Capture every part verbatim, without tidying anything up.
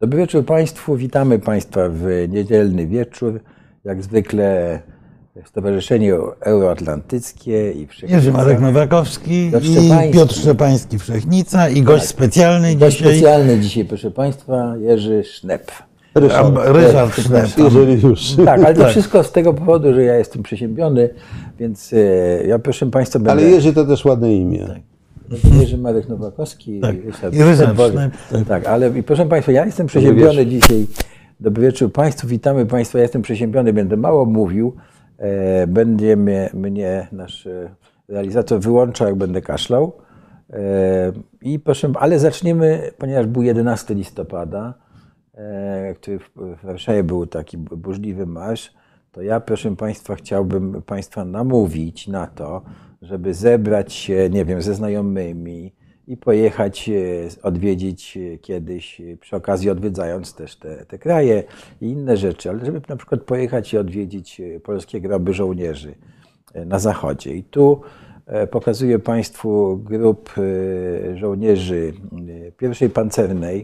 Dobry wieczór Państwu. Witamy Państwa w niedzielny wieczór. Jak zwykle Stowarzyszenie Euroatlantyckie i Wszechnica. Jerzy Marek Nowakowski Piotr i Szczepański. Piotr Szczepański, Wszechnica i gość Tak. specjalny Gość dzisiaj. specjalny dzisiaj, proszę Państwa, Jerzy Sznep. Ryszard, Ryszard Sznep. Jeżeli już. Tak, ale to Tak. wszystko z tego powodu, że ja jestem przeziębiony, więc e, ja proszę Państwa będę... Ale Jerzy to też ładne imię. Tak. Jerzy Marek Nowakowski Tak. i Ryszard, I Ryszard Sznep. Sznep, tak. Tak, ale i proszę Państwa, ja jestem przeziębiony dzisiaj. Dobry wieczór Państwu, witamy Państwa. Ja jestem przeziębiony, będę mało mówił. E, będzie mnie, mnie nasz e, realizator wyłączał, jak będę kaszlał. E, I proszę, ale zaczniemy, ponieważ był jedenastego listopada, e, który w, w Warszawie był taki burzliwy marsz, to ja, proszę Państwa, chciałbym Państwa namówić na to, żeby zebrać się, nie wiem, ze znajomymi i pojechać, e, odwiedzić kiedyś, e, przy okazji odwiedzając też te, te kraje i inne rzeczy, ale żeby na przykład pojechać i odwiedzić e, polskie groby żołnierzy e, na zachodzie. I tu e, pokazuję Państwu grup e, żołnierzy e, pierwszej pancernej,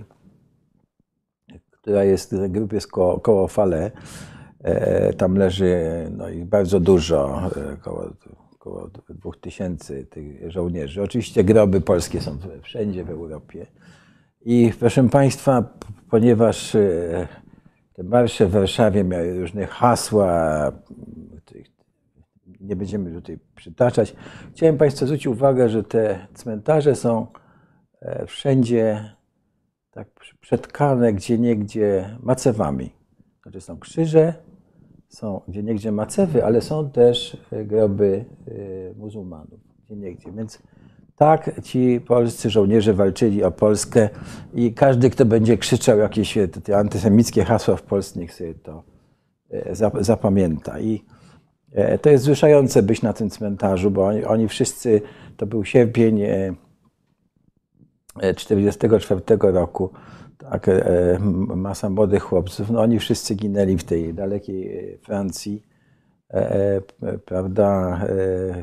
która jest, grup jest koło, koło Fale. E, tam leży no, ich bardzo dużo, e, koło, około dwóch tysięcy tych żołnierzy. Oczywiście groby polskie są wszędzie w Europie. I proszę Państwa, ponieważ te marsze w Warszawie miały różne hasła, których nie będziemy tutaj przytaczać, chciałem Państwu zwrócić uwagę, że te cmentarze są wszędzie tak przetkane gdzieniegdzie macewami. Znaczy są krzyże, są gdzieniegdzie macewy, ale są też groby muzułmanów gdzieniegdzie. Więc tak ci polscy żołnierze walczyli o Polskę i każdy, kto będzie krzyczał jakieś te antysemickie hasła w Polsce, niech sobie to zapamięta. I to jest wzruszające być na tym cmentarzu, bo oni, oni wszyscy, to był sierpień czterdziestego czwartego roku, tak, masa młodych chłopców, no oni wszyscy ginęli w tej dalekiej Francji, e, prawda, e,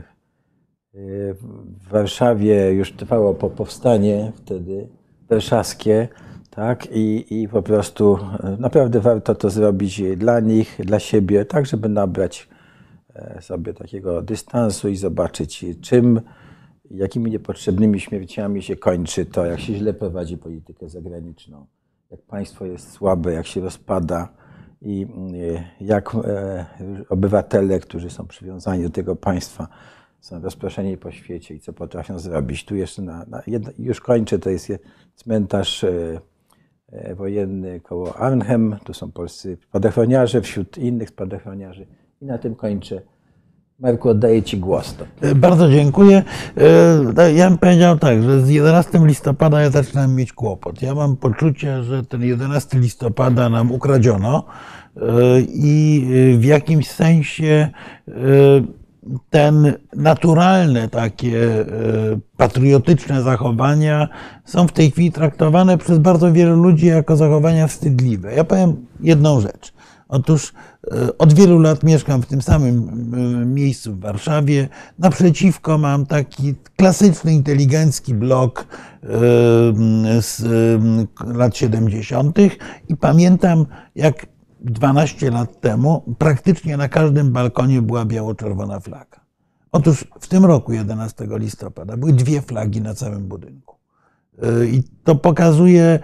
w Warszawie już trwało po powstanie wtedy warszawskie, tak, i, i po prostu naprawdę warto to zrobić dla nich, dla siebie, tak, żeby nabrać sobie takiego dystansu i zobaczyć, czym, jakimi niepotrzebnymi śmierciami się kończy to, jak się źle prowadzi politykę zagraniczną, jak państwo jest słabe, jak się rozpada i jak obywatele, którzy są przywiązani do tego państwa, są rozproszeni po świecie i co potrafią zrobić. Tu jeszcze na, na jedno, już kończę, to jest cmentarz wojenny koło Arnhem, tu są polscy spadochroniarze, wśród innych spadochroniarzy i na tym kończę. Marku, oddaję Ci głos. To. Bardzo dziękuję. Ja bym powiedział tak, że z jedenastego listopada ja zaczynam mieć kłopot. Ja mam poczucie, że ten jedenastego listopada nam ukradziono i w jakimś sensie ten naturalne takie patriotyczne zachowania są w tej chwili traktowane przez bardzo wielu ludzi jako zachowania wstydliwe. Ja powiem jedną rzecz. Otóż od wielu lat mieszkam w tym samym miejscu w Warszawie. Naprzeciwko mam taki klasyczny, inteligencki blok z lat siedemdziesiątych i pamiętam, jak dwanaście lat temu praktycznie na każdym balkonie była biało-czerwona flaga. Otóż w tym roku, jedenastego listopada, były dwie flagi na całym budynku. I to pokazuje,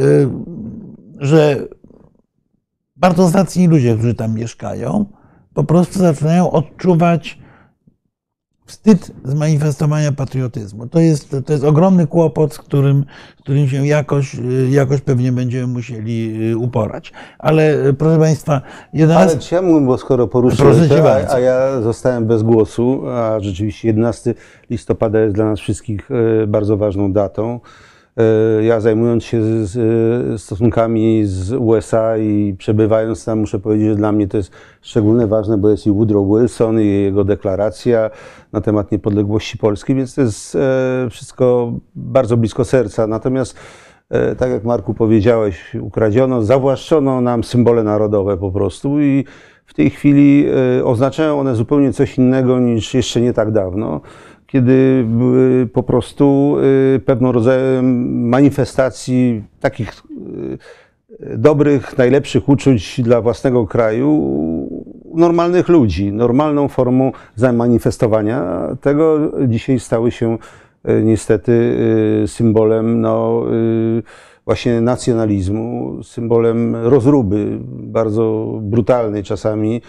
że bardzo zacni ludzie, którzy tam mieszkają, po prostu zaczynają odczuwać wstyd z manifestowania patriotyzmu. To jest, to jest ogromny kłopot, z którym, z którym się jakoś, jakoś pewnie będziemy musieli uporać. Ale proszę Państwa, jedenasty... Ale czemu, bo skoro poruszyłeś to, a, a ja zostałem bez głosu, a rzeczywiście jedenastego listopada jest dla nas wszystkich bardzo ważną datą. Ja zajmując się z stosunkami z U S A i przebywając tam, muszę powiedzieć, że dla mnie to jest szczególnie ważne, bo jest i Woodrow Wilson i jego deklaracja na temat niepodległości Polski, więc to jest wszystko bardzo blisko serca. Natomiast tak jak Marku powiedziałeś, ukradziono, zawłaszczono nam symbole narodowe po prostu i w tej chwili oznaczają one zupełnie coś innego niż jeszcze nie tak dawno, kiedy były po prostu pewną rodzajem manifestacji takich dobrych, najlepszych uczuć dla własnego kraju normalnych ludzi. Normalną formą zamanifestowania tego dzisiaj stały się niestety symbolem no, właśnie nacjonalizmu, symbolem rozruby, bardzo brutalnej czasami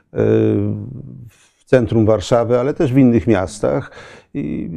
w centrum Warszawy, ale też w innych miastach. I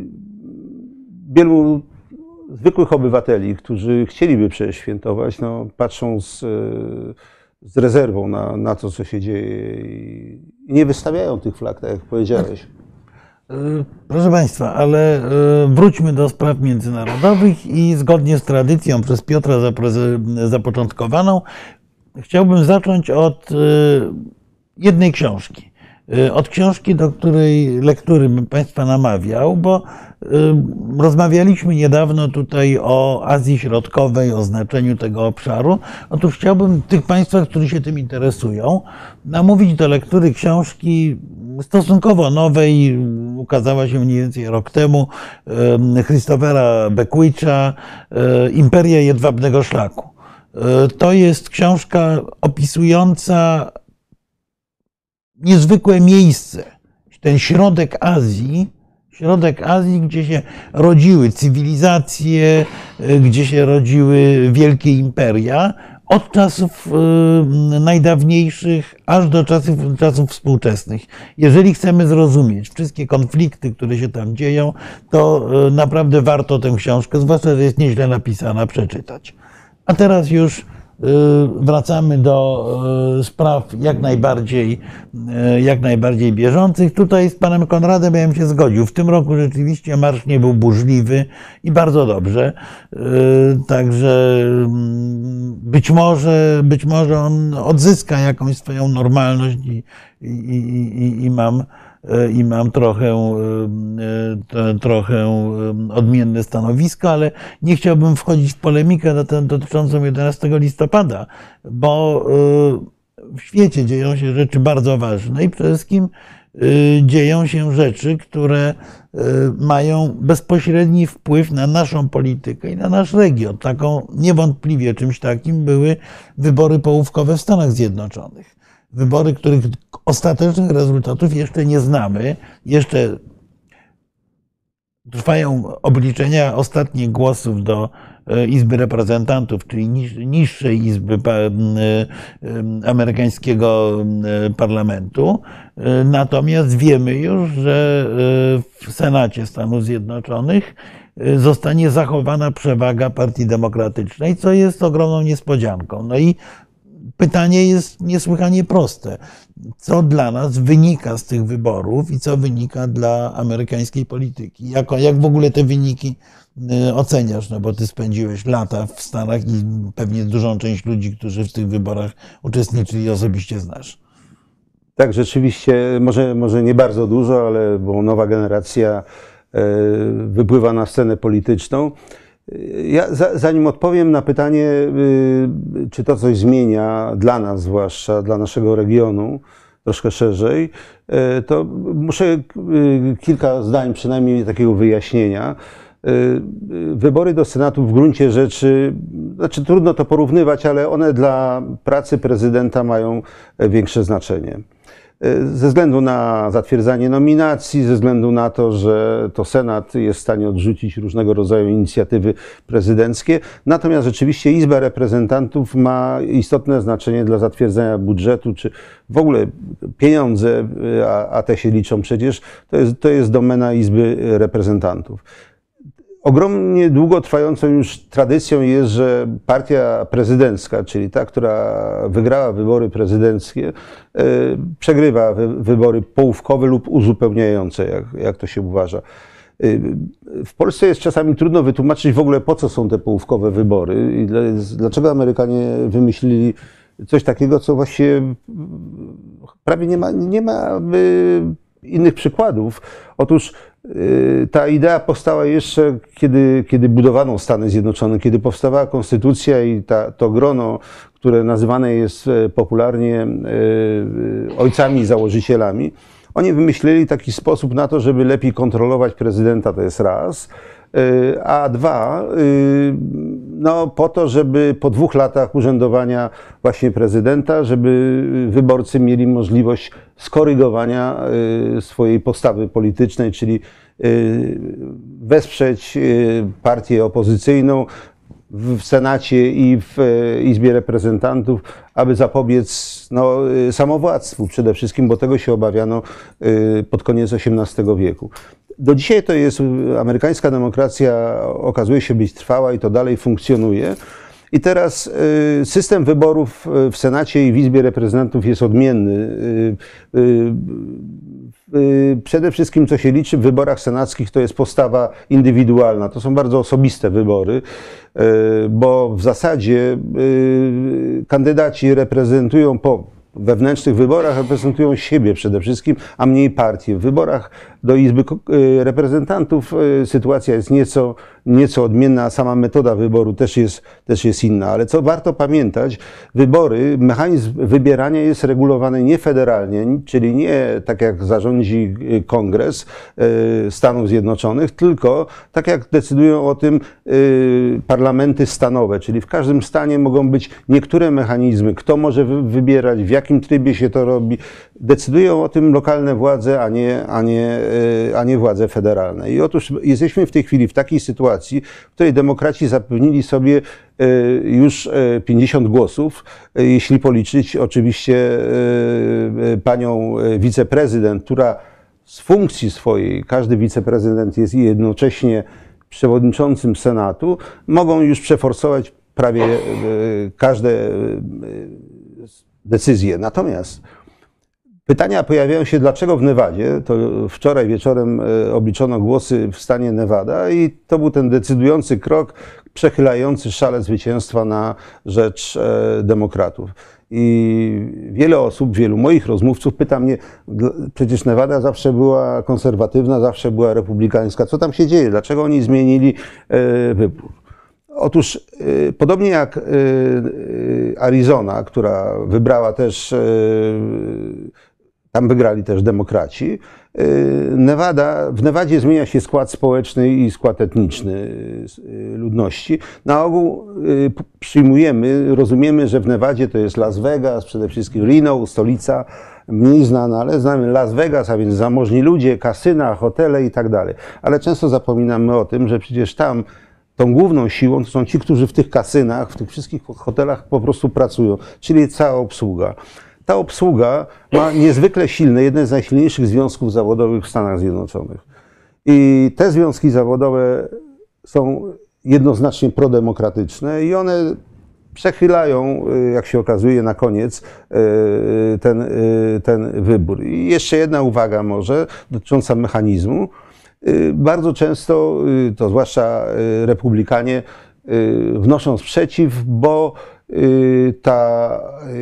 wielu zwykłych obywateli, którzy chcieliby przecież świętować, no, patrzą z, z rezerwą na, na to, co się dzieje i nie wystawiają tych flag, tak jak powiedziałeś. Proszę Państwa, ale wróćmy do spraw międzynarodowych i zgodnie z tradycją przez Piotra zapoczątkowaną, chciałbym zacząć od jednej książki. Od książki, do której lektury bym Państwa namawiał, bo rozmawialiśmy niedawno tutaj o Azji Środkowej, o znaczeniu tego obszaru. Otóż chciałbym tych Państwa, którzy się tym interesują, namówić do lektury książki stosunkowo nowej, ukazała się mniej więcej rok temu, Christophera Beckwitcha, Imperia Jedwabnego Szlaku. To jest książka opisująca niezwykłe miejsce, ten środek Azji, środek Azji, gdzie się rodziły cywilizacje, gdzie się rodziły wielkie imperia, od czasów najdawniejszych aż do czasów, czasów współczesnych. Jeżeli chcemy zrozumieć wszystkie konflikty, które się tam dzieją, to naprawdę warto tę książkę, zwłaszcza że jest nieźle napisana, przeczytać. A teraz już wracamy do spraw jak najbardziej, jak najbardziej bieżących. Tutaj z panem Konradem ja bym się zgodził. W tym roku rzeczywiście marsz nie był burzliwy i bardzo dobrze. Także być może, być może on odzyska jakąś swoją normalność i, i, i, i mam i mam trochę, trochę odmienne stanowisko, ale nie chciałbym wchodzić w polemikę dotyczącą jedenastego listopada, bo w świecie dzieją się rzeczy bardzo ważne i przede wszystkim dzieją się rzeczy, które mają bezpośredni wpływ na naszą politykę i na nasz region. Taką niewątpliwie czymś takim były wybory połówkowe w Stanach Zjednoczonych. Wybory, których ostatecznych rezultatów jeszcze nie znamy. Jeszcze trwają obliczenia ostatnich głosów do Izby Reprezentantów, czyli niższej Izby amerykańskiego parlamentu. Natomiast wiemy już, że w Senacie Stanów Zjednoczonych zostanie zachowana przewaga Partii Demokratycznej, co jest ogromną niespodzianką. No i pytanie jest niesłychanie proste. Co dla nas wynika z tych wyborów i co wynika dla amerykańskiej polityki? Jak, jak w ogóle te wyniki oceniasz? No bo ty spędziłeś lata w Stanach i pewnie dużą część ludzi, którzy w tych wyborach uczestniczyli, osobiście znasz. Tak, rzeczywiście, może, może nie bardzo dużo, ale bo nowa generacja wypływa na scenę polityczną. Ja, zanim odpowiem na pytanie, czy to coś zmienia dla nas, zwłaszcza dla naszego regionu, troszkę szerzej, to muszę kilka zdań przynajmniej takiego wyjaśnienia. Wybory do Senatu w gruncie rzeczy, znaczy trudno to porównywać, ale one dla pracy prezydenta mają większe znaczenie. Ze względu na zatwierdzanie nominacji, ze względu na to, że to Senat jest w stanie odrzucić różnego rodzaju inicjatywy prezydenckie. Natomiast rzeczywiście Izba Reprezentantów ma istotne znaczenie dla zatwierdzenia budżetu, czy w ogóle pieniądze, a, a te się liczą przecież, to jest, to jest domena Izby Reprezentantów. Ogromnie długotrwającą już tradycją jest, że partia prezydencka, czyli ta, która wygrała wybory prezydenckie, przegrywa wybory połówkowe lub uzupełniające, jak, jak to się uważa. W Polsce jest czasami trudno wytłumaczyć w ogóle, po co są te połówkowe wybory i dlaczego Amerykanie wymyślili coś takiego, co właściwie prawie nie ma, nie ma innych przykładów. Otóż ta idea powstała jeszcze, kiedy, kiedy budowano Stany Zjednoczone, kiedy powstawała konstytucja i ta, to grono, które nazywane jest popularnie ojcami założycielami. Oni wymyślili taki sposób na to, żeby lepiej kontrolować prezydenta, to jest raz. A dwa, no, po to, żeby po dwóch latach urzędowania właśnie prezydenta, żeby wyborcy mieli możliwość skorygowania swojej postawy politycznej, czyli wesprzeć partię opozycyjną w Senacie i w Izbie Reprezentantów, aby zapobiec no, samowładztwu przede wszystkim, bo tego się obawiano pod koniec osiemnastego wieku. Do dzisiaj to jest, amerykańska demokracja okazuje się być trwała i to dalej funkcjonuje. I teraz system wyborów w Senacie i w Izbie Reprezentantów jest odmienny. Przede wszystkim, co się liczy w wyborach senackich, to jest postawa indywidualna. To są bardzo osobiste wybory, bo w zasadzie kandydaci reprezentują po wewnętrznych wyborach reprezentują siebie przede wszystkim, a mniej partię. W wyborach do Izby Reprezentantów sytuacja jest nieco, nieco odmienna, a sama metoda wyboru też jest, też jest inna. Ale co warto pamiętać, wybory, mechanizm wybierania jest regulowany nie federalnie, czyli nie tak jak zarządzi Kongres Stanów Zjednoczonych, tylko tak jak decydują o tym parlamenty stanowe, czyli w każdym stanie mogą być niektóre mechanizmy, kto może wybierać, w jakim trybie się to robi. Decydują o tym lokalne władze, a nie, a nie, a nie władze federalne. I otóż jesteśmy w tej chwili w takiej sytuacji, w której demokraci zapewnili sobie już pięćdziesiąt głosów, jeśli policzyć oczywiście panią wiceprezydent, która z funkcji swojej, każdy wiceprezydent jest jednocześnie przewodniczącym Senatu, mogą już przeforsować prawie każde decyzje. Natomiast pytania pojawiają się, dlaczego w Nevadzie, to wczoraj wieczorem obliczono głosy w stanie Nevada i to był ten decydujący krok przechylający szale zwycięstwa na rzecz demokratów. I wiele osób, wielu moich rozmówców pyta mnie, przecież Nevada zawsze była konserwatywna, zawsze była republikańska, co tam się dzieje, dlaczego oni zmienili wybór? Otóż podobnie jak Arizona, która wybrała też, tam wygrali też demokraci, Nevada, w Nevadzie zmienia się skład społeczny i skład etniczny ludności. Na ogół przyjmujemy, rozumiemy, że w Nevadzie to jest Las Vegas, przede wszystkim Reno, stolica, mniej znana, ale znamy Las Vegas, a więc zamożni ludzie, kasyna, hotele i tak dalej. Ale często zapominamy o tym, że przecież tam tą główną siłą to są ci, którzy w tych kasynach, w tych wszystkich hotelach po prostu pracują, czyli cała obsługa. Ta obsługa ma niezwykle silne, jedne z najsilniejszych związków zawodowych w Stanach Zjednoczonych. I te związki zawodowe są jednoznacznie prodemokratyczne i one przechylają, jak się okazuje, na koniec ten, ten wybór. I jeszcze jedna uwaga może dotycząca mechanizmu. Bardzo często, to zwłaszcza republikanie, wnoszą sprzeciw, bo ta,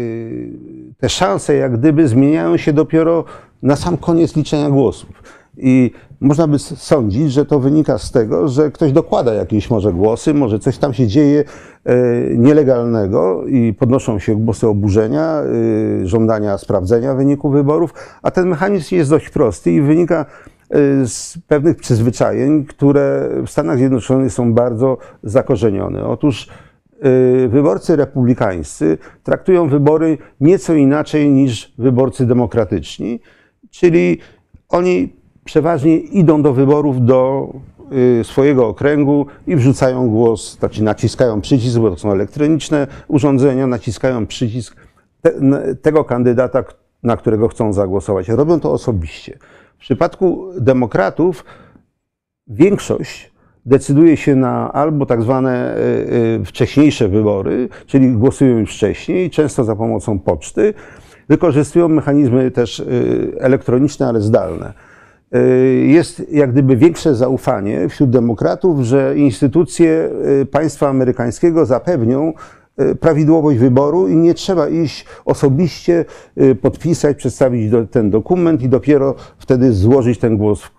te szanse jak gdyby zmieniają się dopiero na sam koniec liczenia głosów. I można by sądzić, że to wynika z tego, że ktoś dokłada jakieś może głosy, może coś tam się dzieje nielegalnego i podnoszą się głosy oburzenia, żądania sprawdzenia wyniku wyborów, a ten mechanizm jest dość prosty i wynika z pewnych przyzwyczajeń, które w Stanach Zjednoczonych są bardzo zakorzenione. Otóż wyborcy republikańscy traktują wybory nieco inaczej niż wyborcy demokratyczni, czyli oni przeważnie idą do wyborów do swojego okręgu i wrzucają głos, znaczy naciskają przycisk, bo to są elektroniczne urządzenia, naciskają przycisk te, tego kandydata, na którego chcą zagłosować. Robią to osobiście. W przypadku demokratów większość decyduje się na albo tak zwane wcześniejsze wybory, czyli głosują już wcześniej, często za pomocą poczty, wykorzystują mechanizmy też elektroniczne, ale zdalne. Jest jak gdyby większe zaufanie wśród demokratów, że instytucje państwa amerykańskiego zapewnią prawidłowość wyboru i nie trzeba iść osobiście, podpisać, przedstawić ten dokument i dopiero wtedy złożyć ten głos w,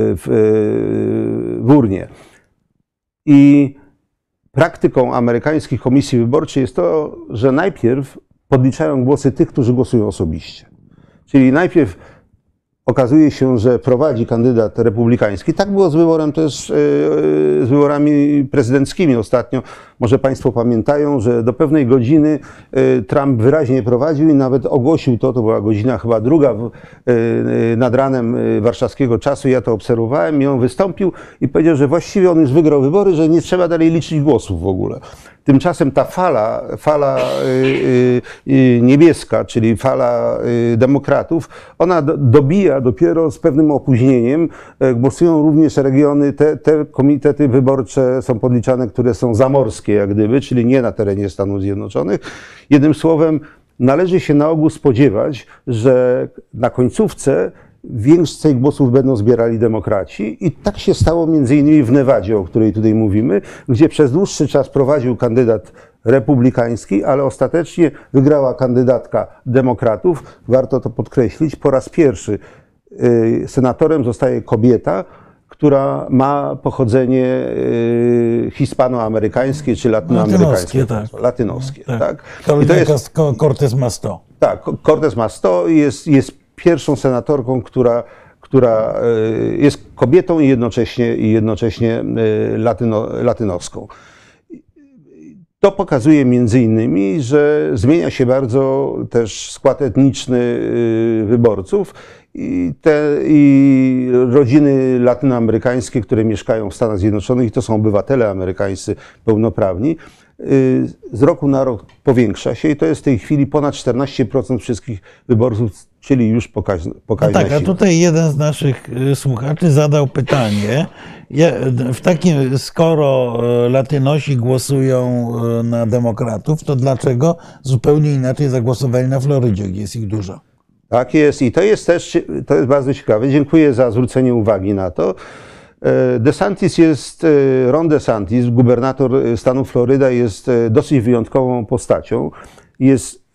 w, w urnie. I praktyką amerykańskich komisji wyborczych jest to, że najpierw podliczają głosy tych, którzy głosują osobiście. Czyli najpierw okazuje się, że prowadzi kandydat republikański. Tak było z wyborem też, z wyborami prezydenckimi ostatnio. Może Państwo pamiętają, że do pewnej godziny Trump wyraźnie prowadził i nawet ogłosił to, to była godzina chyba druga nad ranem warszawskiego czasu, ja to obserwowałem i on wystąpił i powiedział, że właściwie on już wygrał wybory, że nie trzeba dalej liczyć głosów w ogóle. Tymczasem ta fala, fala niebieska, czyli fala demokratów, ona dobija dopiero z pewnym opóźnieniem. Głosują również regiony, te, te komitety wyborcze są podliczane, które są zamorskie jak gdyby, czyli nie na terenie Stanów Zjednoczonych. Jednym słowem, należy się na ogół spodziewać, że na końcówce więcej głosów będą zbierali demokraci i tak się stało między innymi w Nevadzie, o której tutaj mówimy, gdzie przez dłuższy czas prowadził kandydat republikański, ale ostatecznie wygrała kandydatka demokratów. Warto to podkreślić, po raz pierwszy senatorem zostaje kobieta, która ma pochodzenie hispanoamerykańskie czy latynoamerykańskie. Latynoskie, tak. Latynoskie, tak. tak. I to jest, Cortez ma sto. Tak, Cortez ma sto i jest, jest pierwszą senatorką, która, która jest kobietą i jednocześnie, i jednocześnie latyno, latynoską. To pokazuje między innymi, że zmienia się bardzo też skład etniczny wyborców i, te, i rodziny latynoamerykańskie, które mieszkają w Stanach Zjednoczonych, i to są obywatele amerykańscy pełnoprawni, z roku na rok powiększa się i to jest w tej chwili ponad czternaście procent wszystkich wyborców, czyli już pokaźna, pokaźna no tak, a tutaj jeden z naszych słuchaczy zadał pytanie, w takim, skoro Latynosi głosują na demokratów, to dlaczego zupełnie inaczej zagłosowali na Florydzie, gdzie jest ich dużo? Tak jest i to jest też, to jest bardzo ciekawe. Dziękuję za zwrócenie uwagi na to. DeSantis jest, Ron DeSantis, gubernator stanu Floryda, jest dosyć wyjątkową postacią. Jest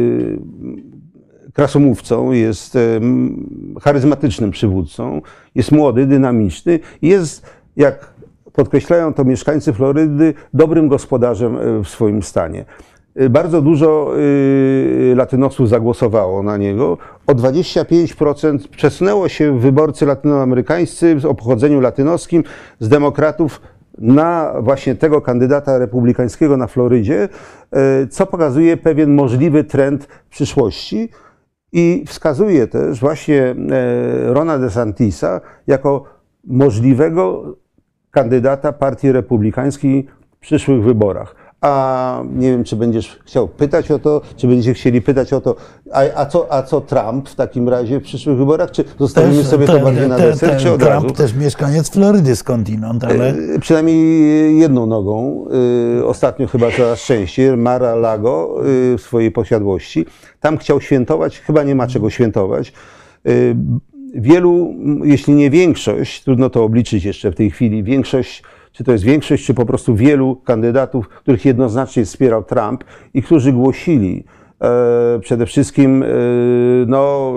krasomówcą, jest charyzmatycznym przywódcą, jest młody, dynamiczny i jest, jak podkreślają to mieszkańcy Florydy, dobrym gospodarzem w swoim stanie. Bardzo dużo Latynosów zagłosowało na niego. O dwadzieścia pięć procent przesunęło się wyborcy latynoamerykańscy o pochodzeniu latynoskim z demokratów na właśnie tego kandydata republikańskiego na Florydzie, co pokazuje pewien możliwy trend w przyszłości i wskazuje też właśnie Rona DeSantisa jako możliwego kandydata partii republikańskiej w przyszłych wyborach. A nie wiem, czy będziesz chciał pytać o to, czy będziecie chcieli pytać o to, a, a, co, a co Trump w takim razie w przyszłych wyborach? Czy zostawimy też, sobie ten, to bardziej na deser, ten, czy od Trump razu? też mieszkaniec Florydy skądinąd, ale... Przynajmniej jedną nogą, ostatnio chyba coraz częściej, Mar-a-Lago w swojej posiadłości. Tam chciał świętować, chyba nie ma czego świętować. Wielu, jeśli nie większość, trudno to obliczyć jeszcze w tej chwili, większość, czy to jest większość, czy po prostu wielu kandydatów, których jednoznacznie wspierał Trump i którzy głosili e, przede wszystkim e, no,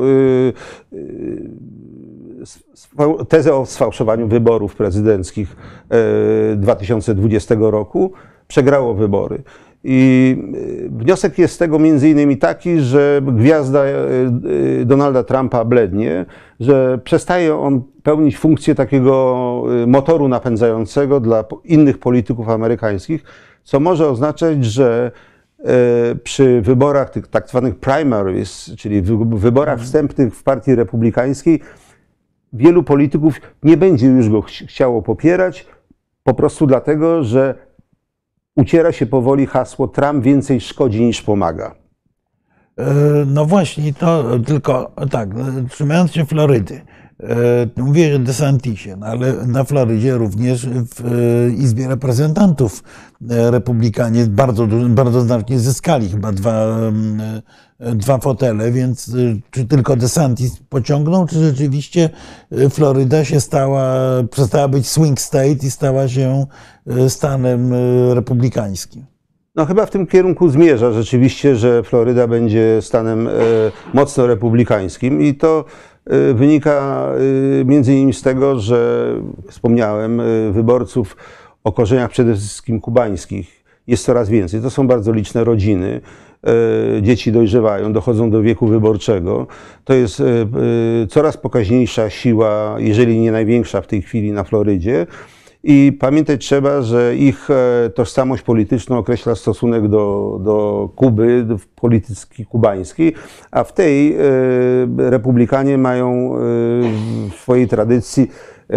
e, tezę o sfałszowaniu wyborów prezydenckich e, dwa tysiące dwudziestego roku, przegrało wybory. I wniosek jest z tego między innymi taki, że gwiazda Donalda Trumpa blednie, że przestaje on pełnić funkcję takiego motoru napędzającego dla innych polityków amerykańskich, co może oznaczać, że przy wyborach tych tak zwanych primaries, czyli wyborach wstępnych w partii republikańskiej, wielu polityków nie będzie już go chciało popierać, po prostu dlatego, że uciera się powoli hasło Trump więcej szkodzi niż pomaga. No właśnie, to tylko tak, trzymając się Florydy, mówię o DeSantisie, no ale na Florydzie również w Izbie Reprezentantów Republikanie bardzo, bardzo znacznie zyskali, chyba dwa, dwa fotele, więc czy tylko DeSantis pociągnął, czy rzeczywiście Floryda się stała, przestała być swing state i stała się stanem republikańskim? No chyba w tym kierunku zmierza rzeczywiście, że Floryda będzie stanem mocno republikańskim i to wynika między innymi z tego, że wspomniałem, wyborców o korzeniach przede wszystkim kubańskich jest coraz więcej. To są bardzo liczne rodziny. Dzieci dojrzewają, dochodzą do wieku wyborczego. To jest coraz pokaźniejsza siła, jeżeli nie największa w tej chwili na Florydzie. I pamiętać trzeba, że ich tożsamość polityczną określa stosunek do, do Kuby, do polityki kubańskiej, a w tej republikanie mają w swojej tradycji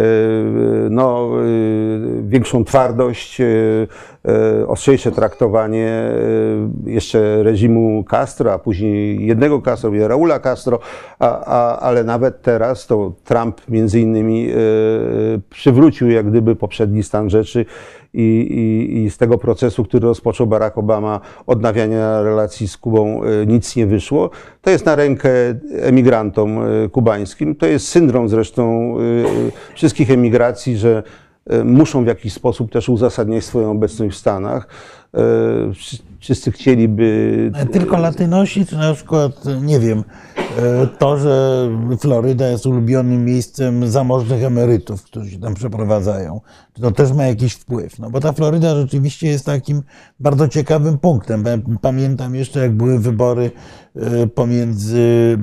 no, większą twardość, ostrzejsze traktowanie jeszcze reżimu Castro, a później jednego Castro, Raula Castro, a, a, ale nawet teraz to Trump między innymi przywrócił jak gdyby poprzedni stan rzeczy i, i, i z tego procesu, który rozpoczął Barack Obama, odnawiania relacji z Kubą, nic nie wyszło. To jest na rękę emigrantom kubańskim. To jest syndrom zresztą wszystkich emigracji, że muszą w jakiś sposób też uzasadniać swoją obecność w Stanach. Wszyscy chcieliby... Tylko Latynosi, czy na przykład, nie wiem, to, że Floryda jest ulubionym miejscem zamożnych emerytów, którzy się tam przeprowadzają, to też ma jakiś wpływ. No bo ta Floryda rzeczywiście jest takim bardzo ciekawym punktem. Pamiętam jeszcze, jak były wybory pomiędzy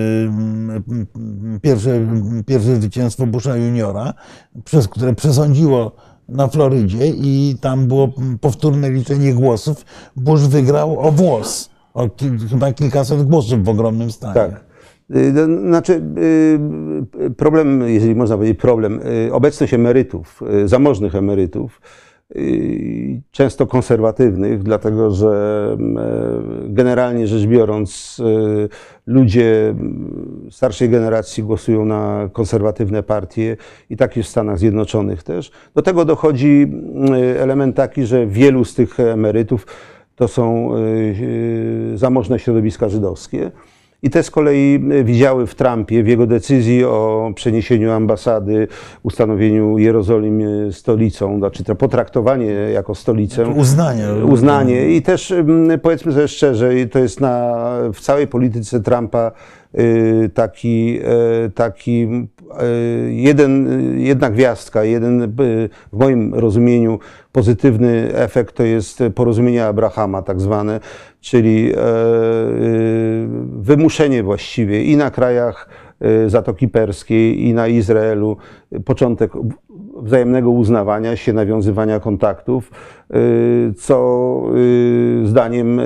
pierwsze, pierwsze zwycięstwo Busha juniora, przez które przesądziło na Florydzie i tam było powtórne liczenie głosów. Bush wygrał o włos, o chyba kilkaset głosów w ogromnym stanie. Tak. Znaczy, problem, jeżeli można powiedzieć problem, obecność emerytów, zamożnych emerytów, często konserwatywnych, dlatego że generalnie rzecz biorąc ludzie starszej generacji głosują na konserwatywne partie i tak jest w Stanach Zjednoczonych też. Do tego dochodzi element taki, że wielu z tych emerytów to są zamożne środowiska żydowskie. I te z kolei widziały w Trumpie, w jego decyzji o przeniesieniu ambasady, ustanowieniu Jerozolimy stolicą, znaczy to potraktowanie jako stolicę. Uznanie. Uznanie. I też powiedzmy sobie szczerze, to jest na, w całej polityce Trumpa taki, taki jeden, jedna gwiazdka, jeden w moim rozumieniu pozytywny efekt to jest porozumienie Abrahama tak zwane, czyli wymuszenie właściwie i na krajach Zatoki Perskiej i na Izraelu początek wzajemnego uznawania się, nawiązywania kontaktów, co zdaniem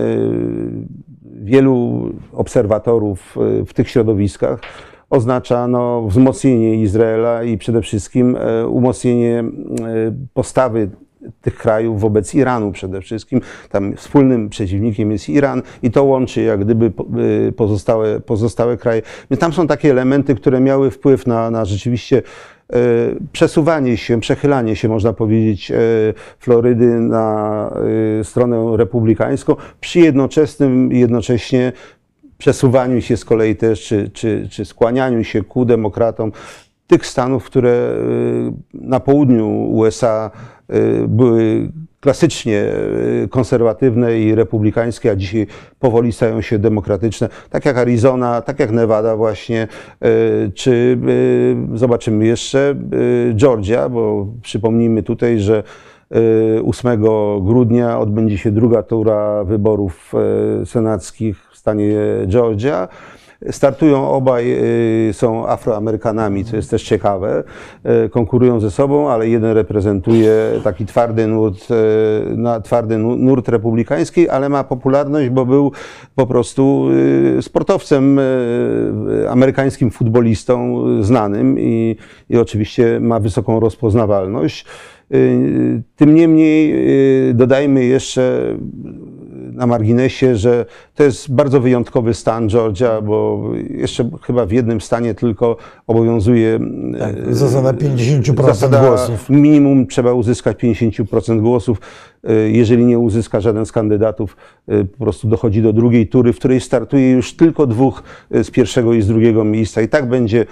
wielu obserwatorów w tych środowiskach oznacza no, wzmocnienie Izraela i przede wszystkim umocnienie postawy tych krajów wobec Iranu przede wszystkim. Tam wspólnym przeciwnikiem jest Iran i to łączy jak gdyby pozostałe, pozostałe kraje. Więc tam są takie elementy, które miały wpływ na, na rzeczywiście przesuwanie się, przechylanie się, można powiedzieć, Florydy na stronę republikańską, przy jednoczesnym, jednocześnie przesuwaniu się z kolei też, czy, czy, czy skłanianiu się ku demokratom tych stanów, które na południu U S A były klasycznie konserwatywne i republikańskie, a dzisiaj powoli stają się demokratyczne, tak jak Arizona, tak jak Nevada właśnie, czy zobaczymy jeszcze Georgia, bo przypomnijmy tutaj, że ósmego grudnia odbędzie się druga tura wyborów senackich w stanie Georgia. Startują obaj, są Afroamerykanami, co jest też ciekawe, konkurują ze sobą, ale jeden reprezentuje taki twardy nurt, twardy nurt republikański, ale ma popularność, bo był po prostu sportowcem, amerykańskim futbolistą znanym i, i oczywiście ma wysoką rozpoznawalność. Tym niemniej dodajmy jeszcze na marginesie, że to jest bardzo wyjątkowy stan Georgia, bo jeszcze chyba w jednym stanie tylko obowiązuje tak, zasada pięćdziesiąt procent zasada głosów. Minimum trzeba uzyskać pięćdziesiąt procent głosów. Jeżeli nie uzyska żaden z kandydatów, po prostu dochodzi do drugiej tury, w której startuje już tylko dwóch z pierwszego i z drugiego miejsca. I tak będzie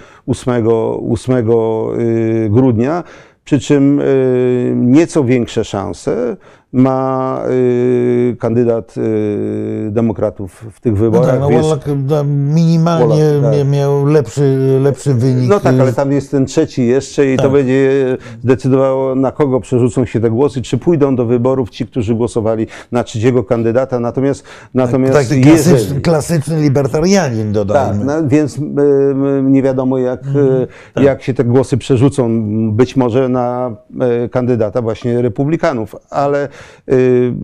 ósmego grudnia. Przy czym nieco większe szanse ma y, kandydat y, demokratów w tych wyborach. No tak, no Wallach minimalnie Wallach, tak. miał lepszy, lepszy wynik. No tak, ale tam jest ten trzeci jeszcze i tak. to będzie zdecydowało, na kogo przerzucą się te głosy, czy pójdą do wyborów ci, którzy głosowali na trzeciego kandydata. Natomiast, natomiast Taki klasyczny, jeżeli, klasyczny libertarianin, dodajmy. Tak, no, więc y, nie wiadomo, jak, Mhm, y, tak. jak się te głosy przerzucą, być może na y, kandydata właśnie republikanów, ale y,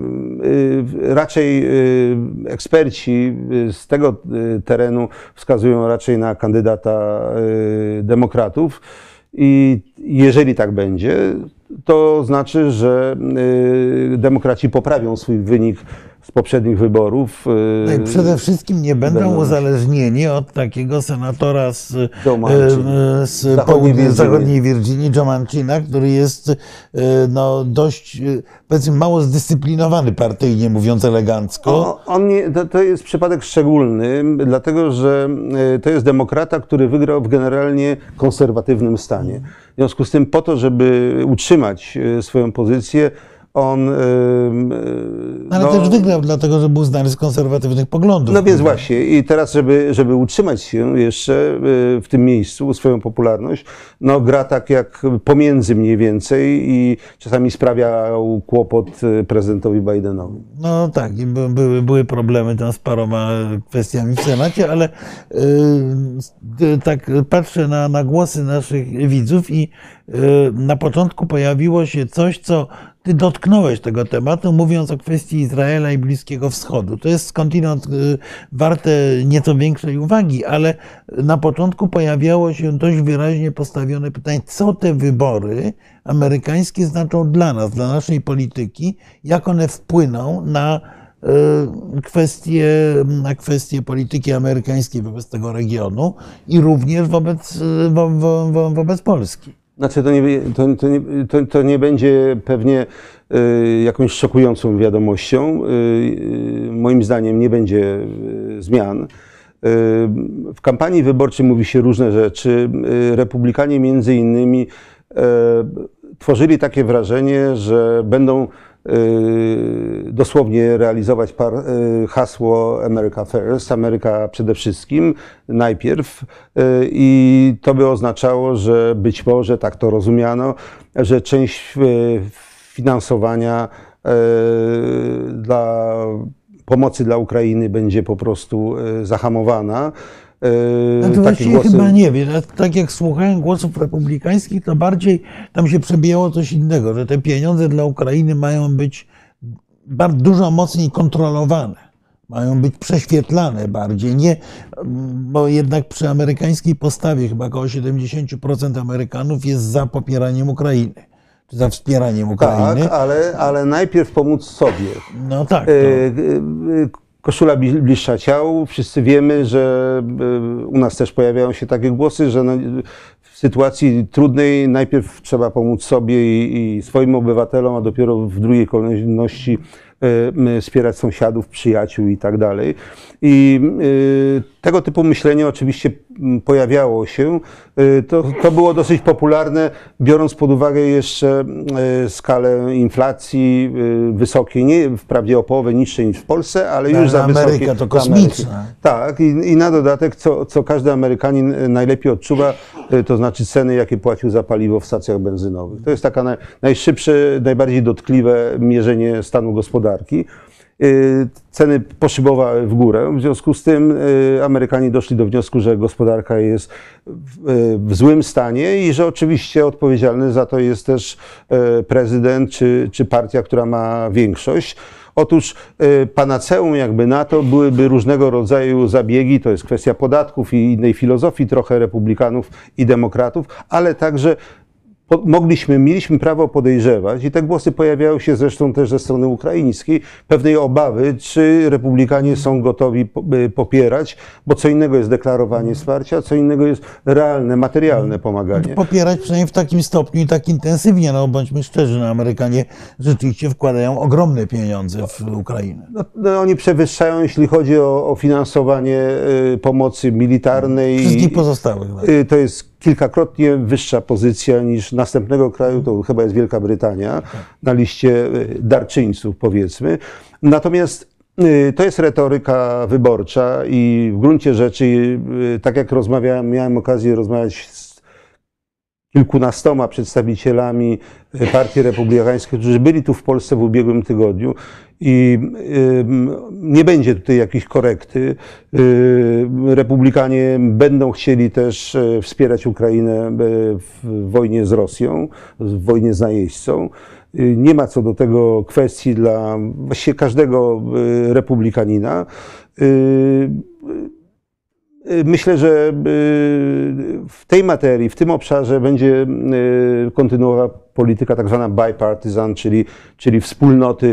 y, raczej y, eksperci z tego y, terenu wskazują raczej na kandydata y, demokratów i jeżeli tak będzie, to znaczy, że y, demokraci poprawią swój wynik z poprzednich wyborów. No i przede wszystkim nie będą będą uzależnieni od takiego senatora z, Joe Manchin. z Zachodniej południa, Virginii. zachodniej Virginii, Joe Manchina, który jest no, dość, powiedzmy, mało zdyscyplinowany partyjnie, mówiąc elegancko. O, on nie, to, to jest przypadek szczególny, dlatego że to jest demokrata, który wygrał w generalnie konserwatywnym stanie. W związku z tym po to, żeby utrzymać swoją pozycję, on... Ale no, też wygrał dlatego, że był znany z konserwatywnych poglądów. No więc właśnie i teraz, żeby, żeby utrzymać się jeszcze w tym miejscu, swoją popularność, no gra tak jak pomiędzy mniej więcej i czasami sprawiał kłopot prezydentowi Bidenowi. No tak, i by, były, były problemy tam z paroma kwestiami w Senacie, ale yy, tak patrzę na, na głosy naszych widzów i yy, na początku pojawiło się coś, co ty dotknąłeś tego tematu, mówiąc o kwestii Izraela i Bliskiego Wschodu. To jest skądinąd yy, warte nieco większej uwagi, ale na początku pojawiało się dość wyraźnie postawione pytanie, co te wybory amerykańskie znaczą dla nas, dla naszej polityki, jak one wpłyną na kwestie, na kwestie polityki amerykańskiej wobec tego regionu i również wobec, wo, wo, wo, wobec Polski. Znaczy to nie, to, to, nie, to, to nie będzie pewnie y, jakąś szokującą wiadomością. Y, y, moim zdaniem nie będzie y, zmian. Y, w kampanii wyborczej mówi się różne rzeczy. Y, Republikanie między innymi y, tworzyli takie wrażenie, że będą dosłownie realizować par, hasło America First, Ameryka przede wszystkim, najpierw i to by oznaczało, że być może, tak to rozumiano, że część finansowania dla pomocy dla Ukrainy będzie po prostu zahamowana. No to właściwie głosy... chyba nie wiem. Tak jak słuchałem głosów republikańskich, to bardziej tam się przebijało coś innego, że te pieniądze dla Ukrainy mają być bardzo dużo mocniej kontrolowane. Mają być prześwietlane bardziej. Nie, bo jednak przy amerykańskiej postawie chyba około siedemdziesiąt procent Amerykanów jest za popieraniem Ukrainy. Czy za wspieraniem Ukrainy. Tak, ale, ale najpierw pomóc sobie. No tak. To... Koszula bliższa ciału. Wszyscy wiemy, że u nas też pojawiają się takie głosy, że no, w sytuacji trudnej najpierw trzeba pomóc sobie i, i swoim obywatelom, a dopiero w drugiej kolejności y, wspierać sąsiadów, przyjaciół i tak dalej. I y, tego typu myślenie oczywiście pojawiało się. Y, to, to było dosyć popularne, biorąc pod uwagę jeszcze y, skalę inflacji y, wysokiej, nie wprawdzie o połowę niższej niż w Polsce, ale już ale za wysokie. Ameryka to kosmiczna. Tak, i, i na dodatek, co, co każdy Amerykanin najlepiej odczuwa, y, to znaczy ceny, jakie płacił za paliwo w stacjach benzynowych. To jest taka na, najszybsze, najbardziej dotkliwe mierzenie stanu gospodarki. Ceny poszybowały w górę, w związku z tym Amerykanie doszli do wniosku, że gospodarka jest w złym stanie i że oczywiście odpowiedzialny za to jest też prezydent czy, czy partia, która ma większość. Otóż panaceum jakby na to byłyby różnego rodzaju zabiegi, to jest kwestia podatków i innej filozofii trochę republikanów i demokratów, ale także mogliśmy, mieliśmy prawo podejrzewać i te głosy pojawiały się zresztą też ze strony ukraińskiej, pewnej obawy, czy republikanie są gotowi popierać, bo co innego jest deklarowanie wsparcia, co innego jest realne, materialne pomaganie. Popierać przynajmniej w takim stopniu i tak intensywnie, no bądźmy szczerzy, no Amerykanie rzeczywiście wkładają ogromne pieniądze w Ukrainę. No, no, oni przewyższają, jeśli chodzi o, o finansowanie y, pomocy militarnej. Wszystkich pozostałych. Tak. Y, to jest kilkakrotnie wyższa pozycja niż następnego kraju, to chyba jest Wielka Brytania, na liście darczyńców, powiedzmy. Natomiast to jest retoryka wyborcza i w gruncie rzeczy, tak jak rozmawiałem, miałem okazję rozmawiać z kilkunastoma przedstawicielami Partii Republikańskiej, którzy byli tu w Polsce w ubiegłym tygodniu i nie będzie tutaj jakiejś korekty. Republikanie będą chcieli też wspierać Ukrainę w wojnie z Rosją, w wojnie z najeźdźcą. Nie ma co do tego kwestii dla właściwie każdego republikanina. Myślę, że w tej materii, w tym obszarze będzie kontynuowała polityka tak zwana bipartisan, czyli, czyli wspólnoty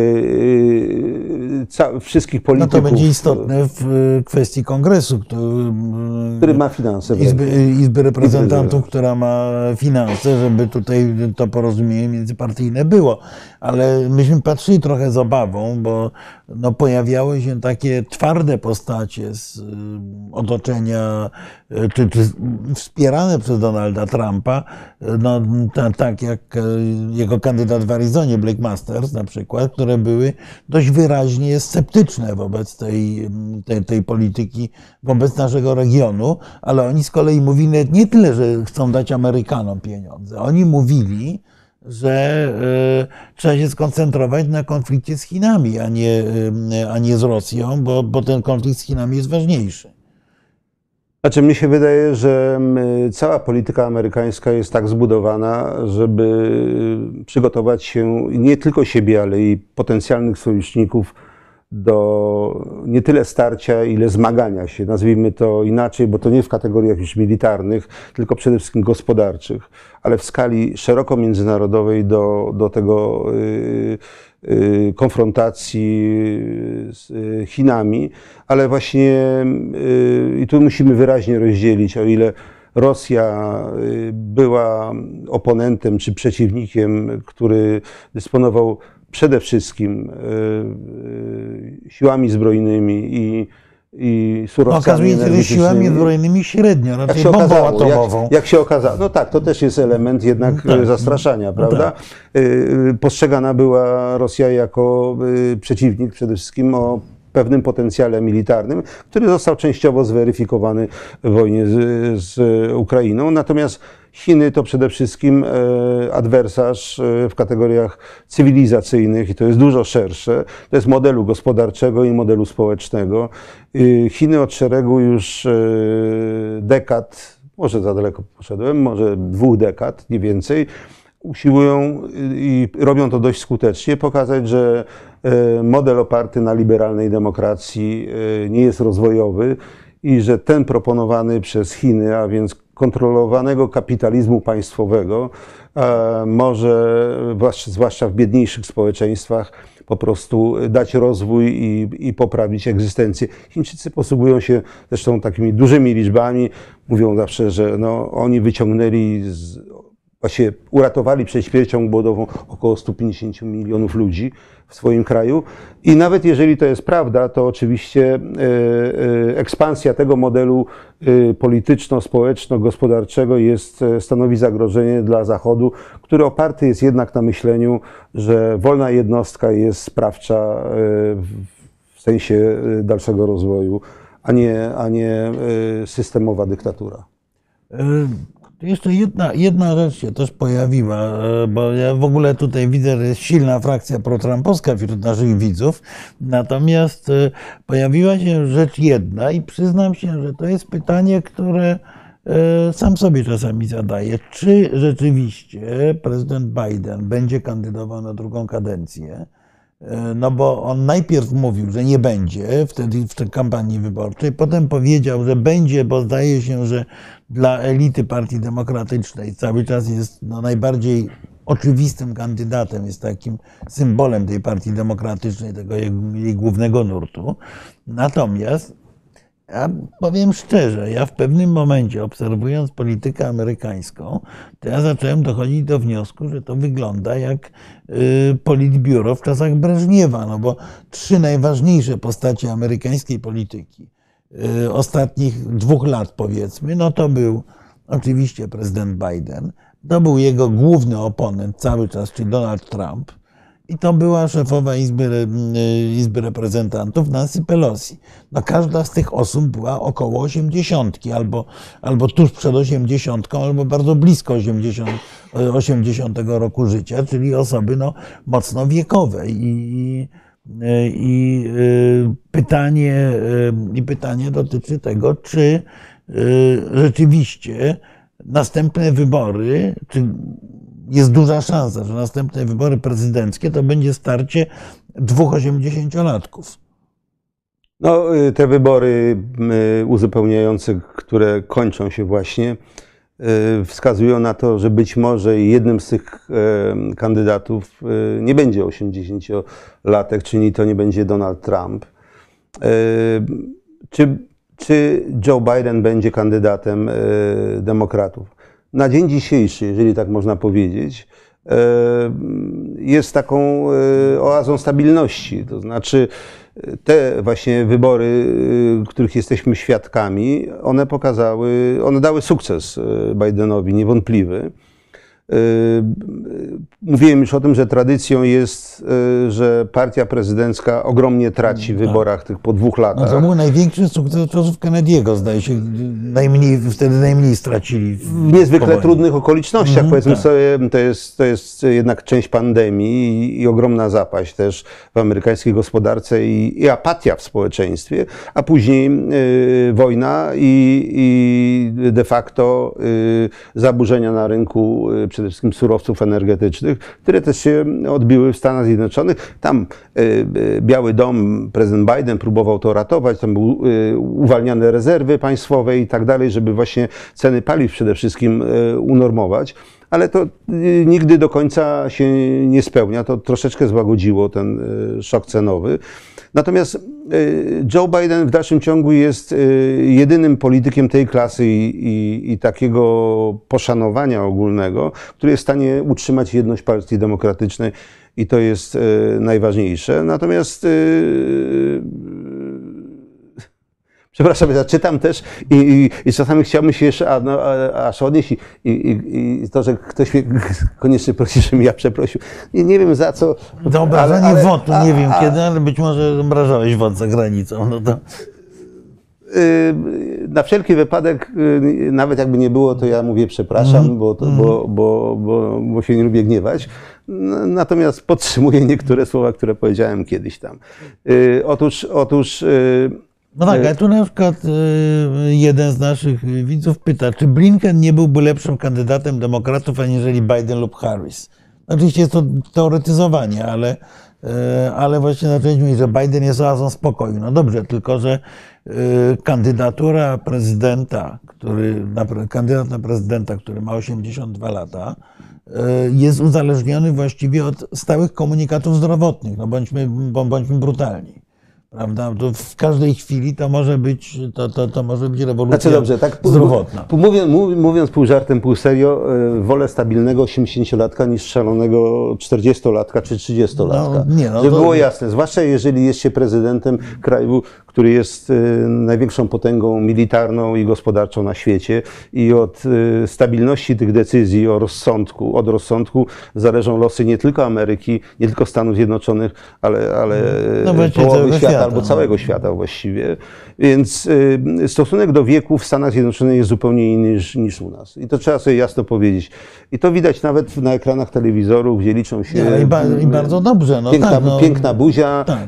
wszystkich polityków. No to będzie istotne w kwestii kongresu, który, który ma finanse. Izby, Izby Reprezentantów, która ma finanse, żeby tutaj to porozumienie międzypartyjne było. Ale myśmy patrzyli trochę z obawą, bo no, pojawiały się takie twarde postacie z otoczenia, czy, czy wspierane przez Donalda Trumpa, no, ta, tak jak jego kandydat w Arizonie, Blake Masters na przykład, które były dość wyraźnie sceptyczne wobec tej, tej, tej polityki, wobec naszego regionu, ale oni z kolei mówili nie tyle, że chcą dać Amerykanom pieniądze, oni mówili, że y, trzeba się skoncentrować na konflikcie z Chinami, a nie, y, a nie z Rosją, bo, bo ten konflikt z Chinami jest ważniejszy. Znaczy, mnie się wydaje, że cała polityka amerykańska jest tak zbudowana, żeby przygotować się nie tylko siebie, ale i potencjalnych sojuszników do nie tyle starcia, ile zmagania się, nazwijmy to inaczej, bo to nie w kategoriach już militarnych, tylko przede wszystkim gospodarczych, ale w skali szeroko międzynarodowej do, do tego yy, yy, konfrontacji z Chinami, ale właśnie yy, i tu musimy wyraźnie rozdzielić, o ile Rosja była oponentem czy przeciwnikiem, który dysponował przede wszystkim siłami zbrojnymi i, i surowcami Okazuje się, że siłami zbrojnymi średnio, raczej jak bombą okazało, atomową. Jak, jak się okazało, no tak, to też jest element jednak tak. zastraszania, prawda? Tak. Postrzegana była Rosja jako przeciwnik przede wszystkim o pewnym potencjale militarnym, który został częściowo zweryfikowany w wojnie z, z Ukrainą. Natomiast Chiny to przede wszystkim adwersarz w kategoriach cywilizacyjnych i to jest dużo szersze. To jest modelu gospodarczego i modelu społecznego. Chiny od szeregu już dekad, może za daleko poszedłem, może dwóch dekad, nie więcej, usiłują i robią to dość skutecznie, pokazać, że model oparty na liberalnej demokracji nie jest rozwojowy i że ten proponowany przez Chiny, a więc kontrolowanego kapitalizmu państwowego, może, zwłaszcza w biedniejszych społeczeństwach, po prostu dać rozwój i, i poprawić egzystencję. Chińczycy posługują się zresztą takimi dużymi liczbami. Mówią zawsze, że no, oni wyciągnęli z Właśnie uratowali przed śmiercią głodową około stu pięćdziesięciu milionów ludzi w swoim kraju. I nawet jeżeli to jest prawda, to oczywiście ekspansja tego modelu polityczno-społeczno-gospodarczego jest, stanowi zagrożenie dla Zachodu, który oparty jest jednak na myśleniu, że wolna jednostka jest sprawcza w sensie dalszego rozwoju, a nie, a nie systemowa dyktatura. Jeszcze jedna, jedna rzecz się też pojawiła, bo ja w ogóle tutaj widzę, że jest silna frakcja protrumpowska wśród naszych widzów, natomiast pojawiła się rzecz jedna i przyznam się, że to jest pytanie, które sam sobie czasami zadaję. Czy rzeczywiście prezydent Biden będzie kandydował na drugą kadencję? No bo on najpierw mówił, że nie będzie wtedy w tej kampanii wyborczej, potem powiedział, że będzie, bo zdaje się, że dla elity Partii Demokratycznej cały czas jest no, najbardziej oczywistym kandydatem, jest takim symbolem tej Partii Demokratycznej, tego jej, jej głównego nurtu. Natomiast ja powiem szczerze, ja w pewnym momencie, obserwując politykę amerykańską, to ja zacząłem dochodzić do wniosku, że to wygląda jak politbiuro w czasach Breżniewa, no bo trzy najważniejsze postacie amerykańskiej polityki ostatnich dwóch lat, powiedzmy, no to był oczywiście prezydent Biden. To był jego główny oponent cały czas, czyli Donald Trump. I to była szefowa Izby, Izby Reprezentantów Nancy Pelosi. No każda z tych osób była około osiemdziesiątki, albo, albo tuż przed osiemdziesiątką, albo bardzo blisko osiemdziesiątego roku życia, czyli osoby no, mocno wiekowe. I, i pytanie, i pytanie dotyczy tego, czy rzeczywiście następne wybory, czy jest duża szansa, że następne wybory prezydenckie to będzie starcie dwóch osiemdziesięciolatków. No, te wybory uzupełniające, które kończą się właśnie, wskazują na to, że być może jednym z tych kandydatów nie będzie osiemdziesięciolatek, czyli to nie będzie Donald Trump. Czy, czy Joe Biden będzie kandydatem demokratów? Na dzień dzisiejszy, jeżeli tak można powiedzieć, jest taką oazą stabilności. To znaczy te właśnie wybory, których jesteśmy świadkami, one pokazały, one dały sukces Bidenowi, niewątpliwy. Mówiłem już o tym, że tradycją jest, że partia prezydencka ogromnie traci w wyborach tych po dwóch latach. No to był największy sukces od czasów Kennedy'ego, zdaje się. Najmniej, wtedy najmniej stracili. W niezwykle powoli. trudnych okolicznościach, mm, powiedzmy tak. sobie, to jest, to jest jednak część pandemii i, i ogromna zapaść też w amerykańskiej gospodarce i, i apatia w społeczeństwie, a później y, wojna i, i de facto y, zaburzenia na rynku y, przede wszystkim surowców energetycznych, które też się odbiły w Stanach Zjednoczonych. Tam Biały Dom, prezydent Biden próbował to ratować, tam były uwalniane rezerwy państwowe i tak dalej, żeby właśnie ceny paliw przede wszystkim unormować. Ale to nigdy do końca się nie spełnia. To troszeczkę złagodziło ten szok cenowy. Natomiast Joe Biden w dalszym ciągu jest jedynym politykiem tej klasy i, i, i takiego poszanowania ogólnego, który jest w stanie utrzymać jedność Partii Demokratycznej i to jest najważniejsze. Natomiast przepraszam, ja czytam też i, i, i czasami chciałbym się jeszcze a, no, a, aż odnieść i, i, i to, że ktoś mnie koniecznie prosi, żebym ja przeprosił. Nie, nie wiem za co. Za obrażanie W O T-u, nie wiem a, kiedy, ale być może obrażałeś W O T za granicą. No to... Na wszelki wypadek, nawet jakby nie było, to ja mówię przepraszam, mm. bo, to, bo, bo, bo, bo się nie lubię gniewać. Natomiast podtrzymuję niektóre słowa, które powiedziałem kiedyś tam. Otóż, otóż No tak, a tu na przykład jeden z naszych widzów pyta, czy Blinken nie byłby lepszym kandydatem demokratów, aniżeli Biden lub Harris? Oczywiście jest to teoretyzowanie, ale, ale właśnie zaczęliśmy mówić, że Biden jest oazą spokoju. No dobrze, tylko że kandydatura prezydenta, który, kandydat na prezydenta, który ma osiemdziesiąt dwa lata, jest uzależniony właściwie od stałych komunikatów zdrowotnych. No bądźmy, bądźmy brutalni. Prawda? To w każdej chwili to może być, to, to, to może być rewolucja znaczy dobrze, tak, zdrowotna. Pół, mówiąc, mówiąc pół żartem, pół serio, wolę stabilnego osiemdziesięciolatka niż szalonego czterdziestolatka czy trzydziestolatka. No, nie, no, Żeby to... było jasne, zwłaszcza jeżeli jest się prezydentem kraju, który jest największą potęgą militarną i gospodarczą na świecie i od stabilności tych decyzji, o rozsądku, od rozsądku zależą losy nie tylko Ameryki, nie tylko Stanów Zjednoczonych, ale, ale no, połowy świata, świata albo całego świata właściwie. Więc stosunek do wieku w Stanach Zjednoczonych jest zupełnie inny niż, niż u nas. I to trzeba sobie jasno powiedzieć. I to widać nawet na ekranach telewizorów, gdzie liczą się... Ja, i, ba, I bardzo dobrze. No piękna, tak, no. piękna buzia. Tak.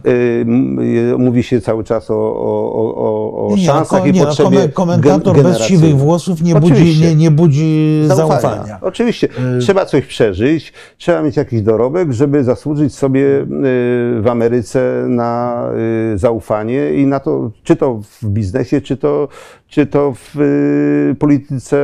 Mówi się cały czas o, o, o, o nie, szansach nie, i potrzebie no, komentator bez siwych włosów nie budzi, nie, nie budzi zaufania. zaufania. Oczywiście. Y... Trzeba coś przeżyć, trzeba mieć jakiś dorobek, żeby zasłużyć sobie w Ameryce na zaufanie i na to, czy to w biznesie, czy to, czy to w polityce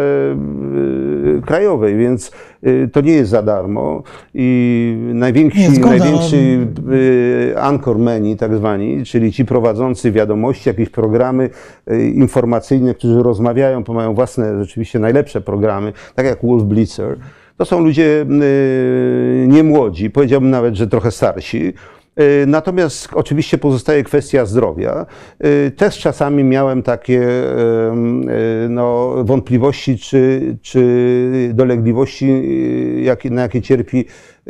krajowej, więc to nie jest za darmo i najwięksi, nie, zgoda, najwięksi no... anchor meni, tak zwani, czyli ci prowadzący wiadomości, jakieś programy informacyjne, którzy rozmawiają, bo mają własne, rzeczywiście najlepsze programy, tak jak Wolf Blitzer. To są ludzie niemłodzi, powiedziałbym nawet, że trochę starsi, Natomiast oczywiście pozostaje kwestia zdrowia. Też czasami miałem takie no, wątpliwości, czy, czy dolegliwości, jakie, na jakie cierpi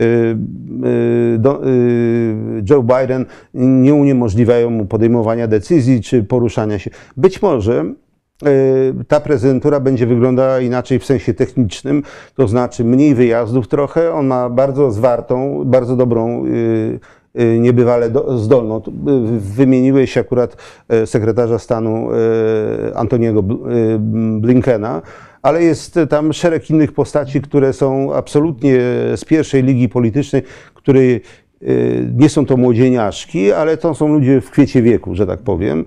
Joe Biden, nie uniemożliwiają mu podejmowania decyzji czy poruszania się. Być może ta prezydentura będzie wyglądała inaczej w sensie technicznym, to znaczy mniej wyjazdów trochę. On ma bardzo zwartą, bardzo dobrą, niebywale zdolną. Wymieniłeś akurat sekretarza stanu Antoniego Blinkena, ale jest tam szereg innych postaci, które są absolutnie z pierwszej ligi politycznej, której nie są to młodzieniaszki, ale to są ludzie w kwiecie wieku, że tak powiem.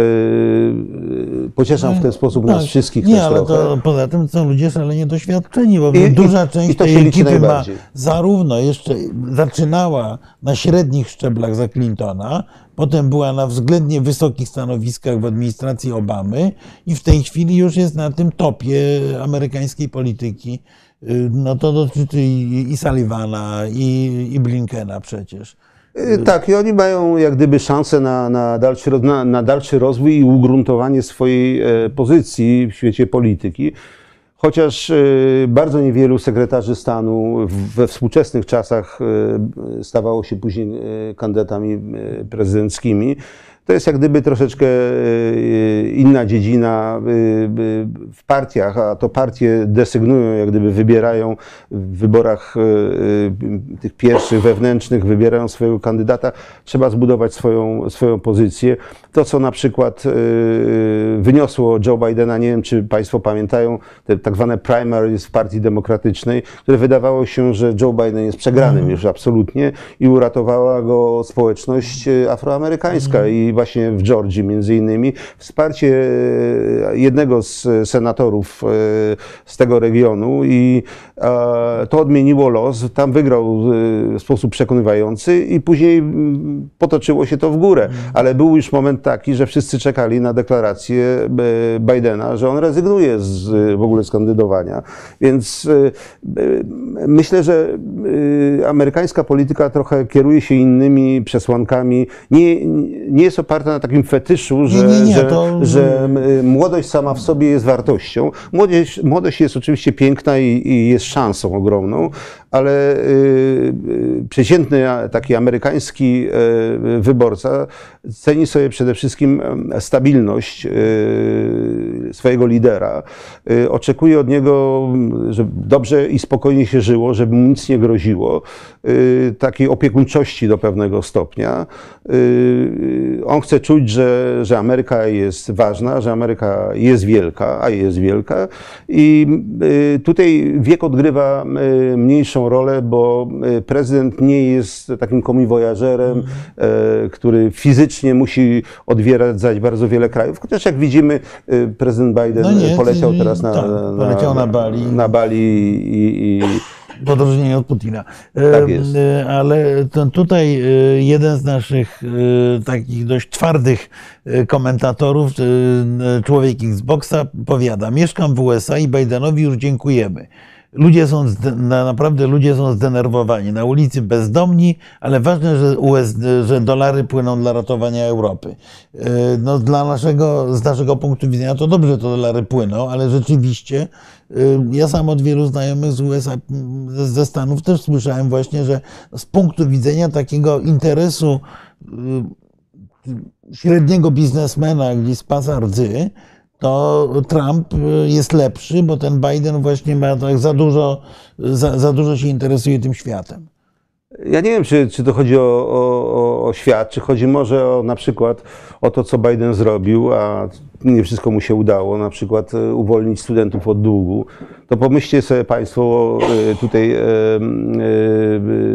Pocieszam w ten sposób nas tak, wszystkich. Nie, też ale trochę. to poza tym są ludzie szalenie doświadczeni, bo I, duża i, część i to tej się liczy ekipy ma najbardziej. zarówno jeszcze zaczynała na średnich szczeblach za Clintona, potem była na względnie wysokich stanowiskach w administracji Obamy i w tej chwili już jest na tym topie amerykańskiej polityki. No to dotyczy i, i Sullivana, i, i Blinkena przecież. Tak, i oni mają jak gdyby szansę na, na, dalszy, na, na dalszy rozwój i ugruntowanie swojej pozycji w świecie polityki. Chociaż bardzo niewielu sekretarzy stanu we współczesnych czasach stawało się później kandydatami prezydenckimi. To jest jak gdyby troszeczkę inna dziedzina w partiach, a to partie desygnują, jak gdyby wybierają w wyborach tych pierwszych, wewnętrznych, wybierają swojego kandydata. Trzeba zbudować swoją, swoją pozycję. To, co na przykład wyniosło Joe Bidena, nie wiem, czy Państwo pamiętają, te tak zwane primaries w Partii Demokratycznej, które wydawało się, że Joe Biden jest przegranym już absolutnie i uratowała go społeczność afroamerykańska. I właśnie w Georgii między innymi wsparcie jednego z senatorów z tego regionu i to odmieniło los. Tam wygrał w sposób przekonywający i później potoczyło się to w górę. Ale był już moment taki, że wszyscy czekali na deklarację Bidena, że on rezygnuje z, w ogóle z kandydowania. Więc myślę, że amerykańska polityka trochę kieruje się innymi przesłankami. Nie, nie jest oparta na takim fetyszu, że, nie, nie, nie, że, to... że młodość sama w sobie jest wartością. Młodość, młodość jest oczywiście piękna i, i jest szansą ogromną, ale y, przeciętny taki amerykański y, wyborca ceni sobie przede wszystkim stabilność y, swojego lidera. Y, oczekuje od niego, żeby dobrze i spokojnie się żyło, żeby mu nic nie groziło, y, takiej opiekuńczości do pewnego stopnia. Y, on chce czuć, że, że Ameryka jest ważna, że Ameryka jest wielka, a jest wielka i y, tutaj wiek odgrywa y, mniejszą rolę, bo prezydent nie jest takim komiwojażerem, mm. który fizycznie musi odwiedzać bardzo wiele krajów. Chociaż jak widzimy, prezydent Biden no nie, poleciał teraz na, tak, poleciał na, na Bali, na Bali i, i w odróżnieniu od Putina. Tak jest. Ale tutaj jeden z naszych takich dość twardych komentatorów, człowiek Xboxa, powiada: mieszkam w U S A i Bidenowi już dziękujemy. Ludzie są, naprawdę ludzie są zdenerwowani. Na ulicy bezdomni, ale ważne, że, U S, że dolary płyną dla ratowania Europy. No, dla naszego, z naszego punktu widzenia to dobrze, to dolary płyną, ale rzeczywiście ja sam od wielu znajomych z U S A, ze Stanów też słyszałem właśnie, że z punktu widzenia takiego interesu średniego biznesmena gdzieś z pasa rdzy, to Trump jest lepszy, bo ten Biden właśnie ma tak za dużo, za, za dużo się interesuje tym światem. Ja nie wiem, czy, czy to chodzi o, o, o świat, czy chodzi może o na przykład o to, co Biden zrobił, a nie wszystko mu się udało, na przykład uwolnić studentów od długu. To pomyślcie sobie Państwo tutaj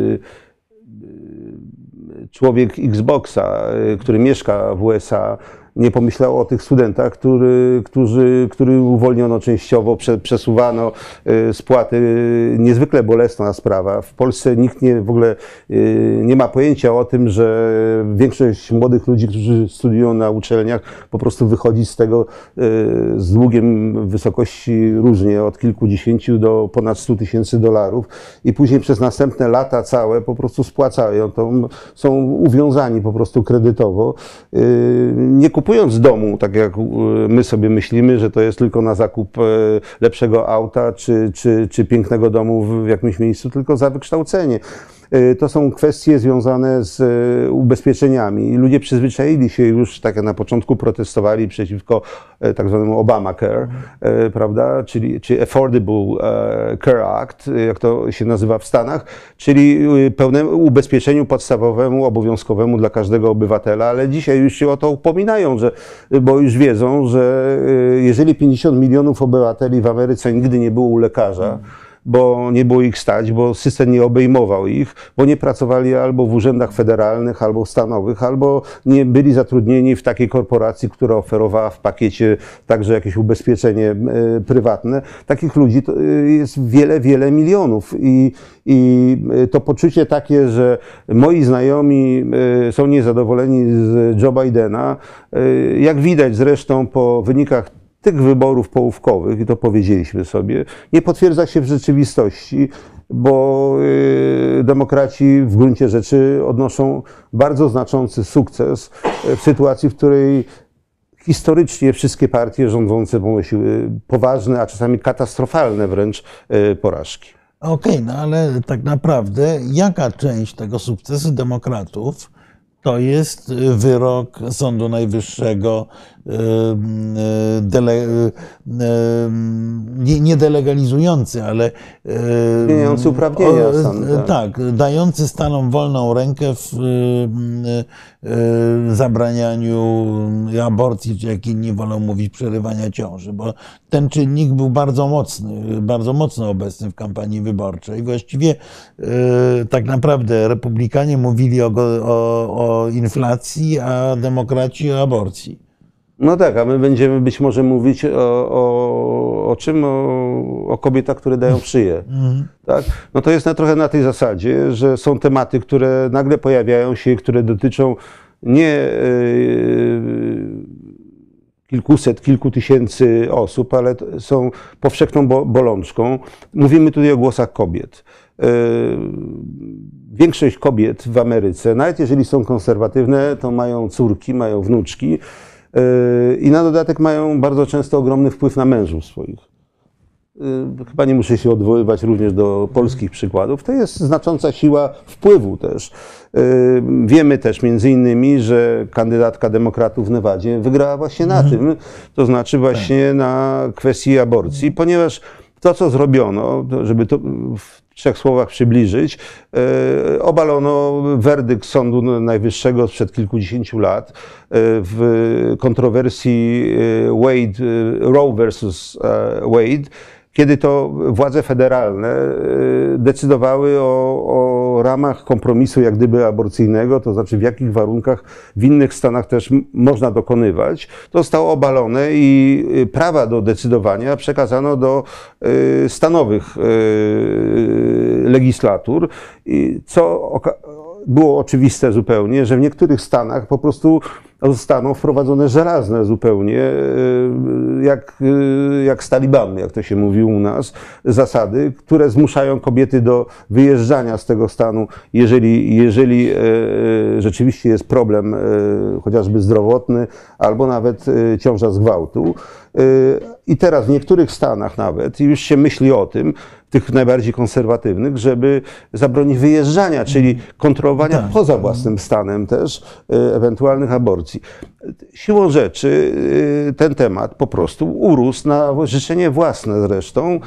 człowiek Xboxa, który mieszka w U S A, nie pomyślało o tych studentach, który, którzy, który uwolniono częściowo, prze, przesuwano spłaty. Niezwykle bolesna sprawa. W Polsce nikt nie, w ogóle nie ma pojęcia o tym, że większość młodych ludzi, którzy studiują na uczelniach, po prostu wychodzi z tego z długiem w wysokości różnie od kilkudziesięciu do ponad stu tysięcy dolarów i później przez następne lata całe po prostu spłacają to, są uwiązani po prostu kredytowo, nie kupując domu, tak jak my sobie myślimy, że to jest tylko na zakup lepszego auta czy, czy, czy pięknego domu w jakimś miejscu, tylko za wykształcenie. To są kwestie związane z ubezpieczeniami. Ludzie przyzwyczaili się już, tak jak na początku protestowali przeciwko tak zwanemu Obamacare, prawda, czyli, czyli Affordable Care Act, jak to się nazywa w Stanach, czyli pełnemu ubezpieczeniu podstawowemu, obowiązkowemu dla każdego obywatela, ale dzisiaj już się o to upominają, że, bo już wiedzą, że jeżeli pięćdziesiąt milionów obywateli w Ameryce nigdy nie było u lekarza, bo nie było ich stać, bo system nie obejmował ich, bo nie pracowali albo w urzędach federalnych, albo stanowych, albo nie byli zatrudnieni w takiej korporacji, która oferowała w pakiecie także jakieś ubezpieczenie prywatne. Takich ludzi to jest wiele, wiele milionów i, i to poczucie takie, że moi znajomi są niezadowoleni z Joe Bidena, jak widać zresztą po wynikach tych wyborów połówkowych, i to powiedzieliśmy sobie, nie potwierdza się w rzeczywistości, bo demokraci w gruncie rzeczy odnoszą bardzo znaczący sukces w sytuacji, w której historycznie wszystkie partie rządzące ponosiły poważne, a czasami katastrofalne wręcz porażki. Okej, okay, no ale tak naprawdę jaka część tego sukcesu demokratów to jest wyrok Sądu Najwyższego dele, nie, nie delegalizujący, ale zmieniający uprawnienia sądu. Tak, dający stanom wolną rękę w zabranianiu aborcji, czy jak inni wolą mówić, przerywania ciąży, bo ten czynnik był bardzo mocny, bardzo mocno obecny w kampanii wyborczej. Właściwie tak naprawdę republikanie mówili o, o, o inflacji, a demokraci o aborcji. No tak, a my będziemy być może mówić o, o, o czym? O, o kobietach, które dają w szyję. Mm. Tak? No to jest na, trochę na tej zasadzie, że są tematy, które nagle pojawiają się, które dotyczą nie yy, kilkuset, kilku tysięcy osób, ale są powszechną bo, bolączką. Mówimy tutaj o głosach kobiet. Yy, większość kobiet w Ameryce, nawet jeżeli są konserwatywne, to mają córki, mają wnuczki, i na dodatek mają bardzo często ogromny wpływ na mężów swoich. Chyba nie muszę się odwoływać również do polskich przykładów. To jest znacząca siła wpływu też. Wiemy też między innymi, że kandydatka demokratów w Nevadzie wygrała właśnie na mhm. tym, to znaczy właśnie na kwestii aborcji, ponieważ to, co zrobiono, żeby to w trzech słowach przybliżyć, obalono werdykt Sądu Najwyższego sprzed kilkudziesięciu lat w kontrowersji Wade, Roe versus Wade, kiedy to władze federalne decydowały o, o ramach kompromisu jak gdyby aborcyjnego, to znaczy w jakich warunkach w innych stanach też można dokonywać. To zostało obalone i prawa do decydowania przekazano do stanowych legislatur, co było oczywiste zupełnie, że w niektórych stanach po prostu zostaną wprowadzone żelazne zupełnie, jak, jak z Talibanu, jak to się mówi u nas, zasady, które zmuszają kobiety do wyjeżdżania z tego stanu, jeżeli, jeżeli rzeczywiście jest problem chociażby zdrowotny, albo nawet ciąża z gwałtu. I teraz w niektórych stanach nawet już się myśli o tym, tych najbardziej konserwatywnych, żeby zabronić wyjeżdżania, czyli kontrolowania tak. poza własnym stanem też ewentualnych aborcji. Siłą rzeczy ten temat po prostu urósł na życzenie własne zresztą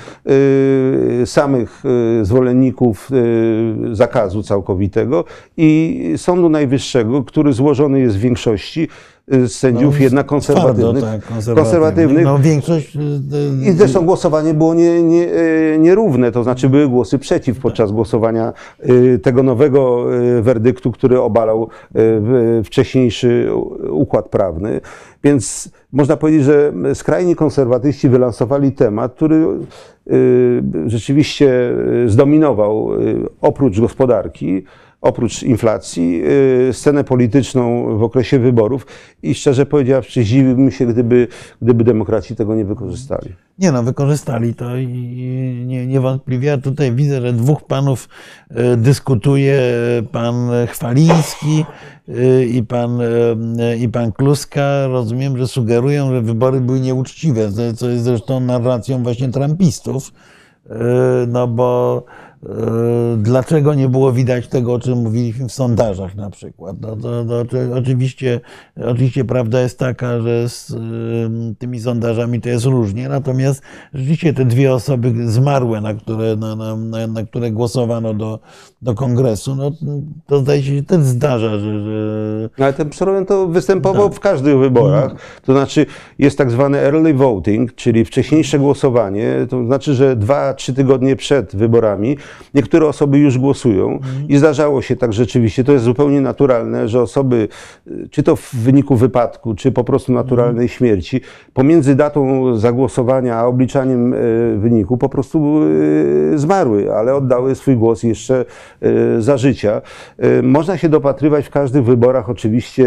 samych zwolenników zakazu całkowitego i Sądu Najwyższego, który złożony jest w większości sędziów no, jednak konserwatywnych. Twardo, tak, konserwatywnych. konserwatywnych. No, większość... I zresztą głosowanie było nie, nie, nierówne, to znaczy były głosy przeciw podczas głosowania tego nowego werdyktu, który obalał wcześniejszy układ prawny. Więc można powiedzieć, że skrajni konserwatyści wylansowali temat, który rzeczywiście zdominował oprócz gospodarki, oprócz inflacji, scenę polityczną w okresie wyborów i szczerze powiedziawszy, zdziwiłbym się, gdyby, gdyby demokraci tego nie wykorzystali. Nie no, wykorzystali to i nie, niewątpliwie. Ja tutaj widzę, że dwóch panów dyskutuje, pan Chwaliński i pan, i pan Kluska. Rozumiem, że sugerują, że wybory były nieuczciwe, co jest zresztą narracją właśnie trumpistów, no bo dlaczego nie było widać tego, o czym mówiliśmy w sondażach na przykład? No to, to, to oczywiście, oczywiście prawda jest taka, że z tymi sondażami to jest różnie, natomiast rzeczywiście te dwie osoby zmarłe, na które, na, na, na które głosowano do, do kongresu, no to zdaje się, że też zdarza, że... że... Ale ten Przerowen to występował tak w każdych wyborach. To znaczy jest tak zwany early voting, czyli wcześniejsze głosowanie, to znaczy, że dwa, trzy tygodnie przed wyborami niektóre osoby już głosują i zdarzało się tak rzeczywiście, to jest zupełnie naturalne, że osoby, czy to w wyniku wypadku, czy po prostu naturalnej śmierci, pomiędzy datą zagłosowania a obliczaniem wyniku po prostu zmarły, ale oddały swój głos jeszcze za życia. Można się dopatrywać w każdych wyborach oczywiście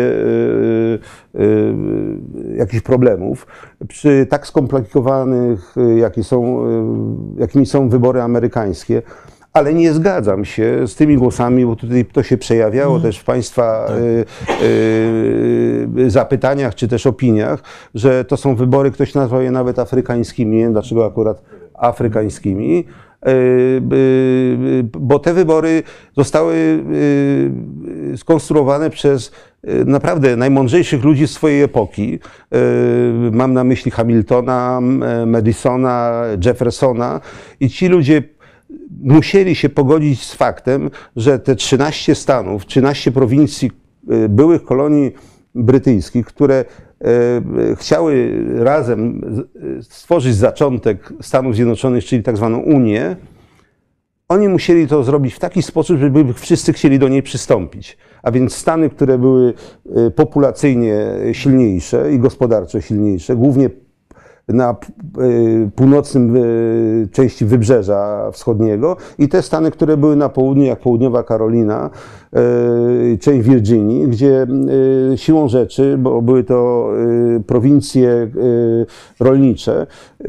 jakichś problemów. Przy tak skomplikowanych, jakie są, jakimi są wybory amerykańskie, ale nie zgadzam się z tymi głosami, bo tutaj to się przejawiało mm. też w Państwa tak. y, y, zapytaniach czy też opiniach, że to są wybory, ktoś nazwał je nawet afrykańskimi, nie wiem dlaczego akurat afrykańskimi, bo te wybory zostały skonstruowane przez naprawdę najmądrzejszych ludzi swojej epoki. Mam na myśli Hamiltona, Madisona, Jeffersona i ci ludzie musieli się pogodzić z faktem, że te trzynaście stanów, trzynaście prowincji byłych kolonii brytyjskich, które chciały razem stworzyć zaczątek Stanów Zjednoczonych, czyli tak zwaną Unię, oni musieli to zrobić w taki sposób, żeby wszyscy chcieli do niej przystąpić. A więc Stany, które były populacyjnie silniejsze i gospodarczo silniejsze, głównie na północnym części Wybrzeża Wschodniego i te Stany, które były na południu, jak Południowa Karolina, część Virginii, gdzie siłą rzeczy, bo były to prowincje rolnicze,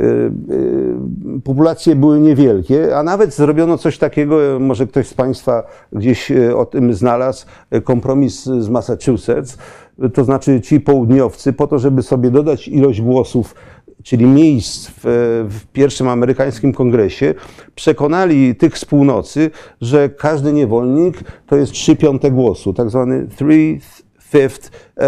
populacje były niewielkie, a nawet zrobiono coś takiego, może ktoś z Państwa gdzieś o tym znalazł, kompromis z Massachusetts, to znaczy ci południowcy, po to, żeby sobie dodać ilość głosów, czyli miejsc w, w pierwszym amerykańskim kongresie, przekonali tych z północy, że każdy niewolnik to jest trzy piąte głosu, tak zwany three-fifth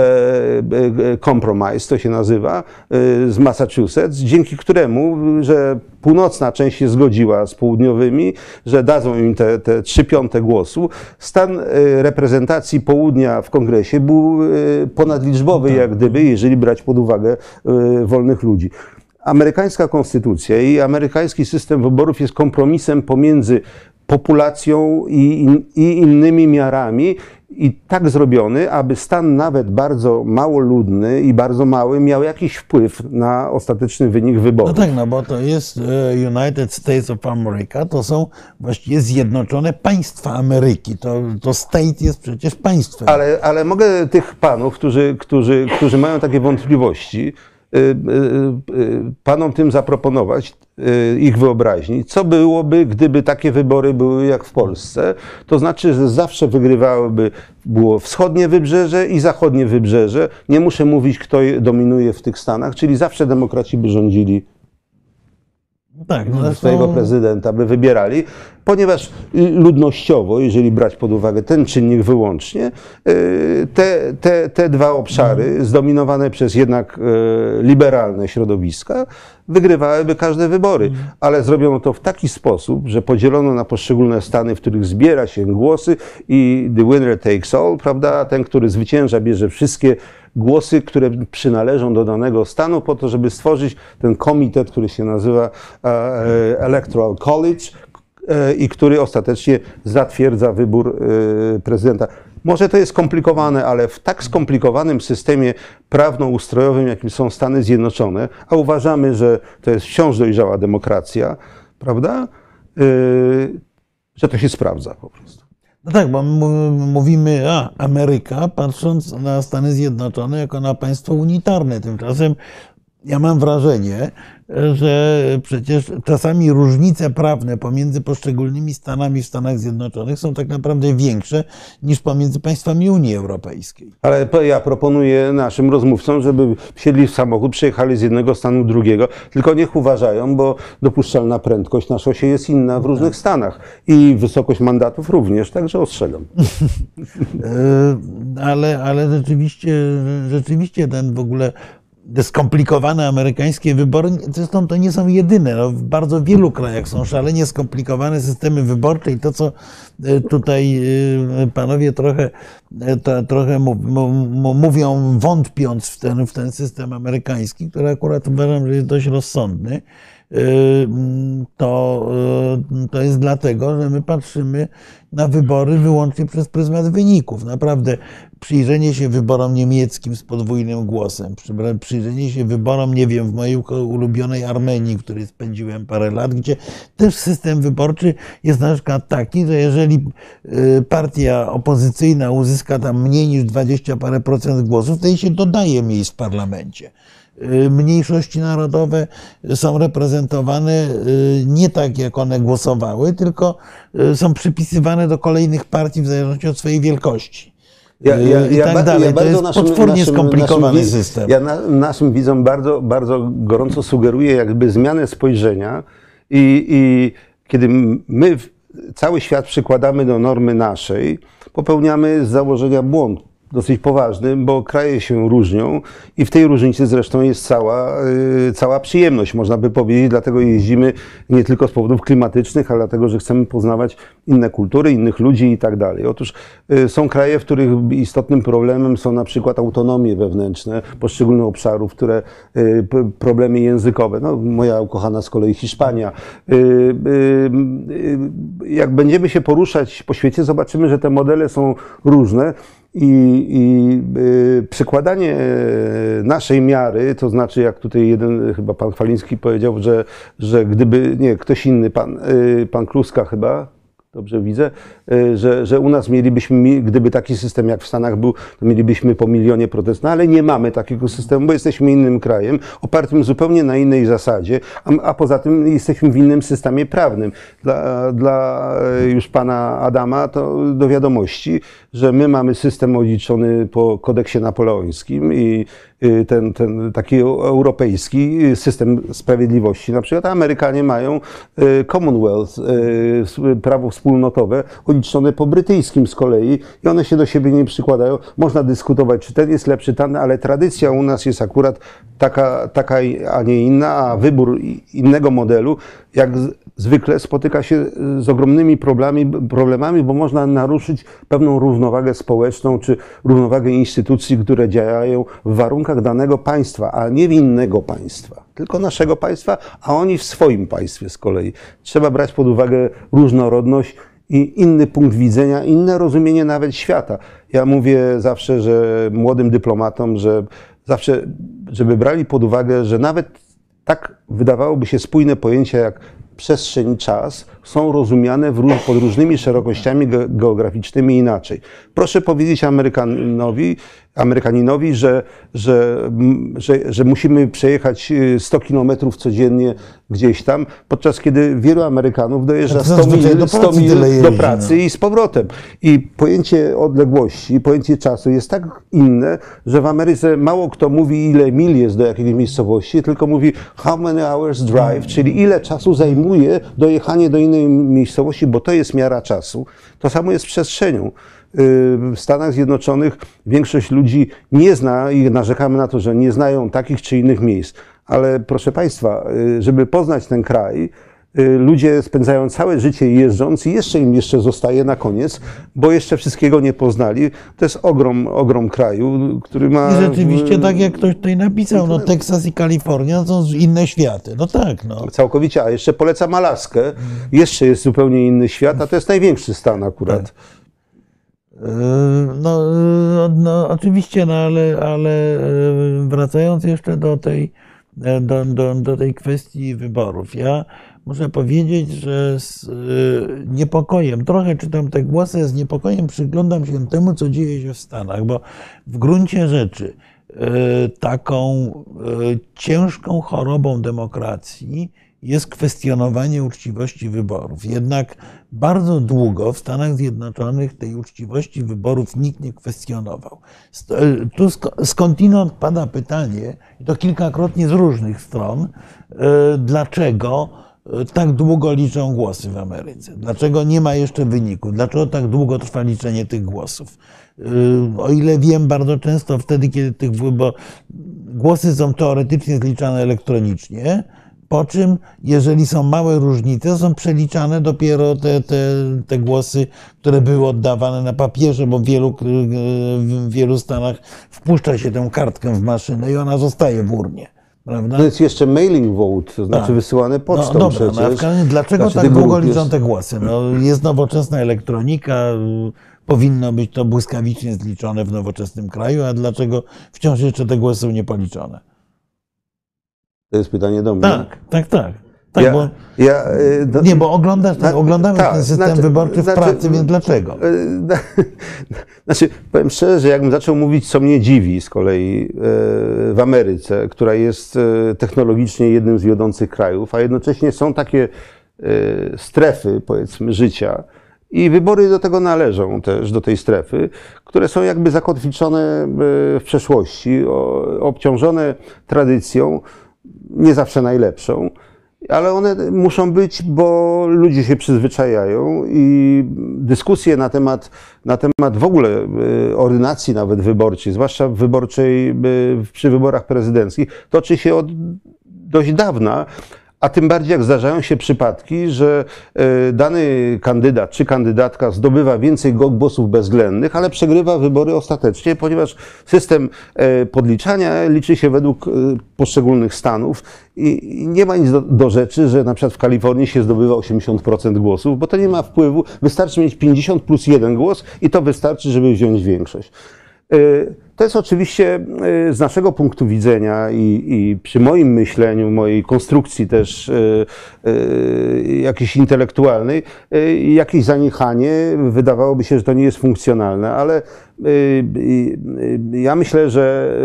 compromise, to się nazywa, z Massachusetts, dzięki któremu, że północna część się zgodziła z południowymi, że dadzą im te, te trzy piąte głosu. Stan reprezentacji południa w kongresie był ponadliczbowy, jak gdyby, jeżeli brać pod uwagę wolnych ludzi. Amerykańska konstytucja i amerykański system wyborów jest kompromisem pomiędzy populacją i, i innymi miarami i tak zrobiony, aby stan nawet bardzo mało ludny i bardzo mały miał jakiś wpływ na ostateczny wynik wyborów. No tak, no bo to jest United States of America, to są właściwie zjednoczone państwa Ameryki. To, to state jest przecież państwem. Ale, ale mogę tych panów, którzy, którzy, którzy mają takie wątpliwości, panom tym zaproponować, ich wyobraźni, co byłoby, gdyby takie wybory były jak w Polsce. To znaczy, że zawsze wygrywałyby było wschodnie wybrzeże i zachodnie wybrzeże. Nie muszę mówić, kto dominuje w tych stanach, czyli zawsze demokraci by rządzili. Tak, no swojego prezydenta by wybierali, ponieważ ludnościowo, jeżeli brać pod uwagę ten czynnik wyłącznie, te, te, te dwa obszary zdominowane przez jednak liberalne środowiska wygrywałyby każde wybory, ale zrobiono to w taki sposób, że podzielono na poszczególne stany, w których zbiera się głosy i the winner takes all, prawda? Ten, który zwycięża, bierze wszystkie głosy, które przynależą do danego stanu po to, żeby stworzyć ten komitet, który się nazywa Electoral College i który ostatecznie zatwierdza wybór prezydenta. Może to jest skomplikowane, ale w tak skomplikowanym systemie prawno-ustrojowym, jakim są Stany Zjednoczone, a uważamy, że to jest wciąż dojrzała demokracja, prawda, że to się sprawdza po prostu. No tak, bo mówimy, a Ameryka, patrząc na Stany Zjednoczone jako na państwo unitarne. Tymczasem ja mam wrażenie, że przecież czasami różnice prawne pomiędzy poszczególnymi stanami w Stanach Zjednoczonych są tak naprawdę większe niż pomiędzy państwami Unii Europejskiej. Ale ja proponuję naszym rozmówcom, żeby wsiedli w samochód, przejechali z jednego stanu do drugiego, tylko niech uważają, bo dopuszczalna prędkość na szosie jest inna w różnych stanach i wysokość mandatów również, także ostrzegam. ale, ale rzeczywiście, rzeczywiście ten w ogóle skomplikowane amerykańskie wybory, zresztą to nie są jedyne. No, w bardzo wielu krajach są szalenie skomplikowane systemy wyborcze i to, co tutaj panowie trochę, to, trochę mówią, wątpiąc w ten, w ten system amerykański, który akurat uważam, że jest dość rozsądny, to, to jest dlatego, że my patrzymy na wybory wyłącznie przez pryzmat wyników. Naprawdę przyjrzenie się wyborom niemieckim z podwójnym głosem, przyjrzenie się wyborom, nie wiem, w mojej ulubionej Armenii, w której spędziłem parę lat, gdzie też system wyborczy jest na przykład taki, że jeżeli partia opozycyjna uzyska tam mniej niż dwadzieścia parę procent głosów, to jej się dodaje miejsc w parlamencie. Mniejszości narodowe są reprezentowane nie tak, jak one głosowały, tylko są przypisywane do kolejnych partii w zależności od swojej wielkości. Ja, ja, I ja, tak ja, dalej. Ja to jest naszym, potwornie naszym, skomplikowany naszym, system. Ja na, naszym widzom bardzo, bardzo gorąco sugeruję jakby zmianę spojrzenia i, i kiedy my cały świat przykładamy do normy naszej, popełniamy z założenia błąd dosyć poważny, bo kraje się różnią i w tej różnicy zresztą jest cała, cała przyjemność, można by powiedzieć, dlatego jeździmy nie tylko z powodów klimatycznych, ale dlatego, że chcemy poznawać inne kultury, innych ludzi i tak dalej. Otóż są kraje, w których istotnym problemem są na przykład autonomie wewnętrzne poszczególnych obszarów, które problemy językowe. No, moja ukochana z kolei Hiszpania. Jak będziemy się poruszać po świecie, zobaczymy, że te modele są różne. I, i y, przykładanie naszej miary, to znaczy jak tutaj jeden, chyba pan Chwaliński powiedział, że, że gdyby, nie, ktoś inny, pan, y, pan Kluska chyba, dobrze widzę, y, że, że u nas mielibyśmy, gdyby taki system jak w Stanach był, to mielibyśmy po milionie protestów, no ale nie mamy takiego systemu, bo jesteśmy innym krajem, opartym zupełnie na innej zasadzie, a, a poza tym jesteśmy w innym systemie prawnym. Dla, dla już pana Adama to do wiadomości, że my mamy system odziedziczony po kodeksie napoleońskim i ten, ten taki europejski system sprawiedliwości, na przykład Amerykanie mają Commonwealth, prawo wspólnotowe, odziedziczone po brytyjskim z kolei i one się do siebie nie przykładają. Można dyskutować, czy ten jest lepszy, ten, ale tradycja u nas jest akurat taka, taka a nie inna, a wybór innego modelu, jak zwykle spotyka się z ogromnymi problemami, problemami, bo można naruszyć pewną równowagę społeczną, czy równowagę instytucji, które działają w warunkach danego państwa, a nie w innego państwa, tylko naszego państwa, a oni w swoim państwie z kolei. Trzeba brać pod uwagę różnorodność i inny punkt widzenia, inne rozumienie nawet świata. Ja mówię zawsze, że młodym dyplomatom, że zawsze, żeby brali pod uwagę, że nawet tak wydawałoby się spójne pojęcia jak przestrzeń i czas są rozumiane w, pod różnymi szerokościami geograficznymi inaczej. Proszę powiedzieć Amerykanowi, Amerykaninowi, że, że, że, że musimy przejechać sto kilometrów codziennie gdzieś tam, podczas kiedy wielu Amerykanów dojeżdża sto mil, sto mil do pracy i z powrotem. I pojęcie odległości, pojęcie czasu jest tak inne, że w Ameryce mało kto mówi, ile mil jest do jakiejś miejscowości, tylko mówi how many hours drive, czyli ile czasu zajmuje dojechanie do innej miejscowości, bo to jest miara czasu. To samo jest z przestrzenią. W Stanach Zjednoczonych większość ludzi nie zna i narzekamy na to, że nie znają takich czy innych miejsc. Ale proszę Państwa, żeby poznać ten kraj, ludzie spędzają całe życie jeżdżąc i jeszcze im jeszcze zostaje na koniec, bo jeszcze wszystkiego nie poznali. To jest ogrom, ogrom kraju, który ma... I rzeczywiście, tak jak ktoś tutaj napisał, no Teksas i Kalifornia to są inne światy. No tak, no. Całkowicie, a jeszcze polecam Alaskę. Jeszcze jest zupełnie inny świat, a to jest największy stan akurat. No, no oczywiście, no ale, ale wracając jeszcze do tej, do, do, do tej kwestii wyborów. Ja muszę powiedzieć, że z niepokojem, trochę czytam te głosy, z niepokojem przyglądam się temu, co dzieje się w Stanach, bo w gruncie rzeczy taką ciężką chorobą demokracji jest kwestionowanie uczciwości wyborów. Jednak bardzo długo w Stanach Zjednoczonych tej uczciwości wyborów nikt nie kwestionował. Tu skądinąd pada pytanie, i to kilkakrotnie z różnych stron, dlaczego tak długo liczą głosy w Ameryce? Dlaczego nie ma jeszcze wyniku? Dlaczego tak długo trwa liczenie tych głosów? O ile wiem, bardzo często wtedy, kiedy tych bo głosy są teoretycznie zliczane elektronicznie, po czym, jeżeli są małe różnice, są przeliczane dopiero te, te, te głosy, które były oddawane na papierze, bo w wielu, w wielu stanach wpuszcza się tę kartkę w maszynę i ona zostaje w urnie. Prawda? To jest jeszcze mailing vote, to znaczy tak. wysyłane pocztą no, dobra, przecież. No, dlaczego znaczy, tak długo liczą jest... te głosy? No, jest nowoczesna elektronika, powinno być to błyskawicznie zliczone w nowoczesnym kraju, a dlaczego wciąż jeszcze te głosy są niepoliczone? To jest pytanie do mnie. Tak, tak, tak. tak ja, bo, ja, no, nie, bo oglądasz, na, oglądamy ta, ten system znaczy, wyborczy w znaczy, pracy, więc dlaczego? Znaczy, powiem szczerze, że jakbym zaczął mówić, co mnie dziwi z kolei w Ameryce, która jest technologicznie jednym z wiodących krajów, a jednocześnie są takie strefy, powiedzmy, życia, i wybory do tego należą też, do tej strefy, które są jakby zakotwiczone w przeszłości, obciążone tradycją, nie zawsze najlepszą, ale one muszą być, bo ludzie się przyzwyczajają i dyskusje na temat, na temat w ogóle ordynacji nawet wyborczej, zwłaszcza wyborczej przy wyborach prezydenckich, toczy się od dość dawna. A tym bardziej, jak zdarzają się przypadki, że dany kandydat czy kandydatka zdobywa więcej głosów bezwzględnych, ale przegrywa wybory ostatecznie, ponieważ system podliczania liczy się według poszczególnych stanów i nie ma nic do, do rzeczy, że na przykład w Kalifornii się zdobywa osiemdziesiąt procent głosów, bo to nie ma wpływu. Wystarczy mieć pięćdziesiąt plus jeden głos i to wystarczy, żeby wziąć większość. To jest oczywiście z naszego punktu widzenia i, i przy moim myśleniu, mojej konstrukcji też jakiejś intelektualnej, jakieś zaniechanie. Wydawałoby się, że to nie jest funkcjonalne, ale ja myślę, że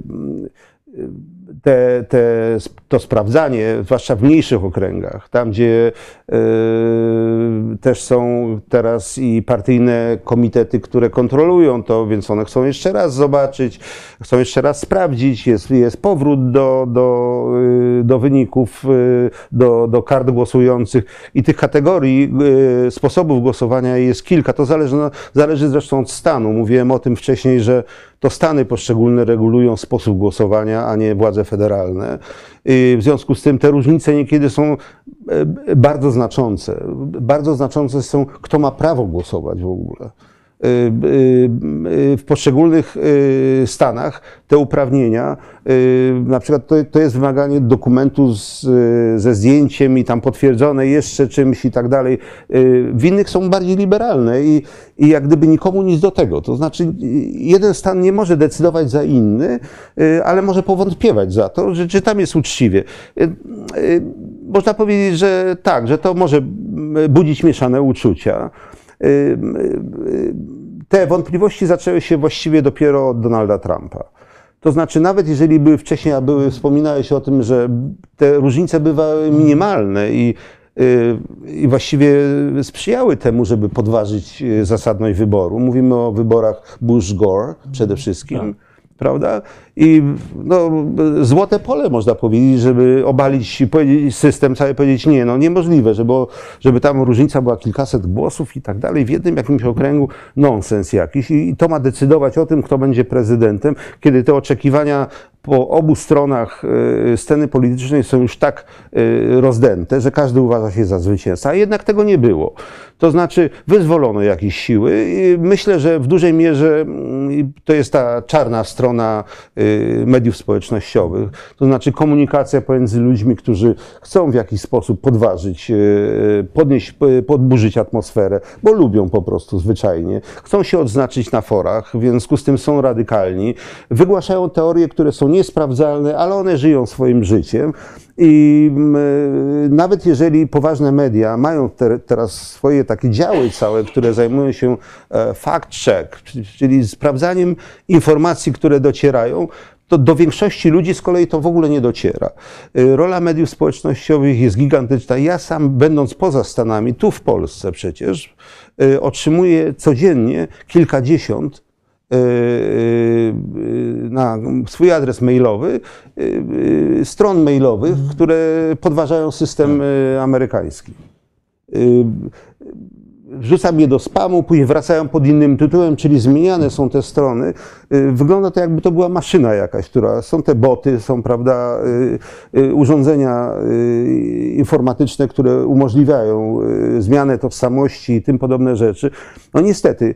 Te, te, to sprawdzanie, zwłaszcza w mniejszych okręgach, tam gdzie y, też są teraz i partyjne komitety, które kontrolują to, więc one chcą jeszcze raz zobaczyć, chcą jeszcze raz sprawdzić, jest, jest powrót do, do, y, do wyników, y, do, do kart głosujących i tych kategorii y, sposobów głosowania jest kilka. To zależy, no, zależy zresztą od stanu. Mówiłem o tym wcześniej, że to stany poszczególne regulują sposób głosowania, a nie władze federalne. W związku z tym te różnice niekiedy są bardzo znaczące. Bardzo znaczące są, kto ma prawo głosować w ogóle. W poszczególnych stanach te uprawnienia, na przykład to, to jest wymaganie dokumentu z, ze zdjęciem i tam potwierdzone jeszcze czymś i tak dalej. W innych są bardziej liberalne i, i jak gdyby nikomu nic do tego. To znaczy jeden stan nie może decydować za inny, ale może powątpiewać za to, że czy tam jest uczciwie. Można powiedzieć, że tak, że to może budzić mieszane uczucia. Te wątpliwości zaczęły się właściwie dopiero od Donalda Trumpa. To znaczy, nawet jeżeli były wcześniej, a były, wspominałeś o tym, że te różnice bywały minimalne i, i właściwie sprzyjały temu, żeby podważyć zasadność wyboru. Mówimy o wyborach Bush-Gore przede wszystkim. Tak. Prawda? I no, złote pole, można powiedzieć, żeby obalić powiedzieć, system cały, powiedzieć nie, no niemożliwe, żeby, żeby tam różnica była kilkaset głosów i tak dalej, w jednym jakimś okręgu nonsens jakiś i, i to ma decydować o tym, kto będzie prezydentem, kiedy te oczekiwania po obu stronach sceny politycznej są już tak rozdęte, że każdy uważa się za zwycięzcę, a jednak tego nie było. To znaczy wyzwolono jakieś siły i myślę, że w dużej mierze to jest ta czarna strona mediów społecznościowych, to znaczy komunikacja pomiędzy ludźmi, którzy chcą w jakiś sposób podważyć, podnieść, podburzyć atmosferę, bo lubią po prostu zwyczajnie, chcą się odznaczyć na forach, w związku z tym są radykalni, wygłaszają teorie, które są niesprawdzalne, ale one żyją swoim życiem. I nawet jeżeli poważne media mają te, teraz swoje takie działy całe, które zajmują się fact check, czyli sprawdzaniem informacji, które docierają, to do większości ludzi z kolei to w ogóle nie dociera. Rola mediów społecznościowych jest gigantyczna. Ja sam, będąc poza Stanami, tu w Polsce przecież, otrzymuję codziennie kilkadziesiąt na swój adres mailowy stron mailowych, które podważają system amerykański. Wrzucam je do spamu, później wracają pod innym tytułem, czyli zmieniane są te strony. Wygląda to, jakby to była maszyna jakaś, która, są te boty, są, prawda, urządzenia informatyczne, które umożliwiają zmianę tożsamości i tym podobne rzeczy. No niestety,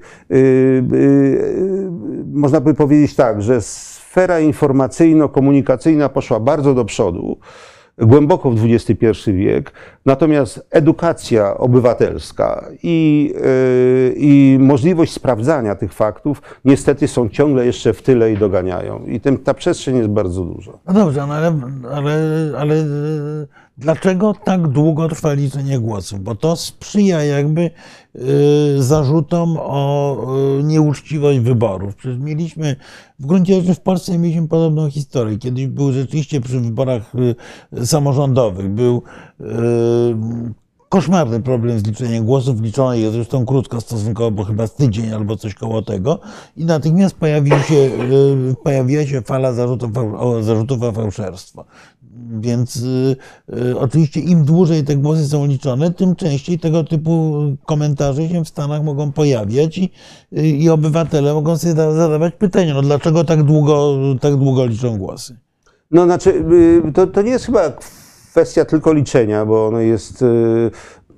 można by powiedzieć tak, że sfera informacyjno-komunikacyjna poszła bardzo do przodu, głęboko w dwudziesty pierwszy wiek, natomiast edukacja obywatelska i, yy, i możliwość sprawdzania tych faktów niestety są ciągle jeszcze w tyle i doganiają. I tym, ta przestrzeń jest bardzo duża. No dobrze, no ale, ale, ale dlaczego tak długo trwa liczenie głosów? Bo to sprzyja jakby yy, zarzutom o yy, nieuczciwość wyborów. Przecież mieliśmy, w gruncie rzeczy w Polsce mieliśmy podobną historię. Kiedyś był rzeczywiście przy wyborach yy, samorządowych, był yy, koszmarny problem z liczeniem głosów. Liczono je zresztą krótko stosunkowo, bo chyba z tydzień albo coś koło tego. I natychmiast pojawił się, yy, pojawiła się fala zarzutów o, zarzutów o fałszerstwo. Więc y, y, oczywiście im dłużej te głosy są liczone, tym częściej tego typu komentarze się w Stanach mogą pojawiać i, y, i obywatele mogą sobie zadawać pytania, no dlaczego tak długo, tak długo liczą głosy? No znaczy, y, to, to nie jest chyba kwestia tylko liczenia, bo ono jest y,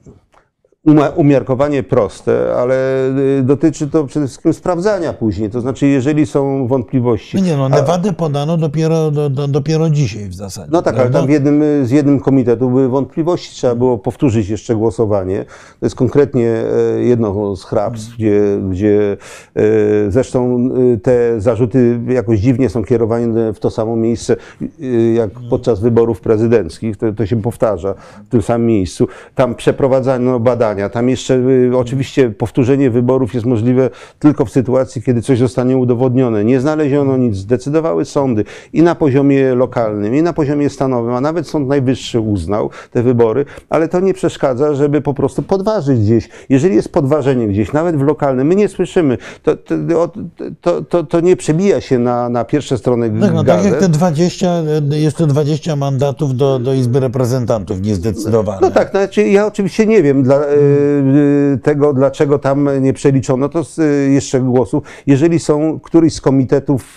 umiarkowanie proste, ale dotyczy to przede wszystkim sprawdzania później. To znaczy, jeżeli są wątpliwości. No nie, no Nevadę podano dopiero, do, do, dopiero dzisiaj w zasadzie. No tak, prawda? Ale tam w jednym, z jednym komitetu były wątpliwości, trzeba było powtórzyć jeszcze głosowanie. To jest konkretnie jedno z hrabstw, gdzie, gdzie zresztą te zarzuty jakoś dziwnie są kierowane w to samo miejsce, jak podczas wyborów prezydenckich. To, to się powtarza w tym samym miejscu. Tam przeprowadzano badania. Tam jeszcze y, oczywiście powtórzenie wyborów jest możliwe tylko w sytuacji, kiedy coś zostanie udowodnione. Nie znaleziono nic, zdecydowały sądy i na poziomie lokalnym, i na poziomie stanowym, a nawet Sąd Najwyższy uznał te wybory, ale to nie przeszkadza, żeby po prostu podważyć gdzieś. Jeżeli jest podważenie gdzieś, nawet w lokalnym, my nie słyszymy, to, to, to, to, to nie przebija się na, na pierwsze strony tak, gazet. No tak jak te dwadzieścia, jeszcze dwadzieścia mandatów do, do Izby Reprezentantów niezdecydowane. No tak, znaczy ja oczywiście nie wiem dla, tego, dlaczego tam nie przeliczono to jeszcze głosów. Jeżeli są któryś z komitetów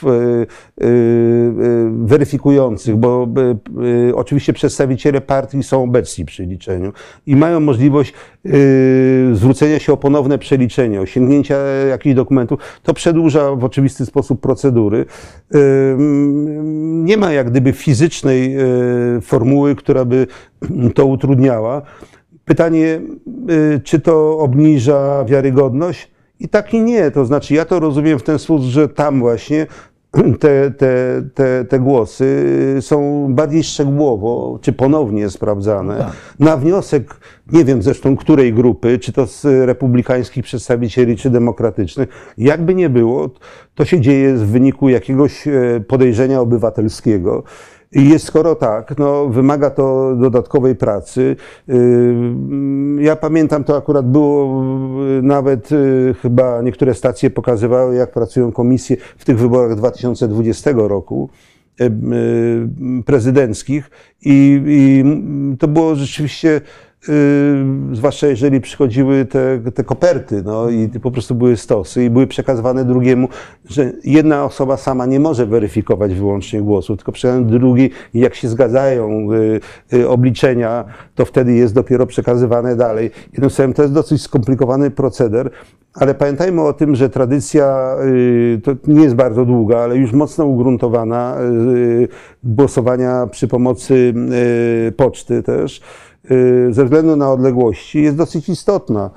weryfikujących, bo oczywiście przedstawiciele partii są obecni przy liczeniu i mają możliwość zwrócenia się o ponowne przeliczenie, o sięgnięcia jakichś dokumentów, to przedłuża w oczywisty sposób procedury. Nie ma jak gdyby fizycznej formuły, która by to utrudniała. Pytanie, czy to obniża wiarygodność? I tak i nie. To znaczy, ja to rozumiem w ten sposób, że tam właśnie te, te, te, te głosy są bardziej szczegółowo, czy ponownie sprawdzane. Tak. Na wniosek, nie wiem zresztą której grupy, czy to z republikańskich przedstawicieli, czy demokratycznych, jakby nie było, to się dzieje w wyniku jakiegoś podejrzenia obywatelskiego. I jest, skoro tak, no, wymaga to dodatkowej pracy. Ja pamiętam, to akurat było nawet, chyba niektóre stacje pokazywały, jak pracują komisje w tych wyborach dwa tysiące dwudziestego roku prezydenckich i, i to było rzeczywiście Yy, zwłaszcza jeżeli przychodziły te, te koperty, no i po prostu były stosy i były przekazywane drugiemu, że jedna osoba sama nie może weryfikować wyłącznie głosu, tylko przekazują drugiej i jak się zgadzają yy, yy, obliczenia, to wtedy jest dopiero przekazywane dalej. Jednym słowem, to jest dosyć skomplikowany proceder, ale pamiętajmy o tym, że tradycja yy, to nie jest bardzo długa, ale już mocno ugruntowana yy, głosowania przy pomocy yy, poczty też, ze względu na odległości jest dosyć istotna.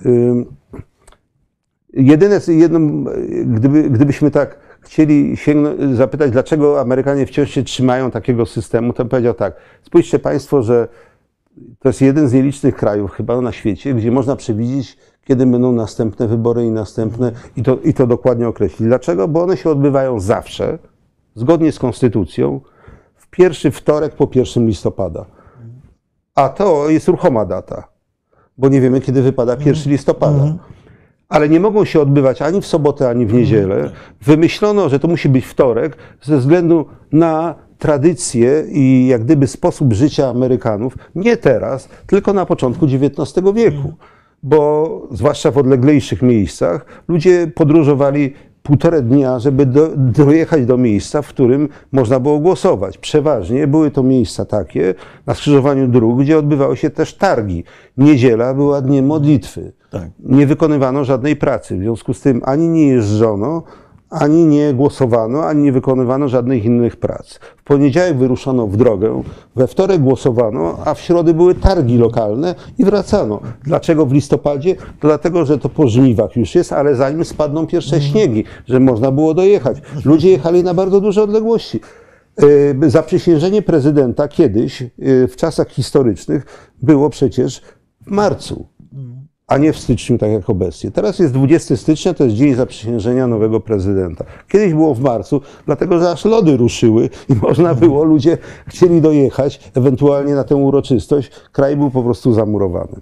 Jedyne, jedną, gdyby, gdybyśmy tak chcieli sięgnąć, zapytać, dlaczego Amerykanie wciąż się trzymają takiego systemu, to bym powiedział tak, spójrzcie Państwo, że to jest jeden z nielicznych krajów chyba na świecie, gdzie można przewidzieć, kiedy będą następne wybory i następne, i to, i to dokładnie określić. Dlaczego? Bo one się odbywają zawsze, zgodnie z konstytucją, w pierwszy wtorek po pierwszym listopada. A to jest ruchoma data, bo nie wiemy, kiedy wypada pierwszy listopada. Ale nie mogą się odbywać ani w sobotę, ani w niedzielę. Wymyślono, że to musi być wtorek ze względu na tradycję i jak gdyby sposób życia Amerykanów, nie teraz, tylko na początku dziewiętnastego wieku. Bo zwłaszcza w odleglejszych miejscach ludzie podróżowali półtora dnia, żeby do, dojechać do miejsca, w którym można było głosować. Przeważnie były to miejsca takie na skrzyżowaniu dróg, gdzie odbywały się też targi. Niedziela była dniem modlitwy. Tak. Nie wykonywano żadnej pracy. W związku z tym ani nie jeżdżono, ani nie głosowano, ani nie wykonywano żadnych innych prac. W poniedziałek wyruszono w drogę, we wtorek głosowano, a w środę były targi lokalne i wracano. Dlaczego w listopadzie? To dlatego, że to po żniwach już jest, ale zanim spadną pierwsze śniegi, że można było dojechać. Ludzie jechali na bardzo duże odległości. Zaprzysiężenie prezydenta kiedyś, w czasach historycznych, było przecież w marcu, a nie w styczniu, tak jak obecnie. Teraz jest dwudziestego stycznia, to jest dzień zaprzysiężenia nowego prezydenta. Kiedyś było w marcu, dlatego że aż lody ruszyły i można było, ludzie chcieli dojechać, ewentualnie na tę uroczystość. Kraj był po prostu zamurowany.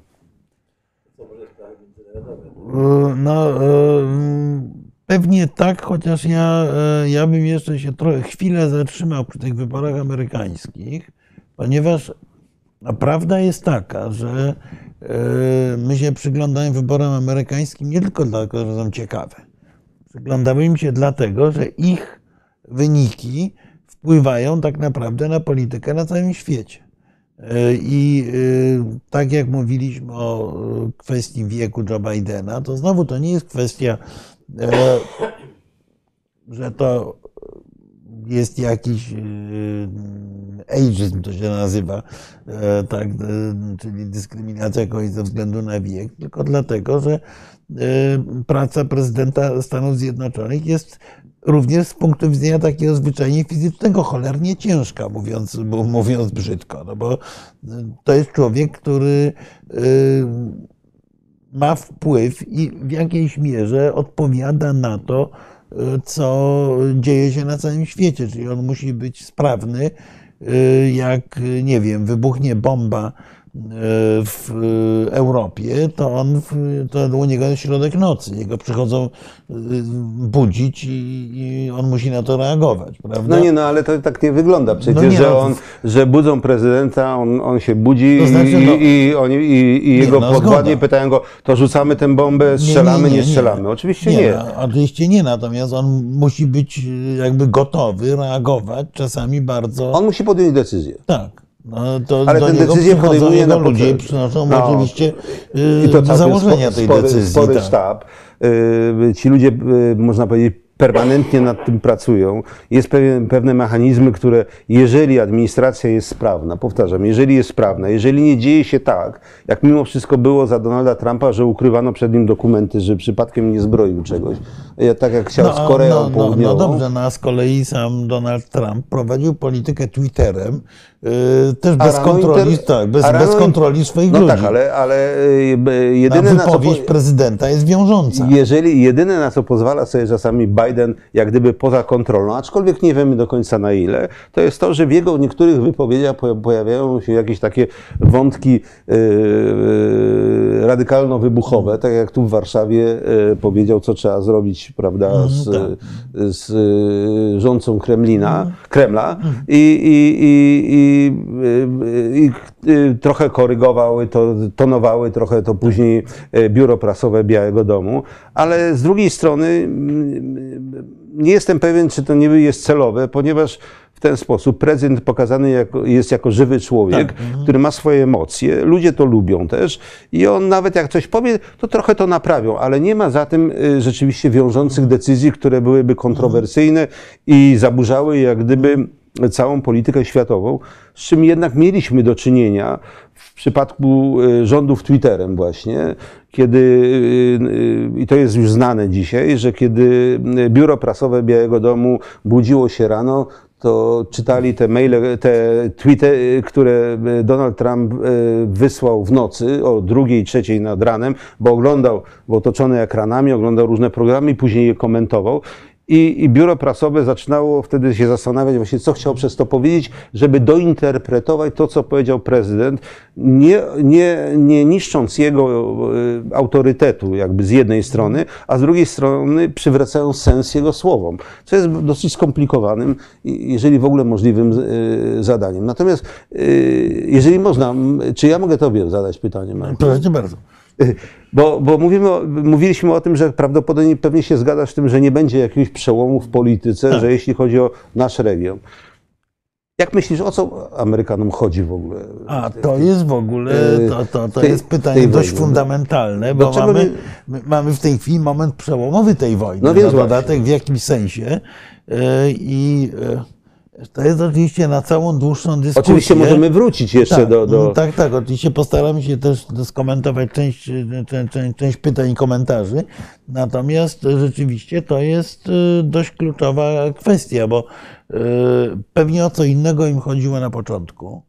No, pewnie tak, chociaż ja, ja bym jeszcze się trochę chwilę zatrzymał przy tych wyborach amerykańskich, ponieważ prawda jest taka, że my się przyglądamy wyborom amerykańskim nie tylko dlatego, że są ciekawe. Przyglądamy im się dlatego, że ich wyniki wpływają tak naprawdę na politykę na całym świecie. I tak jak mówiliśmy o kwestii wieku Joe Bidena, to znowu to nie jest kwestia, że to jest jakiś ageism, to się nazywa, tak, czyli dyskryminacja kogoś ze względu na wiek, tylko dlatego, że praca prezydenta Stanów Zjednoczonych jest również z punktu widzenia takiego zwyczajnie fizycznego cholernie ciężka, mówiąc, mówiąc brzydko, no bo to jest człowiek, który ma wpływ i w jakiejś mierze odpowiada na to, co dzieje się na całym świecie, czyli on musi być sprawny, jak, nie wiem, wybuchnie bomba w Europie, to on, to u niego jest środek nocy, jego przychodzą budzić i, i on musi na to reagować, prawda? No nie, no ale to tak nie wygląda przecież, no nie, że, on, no, że budzą prezydenta, on, on się budzi to znaczy, i, no, i, oni, i, i jego no, podwładni pytają go, to rzucamy tę bombę, strzelamy, nie, nie, nie, nie strzelamy. Oczywiście nie. nie. No, oczywiście nie, natomiast on musi być jakby gotowy reagować, czasami bardzo... On musi podjąć decyzję. Tak. No, to ale tę decyzję podejmuje na ludzie i przynoszą no, oczywiście i to do założenia tej spory, decyzji. Spory tak. sztab. Ci ludzie, można powiedzieć, permanentnie nad tym pracują. Jest pewne, pewne mechanizmy, które jeżeli administracja jest sprawna, powtarzam, jeżeli jest sprawna, jeżeli nie dzieje się tak, jak mimo wszystko było za Donalda Trumpa, że ukrywano przed nim dokumenty, że przypadkiem nie zbroił czegoś, tak jak chciał no, z Koreą no, no, Południową. No dobrze, no a z kolei sam Donald Trump prowadził politykę Twitterem, yy, też bez kontroli, inter... tak, bez, bez kontroli swoich no ludzi. No tak, ale, ale jedyne na wypowiedź na co... prezydenta jest wiążąca. Jeżeli jedyne na co pozwala sobie czasami Biden Biden jak gdyby poza kontrolą, aczkolwiek nie wiemy do końca na ile, to jest to, że w jego niektórych wypowiedziach pojawiają się jakieś takie wątki yy, yy, radykalno-wybuchowe, tak jak tu w Warszawie yy, powiedział, co trzeba zrobić, prawda, z, z yy, rządcą Kremlina, Kremla i, i, i, i, i, i trochę korygowały to, tonowały trochę to później biuro prasowe Białego Domu, ale z drugiej strony nie jestem pewien, czy to nie jest celowe, ponieważ w ten sposób prezydent pokazany jako, jest jako żywy człowiek, tak. który ma swoje emocje, ludzie to lubią też i on nawet jak coś powie, to trochę to naprawią, ale nie ma za tym rzeczywiście wiążących decyzji, które byłyby kontrowersyjne i zaburzały jak gdyby całą politykę światową, z czym jednak mieliśmy do czynienia w przypadku rządów Twitterem właśnie, kiedy, i to jest już znane dzisiaj, że kiedy biuro prasowe Białego Domu budziło się rano, to czytali te maile, te tweety, które Donald Trump wysłał w nocy o drugiej, trzeciej nad ranem, bo oglądał, był otoczony ekranami, oglądał różne programy i później je komentował. I, I biuro prasowe zaczynało wtedy się zastanawiać właśnie, co chciał przez to powiedzieć, żeby dointerpretować to, co powiedział prezydent, nie, nie, nie niszcząc jego autorytetu jakby z jednej strony, a z drugiej strony przywracając sens jego słowom, co jest dosyć skomplikowanym, jeżeli w ogóle możliwym zadaniem. Natomiast jeżeli można, czy ja mogę tobie zadać pytanie, Marku? Proszę bardzo. Bo, bo mówimy o, mówiliśmy o tym, że prawdopodobnie pewnie się zgadzasz z tym, że nie będzie jakiegoś przełomu w polityce, tak. że jeśli chodzi o nasz region. Jak myślisz, o co Amerykanom chodzi w ogóle? A to jest w ogóle, to, to, to tej, jest pytanie dość wojny. fundamentalne, bo mamy, my, mamy w tej chwili moment przełomowy tej wojny. No więc dodatek w jakimś sensie i to jest oczywiście na całą dłuższą dyskusję. Oczywiście możemy wrócić jeszcze tak, do, do... Tak, tak. Oczywiście postaramy się też skomentować część, część, część pytań i komentarzy. Natomiast rzeczywiście to jest dość kluczowa kwestia, bo pewnie o co innego im chodziło na początku,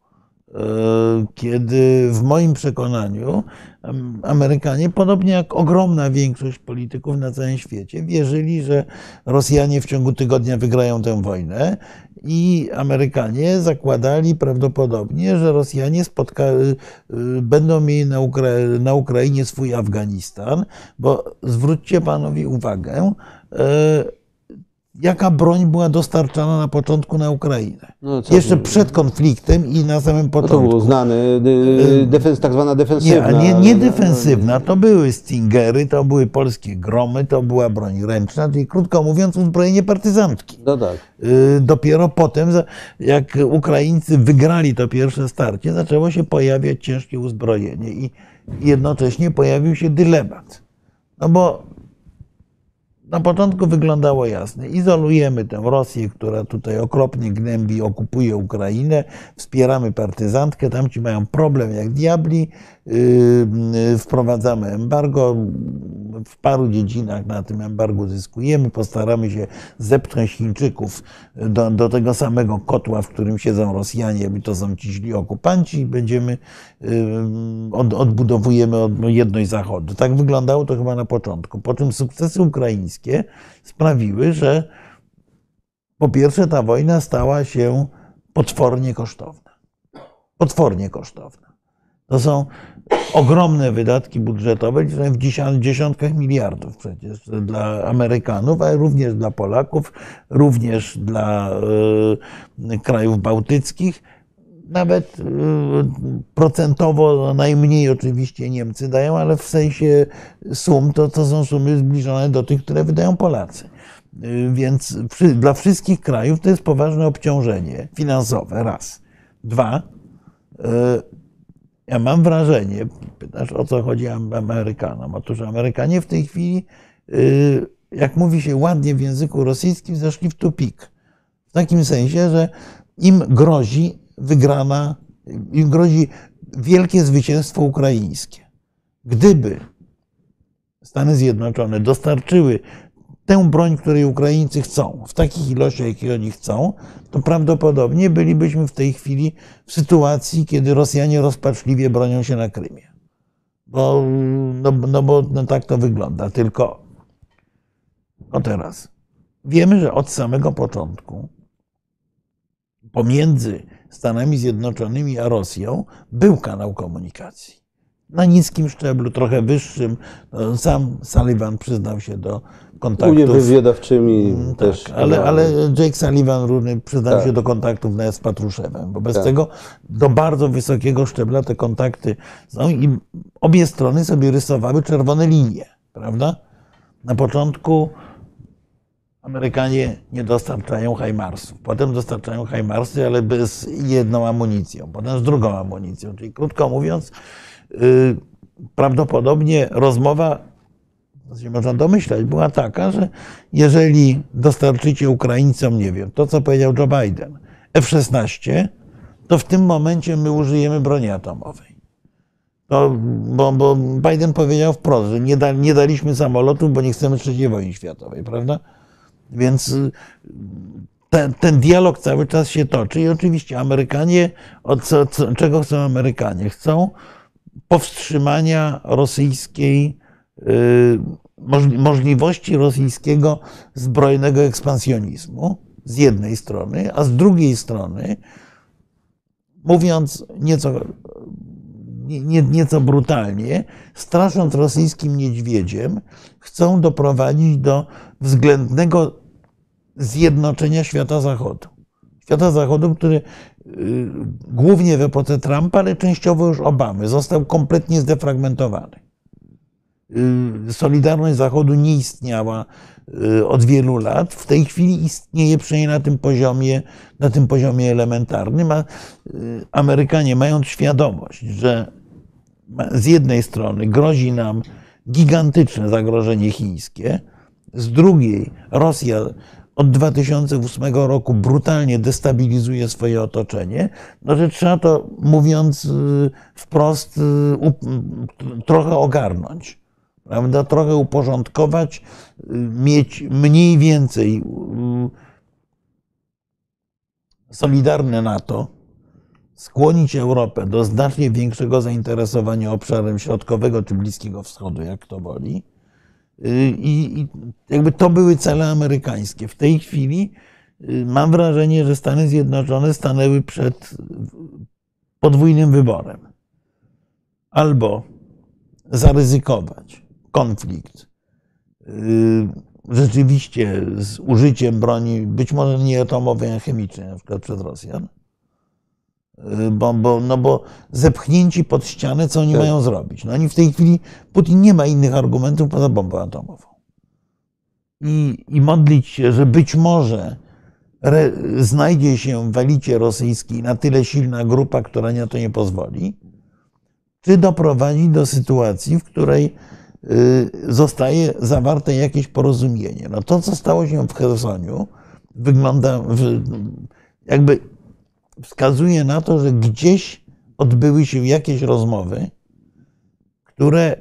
kiedy w moim przekonaniu Amerykanie, podobnie jak ogromna większość polityków na całym świecie, wierzyli, że Rosjanie w ciągu tygodnia wygrają tę wojnę i Amerykanie zakładali prawdopodobnie, że Rosjanie spotka, będą mieli na, Ukra na Ukrainie swój Afganistan, bo zwróćcie panowie uwagę, jaka broń była dostarczana na początku na Ukrainę. No, Jeszcze to... przed konfliktem i na samym początku. No to było znane, defens, tak zwana defensywna. Nie, nie, nie defensywna, to były Stingery, to były polskie Gromy, to była broń ręczna, czyli krótko mówiąc uzbrojenie partyzantki. No tak. Dopiero potem, jak Ukraińcy wygrali to pierwsze starcie, zaczęło się pojawiać ciężkie uzbrojenie i jednocześnie pojawił się dylemat. No bo na początku wyglądało jasne. Izolujemy tę Rosję, która tutaj okropnie gnębi i okupuje Ukrainę. Wspieramy partyzantkę. Tamci mają problem jak diabli. Wprowadzamy embargo. W paru dziedzinach na tym embargu zyskujemy. Postaramy się zepchnąć Chińczyków do, do tego samego kotła, w którym siedzą Rosjanie, bo to są ci źli okupanci i będziemy, od, odbudowujemy jedność Zachodu. Tak wyglądało to chyba na początku. Po czym sukcesy ukraińskie sprawiły, że po pierwsze ta wojna stała się potwornie kosztowna. Potwornie kosztowna. To są ogromne wydatki budżetowe, w dziesiątkach miliardów przecież dla Amerykanów, ale również dla Polaków, również dla y, krajów bałtyckich. Nawet y, procentowo najmniej oczywiście Niemcy dają, ale w sensie sum to, to są sumy zbliżone do tych, które wydają Polacy. Y, więc przy, dla wszystkich krajów to jest poważne obciążenie finansowe, raz. Dwa, y, ja mam wrażenie, pytasz o co chodzi Amerykanom. Otóż Amerykanie w tej chwili, jak mówi się ładnie w języku rosyjskim, zeszli w tupik. W takim sensie, że im grozi wygrana, im grozi wielkie zwycięstwo ukraińskie. Gdyby Stany Zjednoczone dostarczyły tę broń, której Ukraińcy chcą, w takich ilościach, jakie oni chcą, to prawdopodobnie bylibyśmy w tej chwili w sytuacji, kiedy Rosjanie rozpaczliwie bronią się na Krymie. Bo, no, no bo no tak to wygląda. Tylko, no teraz, wiemy, że od samego początku pomiędzy Stanami Zjednoczonymi a Rosją był kanał komunikacji. Na niskim szczeblu, trochę wyższym. Sam Sullivan przyznał się do kontaktów. U wywiadowczymi tak, też. Ale, ale Jake Sullivan równy przyznał tak. się do kontaktów nawet z Patruszewem. Wobec tak. tego do bardzo wysokiego szczebla te kontakty są i obie strony sobie rysowały czerwone linie, prawda? Na początku Amerykanie nie dostarczają HIMARSów. Potem dostarczają HIMARSy, ale bez jedną amunicją. Potem z drugą amunicją. Czyli krótko mówiąc, yy, prawdopodobnie rozmowa, co się można domyślać, była taka, że jeżeli dostarczycie Ukraińcom, nie wiem, to co powiedział Joe Biden, F szesnaście, to w tym momencie my użyjemy broni atomowej. To, bo, bo Biden powiedział wprost, że nie, da, nie daliśmy samolotów, bo nie chcemy trzeciej wojny światowej, prawda? Więc ten, ten dialog cały czas się toczy i oczywiście Amerykanie, od co, co, czego chcą Amerykanie? Chcą powstrzymania rosyjskiej, yy, możliwości rosyjskiego zbrojnego ekspansjonizmu z jednej strony, a z drugiej strony, mówiąc nieco, nie, nieco brutalnie, strasząc rosyjskim niedźwiedziem, chcą doprowadzić do względnego zjednoczenia świata Zachodu. Świata Zachodu, który głównie w epoce Trumpa, ale częściowo już Obamy, został kompletnie zdefragmentowany. Solidarność Zachodu nie istniała od wielu lat. W tej chwili istnieje przynajmniej na tym poziomie, na tym poziomie elementarnym, a Amerykanie, mając świadomość, że z jednej strony grozi nam gigantyczne zagrożenie chińskie, z drugiej Rosja od dwa tysiące ósmego roku brutalnie destabilizuje swoje otoczenie, no że trzeba to, mówiąc wprost, trochę ogarnąć, prawda? Trochę uporządkować, mieć mniej więcej solidarne NATO, skłonić Europę do znacznie większego zainteresowania obszarem środkowego czy Bliskiego Wschodu, jak kto woli. I, I jakby to były cele amerykańskie. W tej chwili mam wrażenie, że Stany Zjednoczone stanęły przed podwójnym wyborem. Albo zaryzykować konflikt rzeczywiście z użyciem broni, być może nie atomowej, a chemicznej, na przykład przez Rosjan, Bo, bo, no bo zepchnięci pod ścianę, co oni tak. mają zrobić? No oni w tej chwili, Putin nie ma innych argumentów poza bombą atomową. I, i modlić się, że być może re, znajdzie się w elicie rosyjskiej na tyle silna grupa, która na to nie pozwoli, czy doprowadzi do sytuacji, w której y, zostaje zawarte jakieś porozumienie. No to, co stało się w Chersoniu, wygląda w, jakby wskazuje na to, że gdzieś odbyły się jakieś rozmowy, które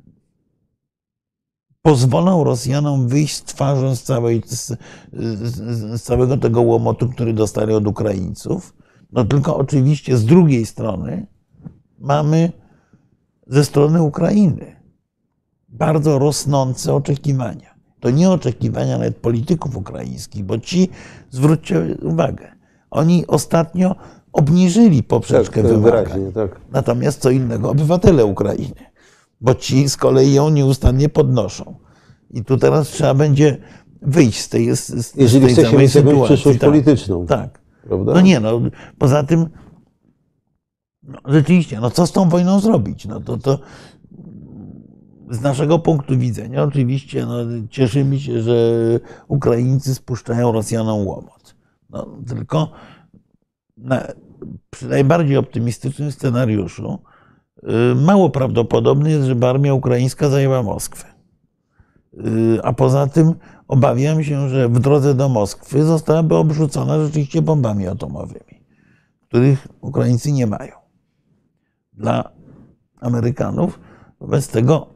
pozwolą Rosjanom wyjść z twarzą z, całej, z, z całego tego łomotu, który dostali od Ukraińców. No tylko oczywiście z drugiej strony mamy ze strony Ukrainy bardzo rosnące oczekiwania. To nie oczekiwania nawet polityków ukraińskich, bo ci, zwróćcie uwagę, oni ostatnio obniżyli poprzeczkę tak, wymagań. Tak. Natomiast co innego obywatele Ukrainy, bo ci z kolei ją nieustannie podnoszą. I tu teraz trzeba będzie wyjść z tej, z, z Jeżeli tej chce się mieć jakąś przyszłość tak, polityczną. Tak. Prawda? No nie, no poza tym no, rzeczywiście, no co z tą wojną zrobić? No to, to z naszego punktu widzenia oczywiście no, cieszymy się, że Ukraińcy spuszczają Rosjanom łomot. No, tylko na, przy najbardziej optymistycznym scenariuszu mało prawdopodobne jest, żeby armia ukraińska zajęła Moskwę. A poza tym obawiam się, że w drodze do Moskwy zostałaby obrzucona rzeczywiście bombami atomowymi, których Ukraińcy nie mają. Dla Amerykanów wobec tego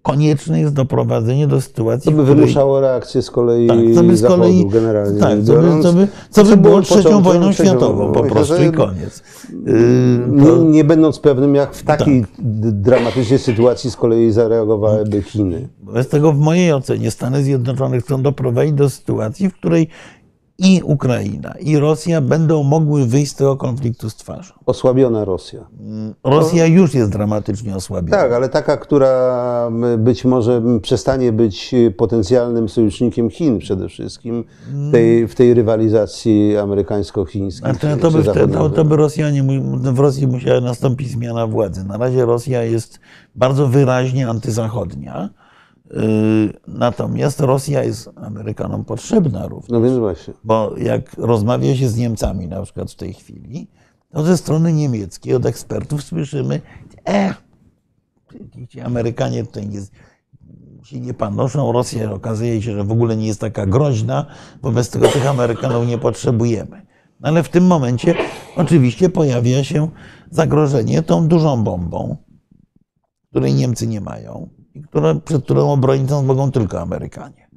konieczne jest doprowadzenie do sytuacji, To by której... wymuszało reakcję z kolei tak, co by z Zachodu kolei, generalnie. tak, co by, co by, co by było trzecią wojną światową po myślę, prostu że i koniec. Nie, nie będąc pewnym, jak w takiej tak. dramatycznej sytuacji z kolei zareagowałyby Chiny. Wobec tego w mojej ocenie Stany Zjednoczone chcą doprowadzić do sytuacji, w której i Ukraina, i Rosja będą mogły wyjść z tego konfliktu z twarzą. Osłabiona Rosja. Rosja już jest dramatycznie osłabiona. Tak, ale taka, która być może przestanie być potencjalnym sojusznikiem Chin przede wszystkim w tej, w tej rywalizacji amerykańsko-chińskiej. Znaczy, to, by wtedy, to, to by Rosjanie, w Rosji musiała nastąpić zmiana władzy. Na razie Rosja jest bardzo wyraźnie antyzachodnia. Natomiast Rosja jest Amerykanom potrzebna również. No więc właśnie. Bo jak rozmawia się z Niemcami na przykład w tej chwili, to ze strony niemieckiej od ekspertów słyszymy, e, ci Amerykanie tutaj nie, się nie panoszą, Rosja okazuje się, że w ogóle nie jest taka groźna, wobec tego tych Amerykanów nie potrzebujemy. No ale w tym momencie oczywiście pojawia się zagrożenie tą dużą bombą, której Niemcy nie mają. I które, przed którą obrońcą mogą tylko Amerykanie.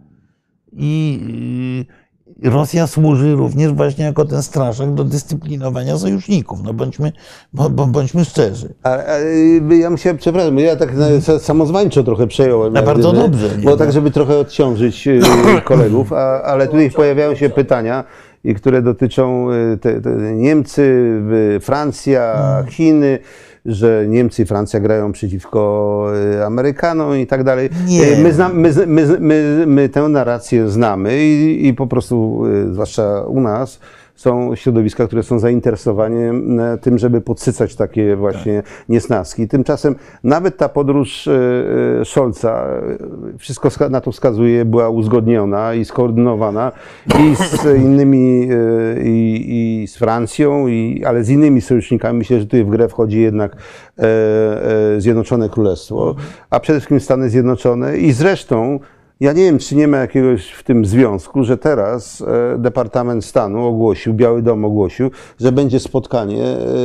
I Rosja służy również właśnie jako ten straszak do dyscyplinowania sojuszników. No bądźmy, bo, bo, bądźmy szczerzy. A, a, ja musiałem, przepraszam, ja tak samozwańczo trochę przejąłem. No bardzo gdyby, dobrze. Bo nie, tak, żeby trochę odciążyć kolegów, a, ale tutaj pojawiają się pytania, które dotyczą te, te Niemcy, Francja, Chiny, że Niemcy i Francja grają przeciwko Amerykanom i tak dalej. My, zna, my, my, my, my tę narrację znamy i, i po prostu, zwłaszcza u nas, są środowiska, które są zainteresowane tym, żeby podsycać takie właśnie niesnaski. Tymczasem nawet ta podróż Scholza, wszystko na to wskazuje, była uzgodniona i skoordynowana i z innymi, i, i z Francją, i, ale z innymi sojusznikami. Myślę, że tutaj w grę wchodzi jednak Zjednoczone Królestwo, a przede wszystkim Stany Zjednoczone i zresztą ja nie wiem, czy nie ma jakiegoś w tym związku, że teraz Departament Stanu ogłosił, Biały Dom ogłosił, że będzie spotkanie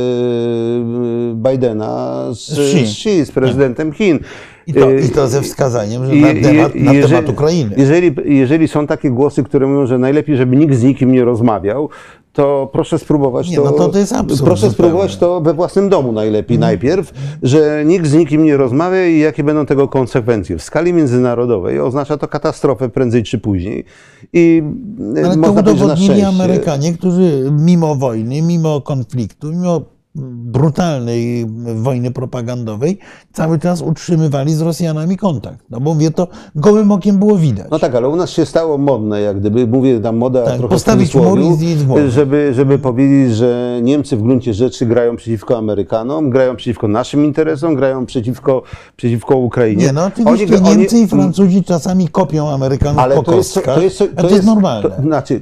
Bidena z Xi, z prezydentem Chin. I to, I to ze wskazaniem, że na temat, na jeżeli, temat Ukrainy. Jeżeli, jeżeli są takie głosy, które mówią, że najlepiej, żeby nikt z nikim nie rozmawiał, to proszę spróbować nie, to, no to, to jest absurd, proszę spróbować to we własnym domu najlepiej mm. najpierw, że nikt z nikim nie rozmawia i jakie będą tego konsekwencje. W skali międzynarodowej oznacza to katastrofę prędzej czy później. I ale można to udowodnili powiedzieć, na szczęście. Amerykanie, którzy mimo wojny, mimo konfliktu, mimo brutalnej wojny propagandowej cały czas utrzymywali z Rosjanami kontakt. No bo mówię, to gołym okiem było widać. No tak, ale u nas się stało modne, jak gdyby, mówię tam moda tak, trochę postawić mur i zjeść głowę. żeby, żeby powiedzieć, że Niemcy w gruncie rzeczy grają przeciwko Amerykanom, grają przeciwko naszym interesom, grają przeciwko, przeciwko Ukrainie. Nie, no oczywiście oni, Niemcy oni, i Francuzi czasami kopią Amerykanów ale po to jest, kostkach, to jest, to, a to jest, jest normalne. To, znaczy,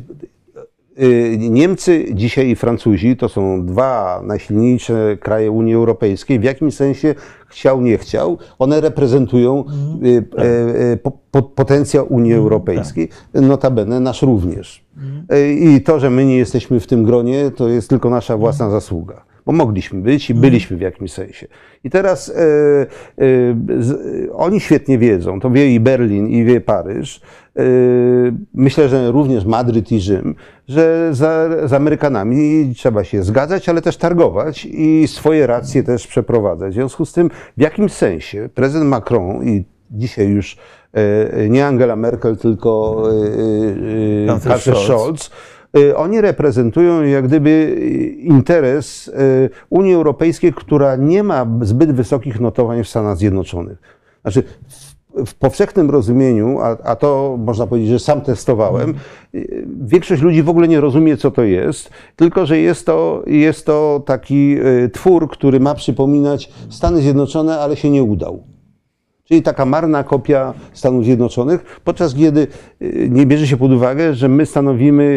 Niemcy dzisiaj i Francuzi to są dwa najsilniejsze kraje Unii Europejskiej. W jakimś sensie chciał, nie chciał, one reprezentują mm, tak. po, po, potencjał Unii mm, Europejskiej, tak. notabene nasz również. Mm. I to, że my nie jesteśmy w tym gronie, to jest tylko nasza własna mm. zasługa. Bo mogliśmy być i byliśmy w jakimś sensie. I teraz e, e, z, oni świetnie wiedzą, to wie i Berlin, i wie Paryż, e, myślę, że również Madryt i Rzym, że za, z Amerykanami trzeba się zgadzać, ale też targować i swoje racje też przeprowadzać. W związku z tym w jakimś sensie prezydent Macron i dzisiaj już e, nie Angela Merkel, tylko e, e, kanclerz Scholz, oni reprezentują jak gdyby interes Unii Europejskiej, która nie ma zbyt wysokich notowań w Stanach Zjednoczonych. Znaczy w, w powszechnym rozumieniu, a, a to można powiedzieć, że sam testowałem, większość ludzi w ogóle nie rozumie, co to jest, tylko że jest to, jest to taki twór, który ma przypominać Stany Zjednoczone, ale się nie udał. Czyli taka marna kopia Stanów Zjednoczonych, podczas kiedy nie bierze się pod uwagę, że my stanowimy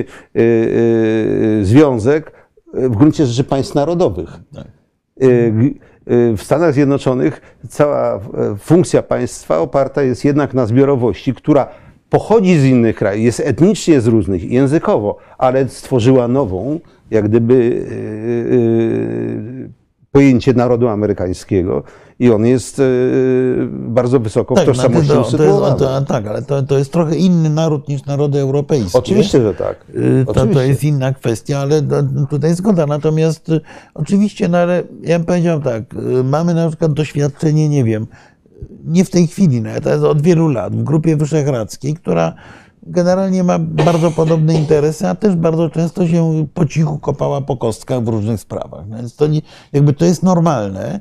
związek w gruncie rzeczy państw narodowych. W Stanach Zjednoczonych cała funkcja państwa oparta jest jednak na zbiorowości, która pochodzi z innych krajów, jest etnicznie z różnych, językowo, ale stworzyła nową, jak gdyby pojęcie narodu amerykańskiego i on jest bardzo wysoko tak, w tożsamości usytuowany. To, tak, ale to, to jest trochę inny naród niż narody europejskie. Oczywiście, że tak. To, oczywiście. to jest inna kwestia, ale tutaj zgoda. Natomiast oczywiście, no ale ja bym powiedział tak, mamy na przykład doświadczenie, nie wiem, nie w tej chwili, no, to jest od wielu lat, w Grupie Wyszehradzkiej, która generalnie ma bardzo podobne interesy, a też bardzo często się po cichu kopała po kostkach w różnych sprawach. Więc to nie, jakby to jest normalne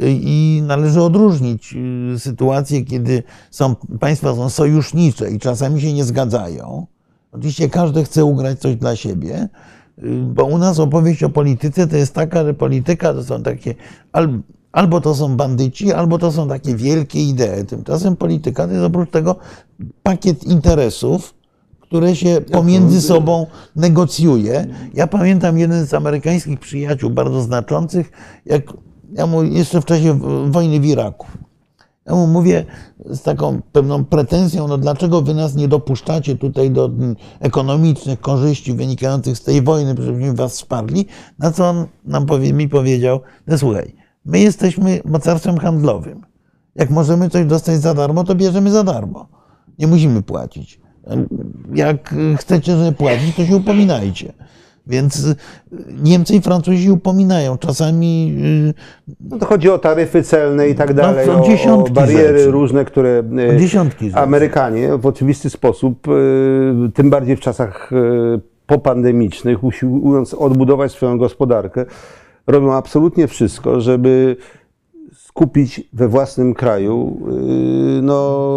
i należy odróżnić sytuację, kiedy są, państwa są sojusznicze i czasami się nie zgadzają. Oczywiście każdy chce ugrać coś dla siebie, bo u nas opowieść o polityce to jest taka, że polityka to są takie albo to są bandyci, albo to są takie wielkie idee. Tymczasem polityka to jest oprócz tego pakiet interesów, które się pomiędzy sobą negocjuje. Ja pamiętam jeden z amerykańskich przyjaciół bardzo znaczących, jak ja mu jeszcze w czasie wojny w Iraku. Ja mu mówię z taką pewną pretensją, no dlaczego wy nas nie dopuszczacie tutaj do ekonomicznych korzyści wynikających z tej wojny, żebyśmy was wsparli, na co on nam powie, mi powiedział, no słuchaj, my jesteśmy mocarstwem handlowym. Jak możemy coś dostać za darmo, to bierzemy za darmo. Nie musimy płacić. Jak chcecie, żeby płacić, to się upominajcie. Więc Niemcy i Francuzi upominają. Czasami... No to chodzi o taryfy celne i tak dalej, no, o, o bariery rzeczy. różne, które dziesiątki Amerykanie w oczywisty sposób, tym bardziej w czasach popandemicznych, usiłując odbudować swoją gospodarkę, robią absolutnie wszystko, żeby skupić we własnym kraju no,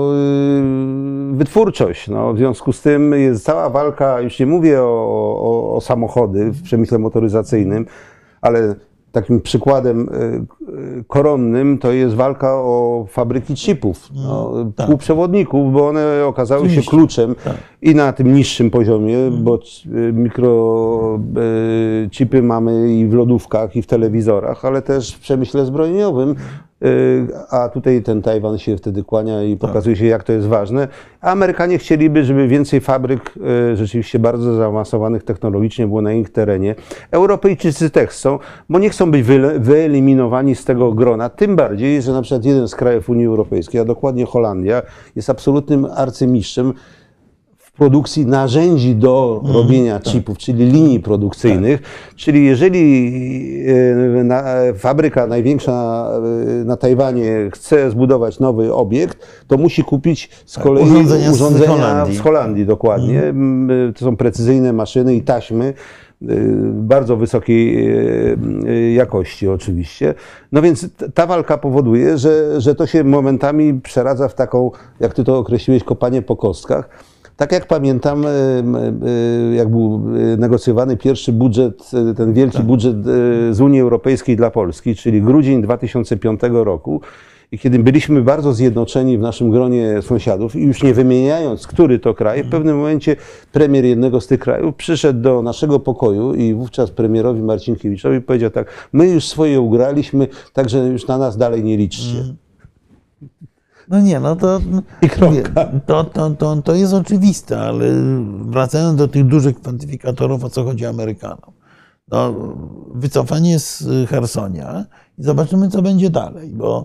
wytwórczość. No, w związku z tym jest cała walka, już nie mówię o, o, o samochody w przemyśle motoryzacyjnym, ale takim przykładem koronnym to jest walka o fabryki chipów, no, tak. półprzewodników, bo one okazały Oczywiście. się kluczem tak. i na tym niższym poziomie, hmm. bo mikrochipy mamy i w lodówkach, i w telewizorach, ale też w przemyśle zbrojeniowym, a tutaj ten Tajwan się wtedy kłania i pokazuje się, jak to jest ważne. A Amerykanie chcieliby, żeby więcej fabryk rzeczywiście bardzo zaawansowanych technologicznie było na ich terenie. Europejczycy też chcą, bo nie chcą być wyeliminowani z tego grona, tym bardziej, że na przykład jeden z krajów Unii Europejskiej, a dokładnie Holandia, jest absolutnym arcymistrzem w produkcji narzędzi do mm, robienia tak. chipów, czyli linii produkcyjnych. Tak. Czyli jeżeli na, fabryka największa na Tajwanie chce zbudować nowy obiekt, to musi kupić z kolei tak, urządzenia, urządzenia z, Holandii. z Holandii, dokładnie. Mm. To są precyzyjne maszyny i taśmy bardzo wysokiej jakości oczywiście. No więc ta walka powoduje, że, że to się momentami przeradza w taką, jak ty to określiłeś, kopanie po kostkach. Tak jak pamiętam, jak był negocjowany pierwszy budżet, ten wielki tak. budżet z Unii Europejskiej dla Polski, czyli grudzień dwa tysiące piątego roku, i kiedy byliśmy bardzo zjednoczeni w naszym gronie sąsiadów i już nie wymieniając, który to kraj, w pewnym momencie premier jednego z tych krajów przyszedł do naszego pokoju i wówczas premierowi Marcinkiewiczowi powiedział tak, my już swoje ugraliśmy, także już na nas dalej nie liczcie. No nie, no to, to, to, to, to jest oczywiste, ale wracając do tych dużych kwantyfikatorów, o co chodzi Amerykanom. No, wycofanie z Chersonia i zobaczymy, co będzie dalej, bo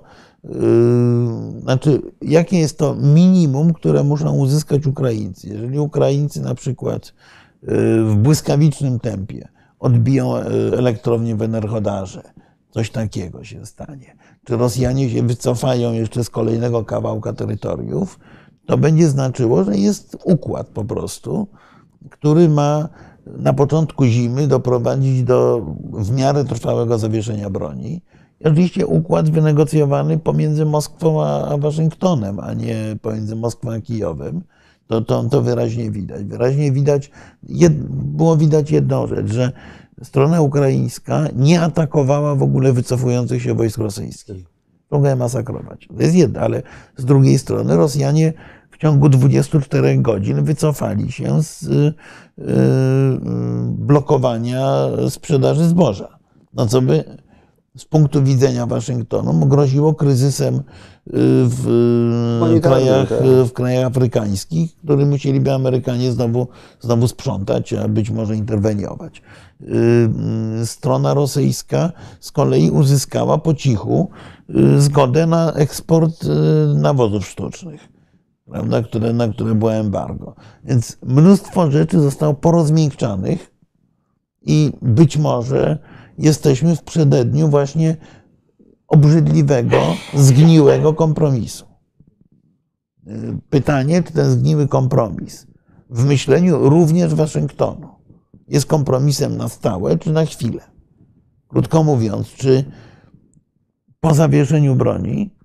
Yy, znaczy, jakie jest to minimum, które muszą uzyskać Ukraińcy? Jeżeli Ukraińcy na przykład yy, w błyskawicznym tempie odbiją elektrownię w Enerhodarze, coś takiego się stanie, czy Rosjanie się wycofają jeszcze z kolejnego kawałka terytoriów, to będzie znaczyło, że jest układ po prostu, który ma na początku zimy doprowadzić do w miarę trwałego zawieszenia broni. I oczywiście układ wynegocjowany pomiędzy Moskwą a, a Waszyngtonem, a nie pomiędzy Moskwą a Kijowem. To, to, to wyraźnie widać. Wyraźnie widać, jed, było widać jedną rzecz, że strona ukraińska nie atakowała w ogóle wycofujących się wojsk rosyjskich. Mogła je masakrować. To jest jedno, ale z drugiej strony Rosjanie w ciągu dwudziestu czterech godzin wycofali się z y, y, blokowania sprzedaży zboża. No co by z punktu widzenia Waszyngtonu groziło kryzysem w krajach, w krajach afrykańskich, który musieliby Amerykanie znowu, znowu sprzątać, a być może interweniować. Strona rosyjska z kolei uzyskała po cichu zgodę na eksport nawozów sztucznych, prawda, które, na które było embargo. Więc mnóstwo rzeczy zostało porozmiękczanych i być może jesteśmy w przededniu właśnie obrzydliwego, zgniłego kompromisu. Pytanie, czy ten zgniły kompromis w myśleniu również Waszyngtonu jest kompromisem na stałe, czy na chwilę? Krótko mówiąc, czy po zawieszeniu broni